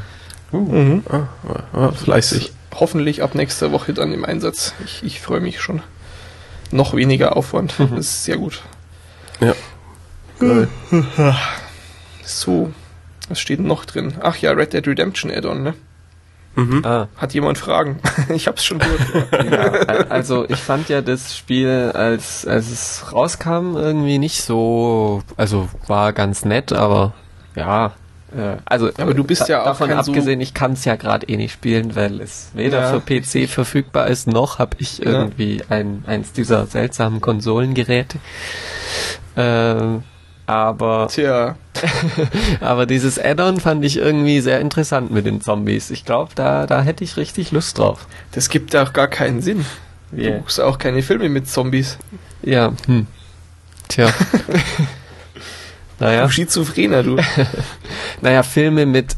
Speaker 2: Fleißig.
Speaker 1: Hoffentlich ab nächster Woche dann im Einsatz. Ich freue mich schon. Noch weniger Aufwand. Das ist sehr gut.
Speaker 2: Ja.
Speaker 1: Geil. So, was steht denn noch drin? Ach ja, Red Dead Redemption Add-on, ne? Hat jemand Fragen? Ich hab's schon durch.
Speaker 3: Ja, also ich fand ja das Spiel, als es rauskam, irgendwie nicht so, also war ganz nett, aber ja,
Speaker 1: aber du bist ja auch
Speaker 3: davon
Speaker 1: kein
Speaker 3: abgesehen, ich kann es ja gerade nicht spielen, weil es weder für PC verfügbar ist, noch habe ich irgendwie eins dieser seltsamen Konsolengeräte. aber
Speaker 1: Tja,
Speaker 3: aber dieses Add-on fand ich irgendwie sehr interessant mit den Zombies. Ich glaube, da hätte ich richtig Lust drauf.
Speaker 1: das gibt auch gar keinen Sinn. Du
Speaker 3: Yeah.
Speaker 1: guckst auch keine Filme mit Zombies.
Speaker 3: Ja, Tja. Naja.
Speaker 1: Du Schizophrener, du.
Speaker 3: Naja, Filme mit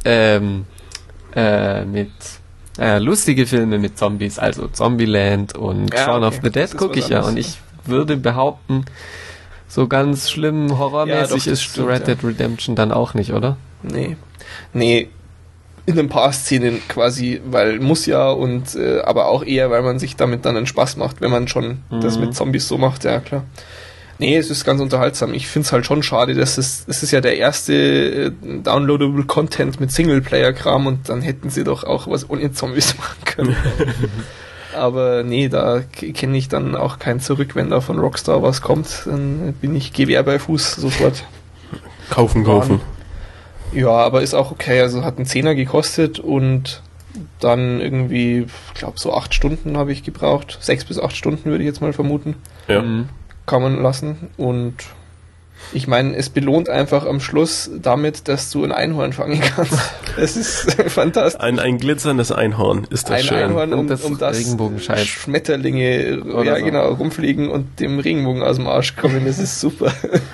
Speaker 3: lustige Filme mit Zombies, also Zombieland und
Speaker 1: Ja,
Speaker 3: Shaun of
Speaker 1: okay.
Speaker 3: the
Speaker 1: Das
Speaker 3: Dead
Speaker 1: ist
Speaker 3: gucke
Speaker 1: was
Speaker 3: ich ja.
Speaker 1: anderes.
Speaker 3: Und ich würde behaupten, so ganz schlimm horrormäßig
Speaker 1: Ja, doch, das
Speaker 3: ist
Speaker 1: stimmt,
Speaker 3: Red Dead Redemption dann auch nicht, oder?
Speaker 1: Nee. In ein paar Szenen quasi, weil muss ja und aber auch eher, weil man sich damit dann einen Spaß macht, wenn man schon das mit Zombies so macht, ja klar. Nee, es ist ganz unterhaltsam. Ich find's halt schon schade, dass es ist ja der erste downloadable Content mit Singleplayer-Kram und dann hätten sie doch auch was ohne Zombies machen können. Aber nee, da kenne ich dann auch kein Zurück, wenn da von Rockstar was kommt, dann bin ich Gewehr bei Fuß sofort.
Speaker 2: Kaufen.
Speaker 1: Ja, aber ist auch okay. Also hat einen Zehner gekostet und dann irgendwie, ich glaube so 8 Stunden habe ich gebraucht. 6 bis 8 Stunden würde ich jetzt mal vermuten.
Speaker 2: Ja.
Speaker 1: Kann man lassen. Und ich meine, es belohnt einfach am Schluss damit, dass du ein Einhorn fangen kannst. Es ist fantastisch.
Speaker 2: Ein glitzerndes Einhorn ist das
Speaker 1: Ein
Speaker 2: schön.
Speaker 1: Einhorn,
Speaker 3: Und das
Speaker 1: um das
Speaker 3: Regenbogenscheiß.
Speaker 1: Schmetterlinge
Speaker 3: Oder so.
Speaker 1: genau, rumfliegen und dem Regenbogen aus dem Arsch kommen. Das ist super.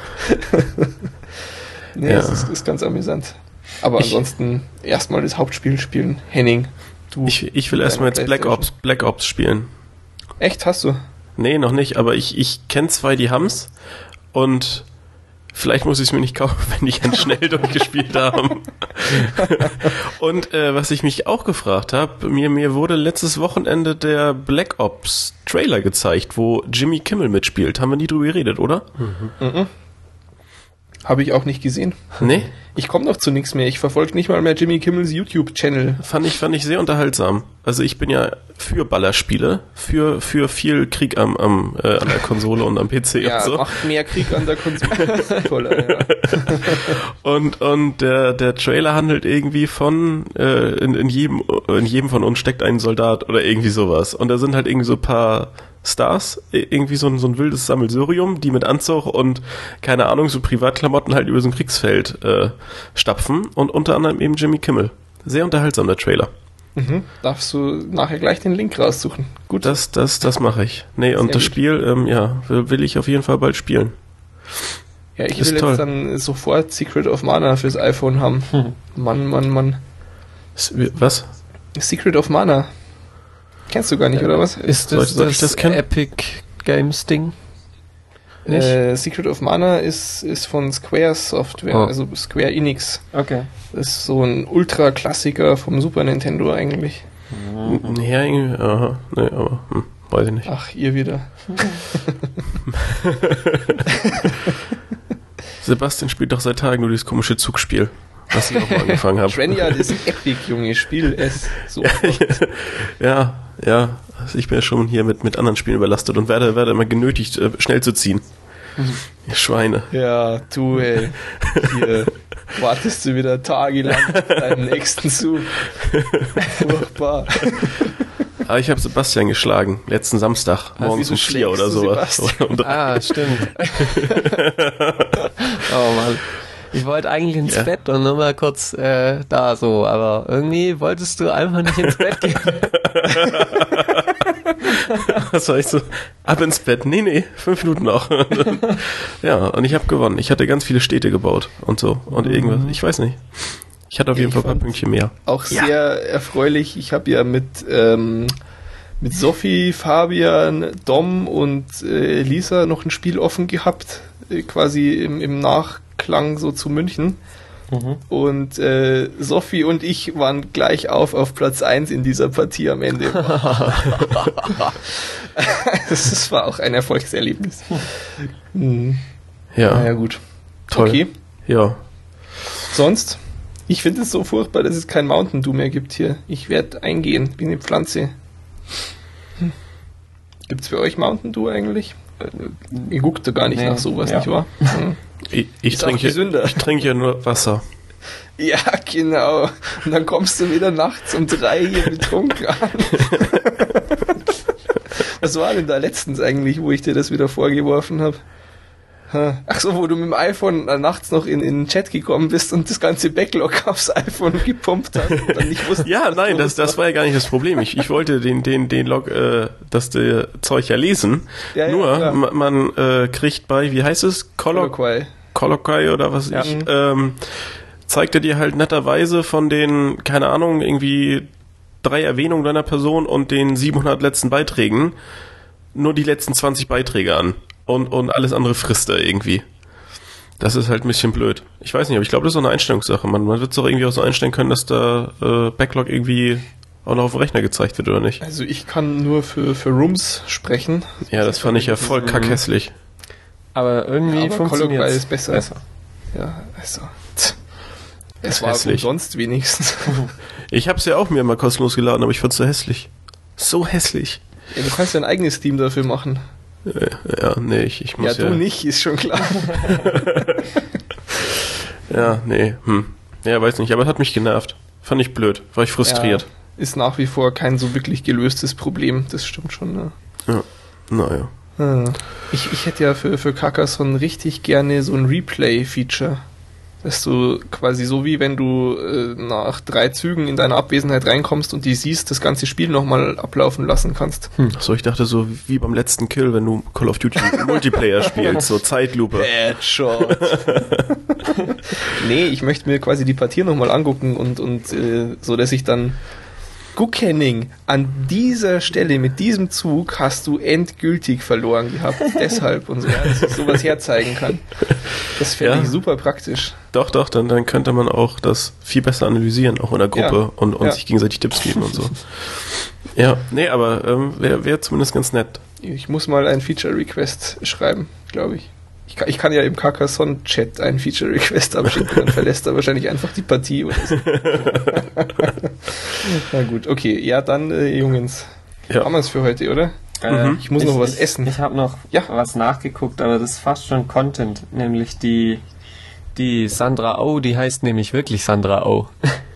Speaker 1: Nee,
Speaker 2: Ja.
Speaker 1: das ist ganz amüsant. Aber ansonsten erstmal das Hauptspiel spielen. Henning, du.
Speaker 2: Ich will erstmal jetzt Black Ops spielen.
Speaker 1: Echt, hast du?
Speaker 2: Nee, noch nicht, aber ich kenne zwei, die haben's und vielleicht muss ich es mir nicht kaufen, wenn die ganz schnell durchgespielt haben. Und was ich mich auch gefragt habe, mir wurde letztes Wochenende der Black Ops Trailer gezeigt, wo Jimmy Kimmel mitspielt. Haben wir nie drüber geredet, oder?
Speaker 1: Habe ich auch nicht gesehen.
Speaker 2: Nee?
Speaker 1: Ich komme noch zu nichts mehr. Ich verfolge nicht mal mehr Jimmy Kimmels YouTube-Channel.
Speaker 2: Fand ich sehr unterhaltsam. Also ich bin ja für Ballerspiele, für viel Krieg an der Konsole und am PC
Speaker 1: Ja,
Speaker 2: und so.
Speaker 1: macht mehr Krieg an der Konsole. Toll, ja.
Speaker 2: Und der Trailer handelt irgendwie von in jedem von uns steckt ein Soldat oder irgendwie sowas. Und da sind halt irgendwie so ein paar Stars, irgendwie so ein wildes Sammelsurium, die mit Anzug und keine Ahnung, so Privatklamotten halt über so ein Kriegsfeld stapfen und unter anderem eben Jimmy Kimmel. Sehr unterhaltsam, der Trailer.
Speaker 1: Darfst du nachher gleich den Link raussuchen. Gut.
Speaker 2: Das mache ich. Nee, und
Speaker 1: Sehr
Speaker 2: das
Speaker 1: gut.
Speaker 2: Spiel, will ich auf jeden Fall bald spielen.
Speaker 1: Ja, ich
Speaker 2: ist
Speaker 1: will
Speaker 2: toll.
Speaker 1: jetzt dann sofort Secret of Mana fürs iPhone haben. Mann.
Speaker 2: Was?
Speaker 1: Secret of Mana. Kennst du gar nicht, oder was?
Speaker 3: Ist
Speaker 2: Soll ich das kennen?
Speaker 3: Epic Games Ding? Nicht?
Speaker 1: Secret of Mana ist von Square Software,
Speaker 3: Oh.
Speaker 1: also Square Enix.
Speaker 3: Okay.
Speaker 1: Das ist so ein Ultra-Klassiker vom Super Nintendo eigentlich.
Speaker 2: Ja, irgendwie, aha, nee, aber weiß ich nicht.
Speaker 1: Ach, ihr wieder.
Speaker 2: Sebastian spielt doch seit Tagen nur dieses komische Zugspiel, was ich auch mal angefangen habe.
Speaker 1: Trenial ist Epic, Junge, spiel es so.
Speaker 2: Ja, also ich bin ja schon hier mit anderen Spielen überlastet und werde immer genötigt, schnell zu ziehen. Ihr Schweine.
Speaker 1: Ja, du, ey. Hier wartest du wieder tagelang auf deinen nächsten Zug. Furchtbar.
Speaker 2: Aber ich habe Sebastian geschlagen, letzten Samstag, morgens
Speaker 1: wieso
Speaker 2: um 4 oder
Speaker 1: schlägst du
Speaker 2: sowas.
Speaker 1: Sebastian?
Speaker 2: Um 3.
Speaker 3: Ah, stimmt. Oh Mann. Ich wollte eigentlich ins
Speaker 2: Ja.
Speaker 3: Bett und nur mal kurz da so, aber irgendwie wolltest du einfach nicht ins Bett gehen.
Speaker 2: Was war ich so? Ab ins Bett. Nee, 5 Minuten noch. Ja, und ich habe gewonnen. Ich hatte ganz viele Städte gebaut und so. Und irgendwas, ich weiß nicht. Ich hatte auf jeden Fall ein paar Pünktchen mehr.
Speaker 1: Auch sehr erfreulich. Ich habe ja mit Sophie, Fabian, Dom und Lisa noch ein Spiel offen gehabt, quasi im Nachklang so zu München. Und Sophie und ich waren gleich auf Platz 1 in dieser Partie am Ende. Das war auch ein Erfolgserlebnis.
Speaker 2: Ja,
Speaker 1: Naja, gut.
Speaker 2: toll.
Speaker 1: Okay,
Speaker 2: Ja.
Speaker 1: sonst? Ich finde es so furchtbar, dass es kein Mountain Dew mehr gibt hier. Ich werde eingehen, wie eine Pflanze. Gibt's für euch Mountain Dew eigentlich? Ihr guckt da gar nicht
Speaker 3: Nee,
Speaker 1: nach sowas,
Speaker 3: ja.
Speaker 1: nicht wahr?
Speaker 2: Ich
Speaker 1: Ist auch
Speaker 2: trinke
Speaker 1: gesünder.
Speaker 2: ich trinke ja nur Wasser.
Speaker 1: Ja, genau. Und dann kommst du wieder nachts um 3 hier betrunken an. Was war denn da letztens eigentlich, wo ich dir das wieder vorgeworfen habe? Ach so, wo du mit dem iPhone nachts noch in den Chat gekommen bist und das ganze Backlog aufs iPhone gepumpt hast und dann nicht wusstest.
Speaker 2: Ja, nein, das war ja gar nicht das Problem. Ich wollte den Log, das Zeug ja lesen. Ja, nur, ja, man kriegt bei, wie heißt es? Colloquy oder was ich, zeigt er dir halt netterweise von den, keine Ahnung, irgendwie 3 Erwähnungen deiner Person und den 700 letzten Beiträgen nur die letzten 20 Beiträge an. Und alles andere frisst er irgendwie. Das ist halt ein bisschen blöd. Ich weiß nicht, aber ich glaube, das ist auch eine Einstellungssache. Man wird es doch irgendwie auch so einstellen können, dass der Backlog irgendwie auch noch auf dem Rechner gezeigt wird, oder nicht?
Speaker 1: Also ich kann nur für Rooms sprechen.
Speaker 2: Ja, das fand ich ja voll kackhässlich.
Speaker 3: Aber irgendwie funktioniert es
Speaker 1: besser. Ja, also... Es war
Speaker 2: hässlich.
Speaker 1: Umsonst wenigstens.
Speaker 2: Ich hab's ja auch mir mal kostenlos geladen, aber ich fand's so hässlich. So hässlich.
Speaker 1: Ja, du kannst ja ein eigenes Team dafür machen.
Speaker 2: Ja, nee, ich muss ja...
Speaker 1: Ja, du nicht, ist schon klar.
Speaker 2: Ja, nee, Ja, weiß nicht, aber es hat mich genervt. Fand ich blöd, war ich frustriert.
Speaker 1: Ja, ist nach wie vor kein so wirklich gelöstes Problem, das stimmt schon, ne?
Speaker 2: Ja, naja.
Speaker 1: Ich hätte ja für Carcassonne richtig gerne so ein Replay-Feature. Dass du quasi so wie wenn du nach 3 Zügen in deiner Abwesenheit reinkommst und die siehst, das ganze Spiel nochmal ablaufen lassen kannst.
Speaker 2: So, ich dachte so wie beim letzten Kill, wenn du Call of Duty Multiplayer spielst, so Zeitlupe.
Speaker 1: Headshot. Nee, ich möchte mir quasi die Partie nochmal angucken und so, dass ich dann Guckenning, an dieser Stelle mit diesem Zug hast du endgültig verloren gehabt, deshalb und so, dass ich sowas herzeigen kann. Das fände ich super praktisch.
Speaker 2: Doch, dann könnte man auch das viel besser analysieren, auch in der Gruppe und sich gegenseitig Tipps geben und so. Ja, nee, aber wäre zumindest ganz nett.
Speaker 1: Ich muss mal einen Feature-Request schreiben, glaube ich. Ich kann ja im Carcassonne-Chat einen Feature-Request abschicken, dann verlässt er wahrscheinlich einfach die Partie oder so. Na gut, okay. Ja, dann, Jungens. Ja. Haben wir es für heute, oder? Ich muss noch was essen.
Speaker 3: Ich habe noch was nachgeguckt, aber das ist fast schon Content. Nämlich die Sandra Oh, die heißt nämlich wirklich Sandra Oh.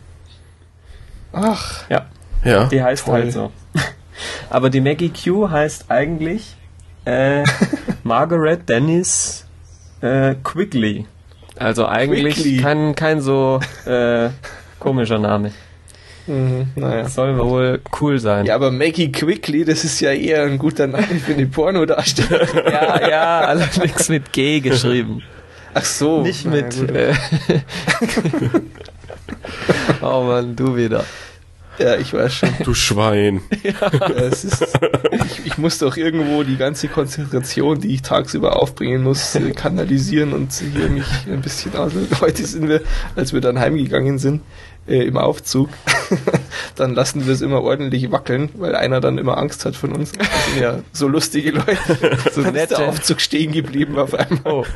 Speaker 1: Ach.
Speaker 3: Ja. Die heißt halt so. Aber die Maggie Q heißt eigentlich Margaret Dennis Quigley. Also eigentlich kein so komischer Name.
Speaker 1: Naja.
Speaker 3: Soll wohl cool sein.
Speaker 1: Ja, aber Maggie Quigley, das ist ja eher ein guter Name für eine Pornodarstellung.
Speaker 3: ja, allerdings mit G geschrieben.
Speaker 1: Ach so.
Speaker 3: Nicht mit... Oh Mann, du wieder.
Speaker 1: Ja, ich weiß schon.
Speaker 2: Du Schwein.
Speaker 1: Es ist, ich muss doch irgendwo die ganze Konzentration, die ich tagsüber aufbringen muss, kanalisieren und hier mich ein bisschen aus. Heute sind wir, als wir dann heimgegangen sind, im Aufzug, dann lassen wir es immer ordentlich wackeln, weil einer dann immer Angst hat von uns. Das sind ja so lustige Leute. So dann ist der Aufzug stehen geblieben auf einmal. Oh.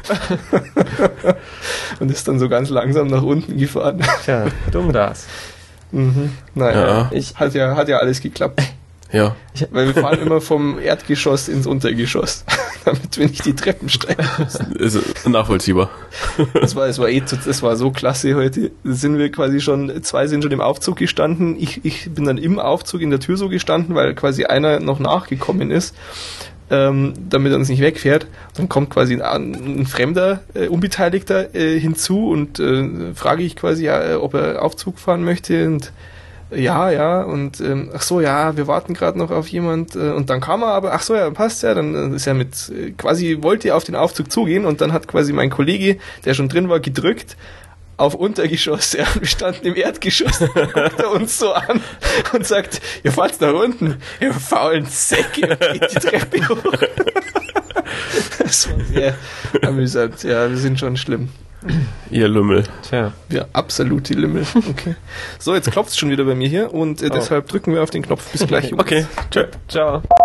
Speaker 1: Und ist dann so ganz langsam nach unten gefahren.
Speaker 3: Tja, dumm das.
Speaker 1: Naja, hat ja alles geklappt.
Speaker 2: Ja.
Speaker 1: Weil wir fahren immer vom Erdgeschoss ins Untergeschoss, damit wir nicht die Treppen steigen müssen.
Speaker 2: Ist nachvollziehbar.
Speaker 1: Das war so klasse heute. Sind wir quasi schon, 2 sind schon im Aufzug gestanden. Ich bin dann im Aufzug in der Tür so gestanden, weil quasi einer noch nachgekommen ist, damit er uns nicht wegfährt. Dann kommt quasi ein fremder Unbeteiligter hinzu und frage ich quasi, ob er Aufzug fahren möchte und und ach so, ja, wir warten gerade noch auf jemand und dann kam er aber, ach so, ja, passt ja, dann ist er mit, quasi wollte er auf den Aufzug zugehen und dann hat quasi mein Kollege, der schon drin war, gedrückt auf Untergeschoss, ja, wir standen im Erdgeschoss, dann guckt er uns so an und sagt, ihr fahrt nach unten, ihr faulen Säcke, und geht die Treppe hoch. Das war sehr amüsant, ja, wir sind schon schlimm.
Speaker 2: Ihr Lümmel.
Speaker 1: Tja. Ja, absolute Lümmel. Okay. So, jetzt klopft's schon wieder bei mir hier und deshalb drücken wir auf den Knopf. Bis gleich.
Speaker 2: Okay.
Speaker 3: Ciao.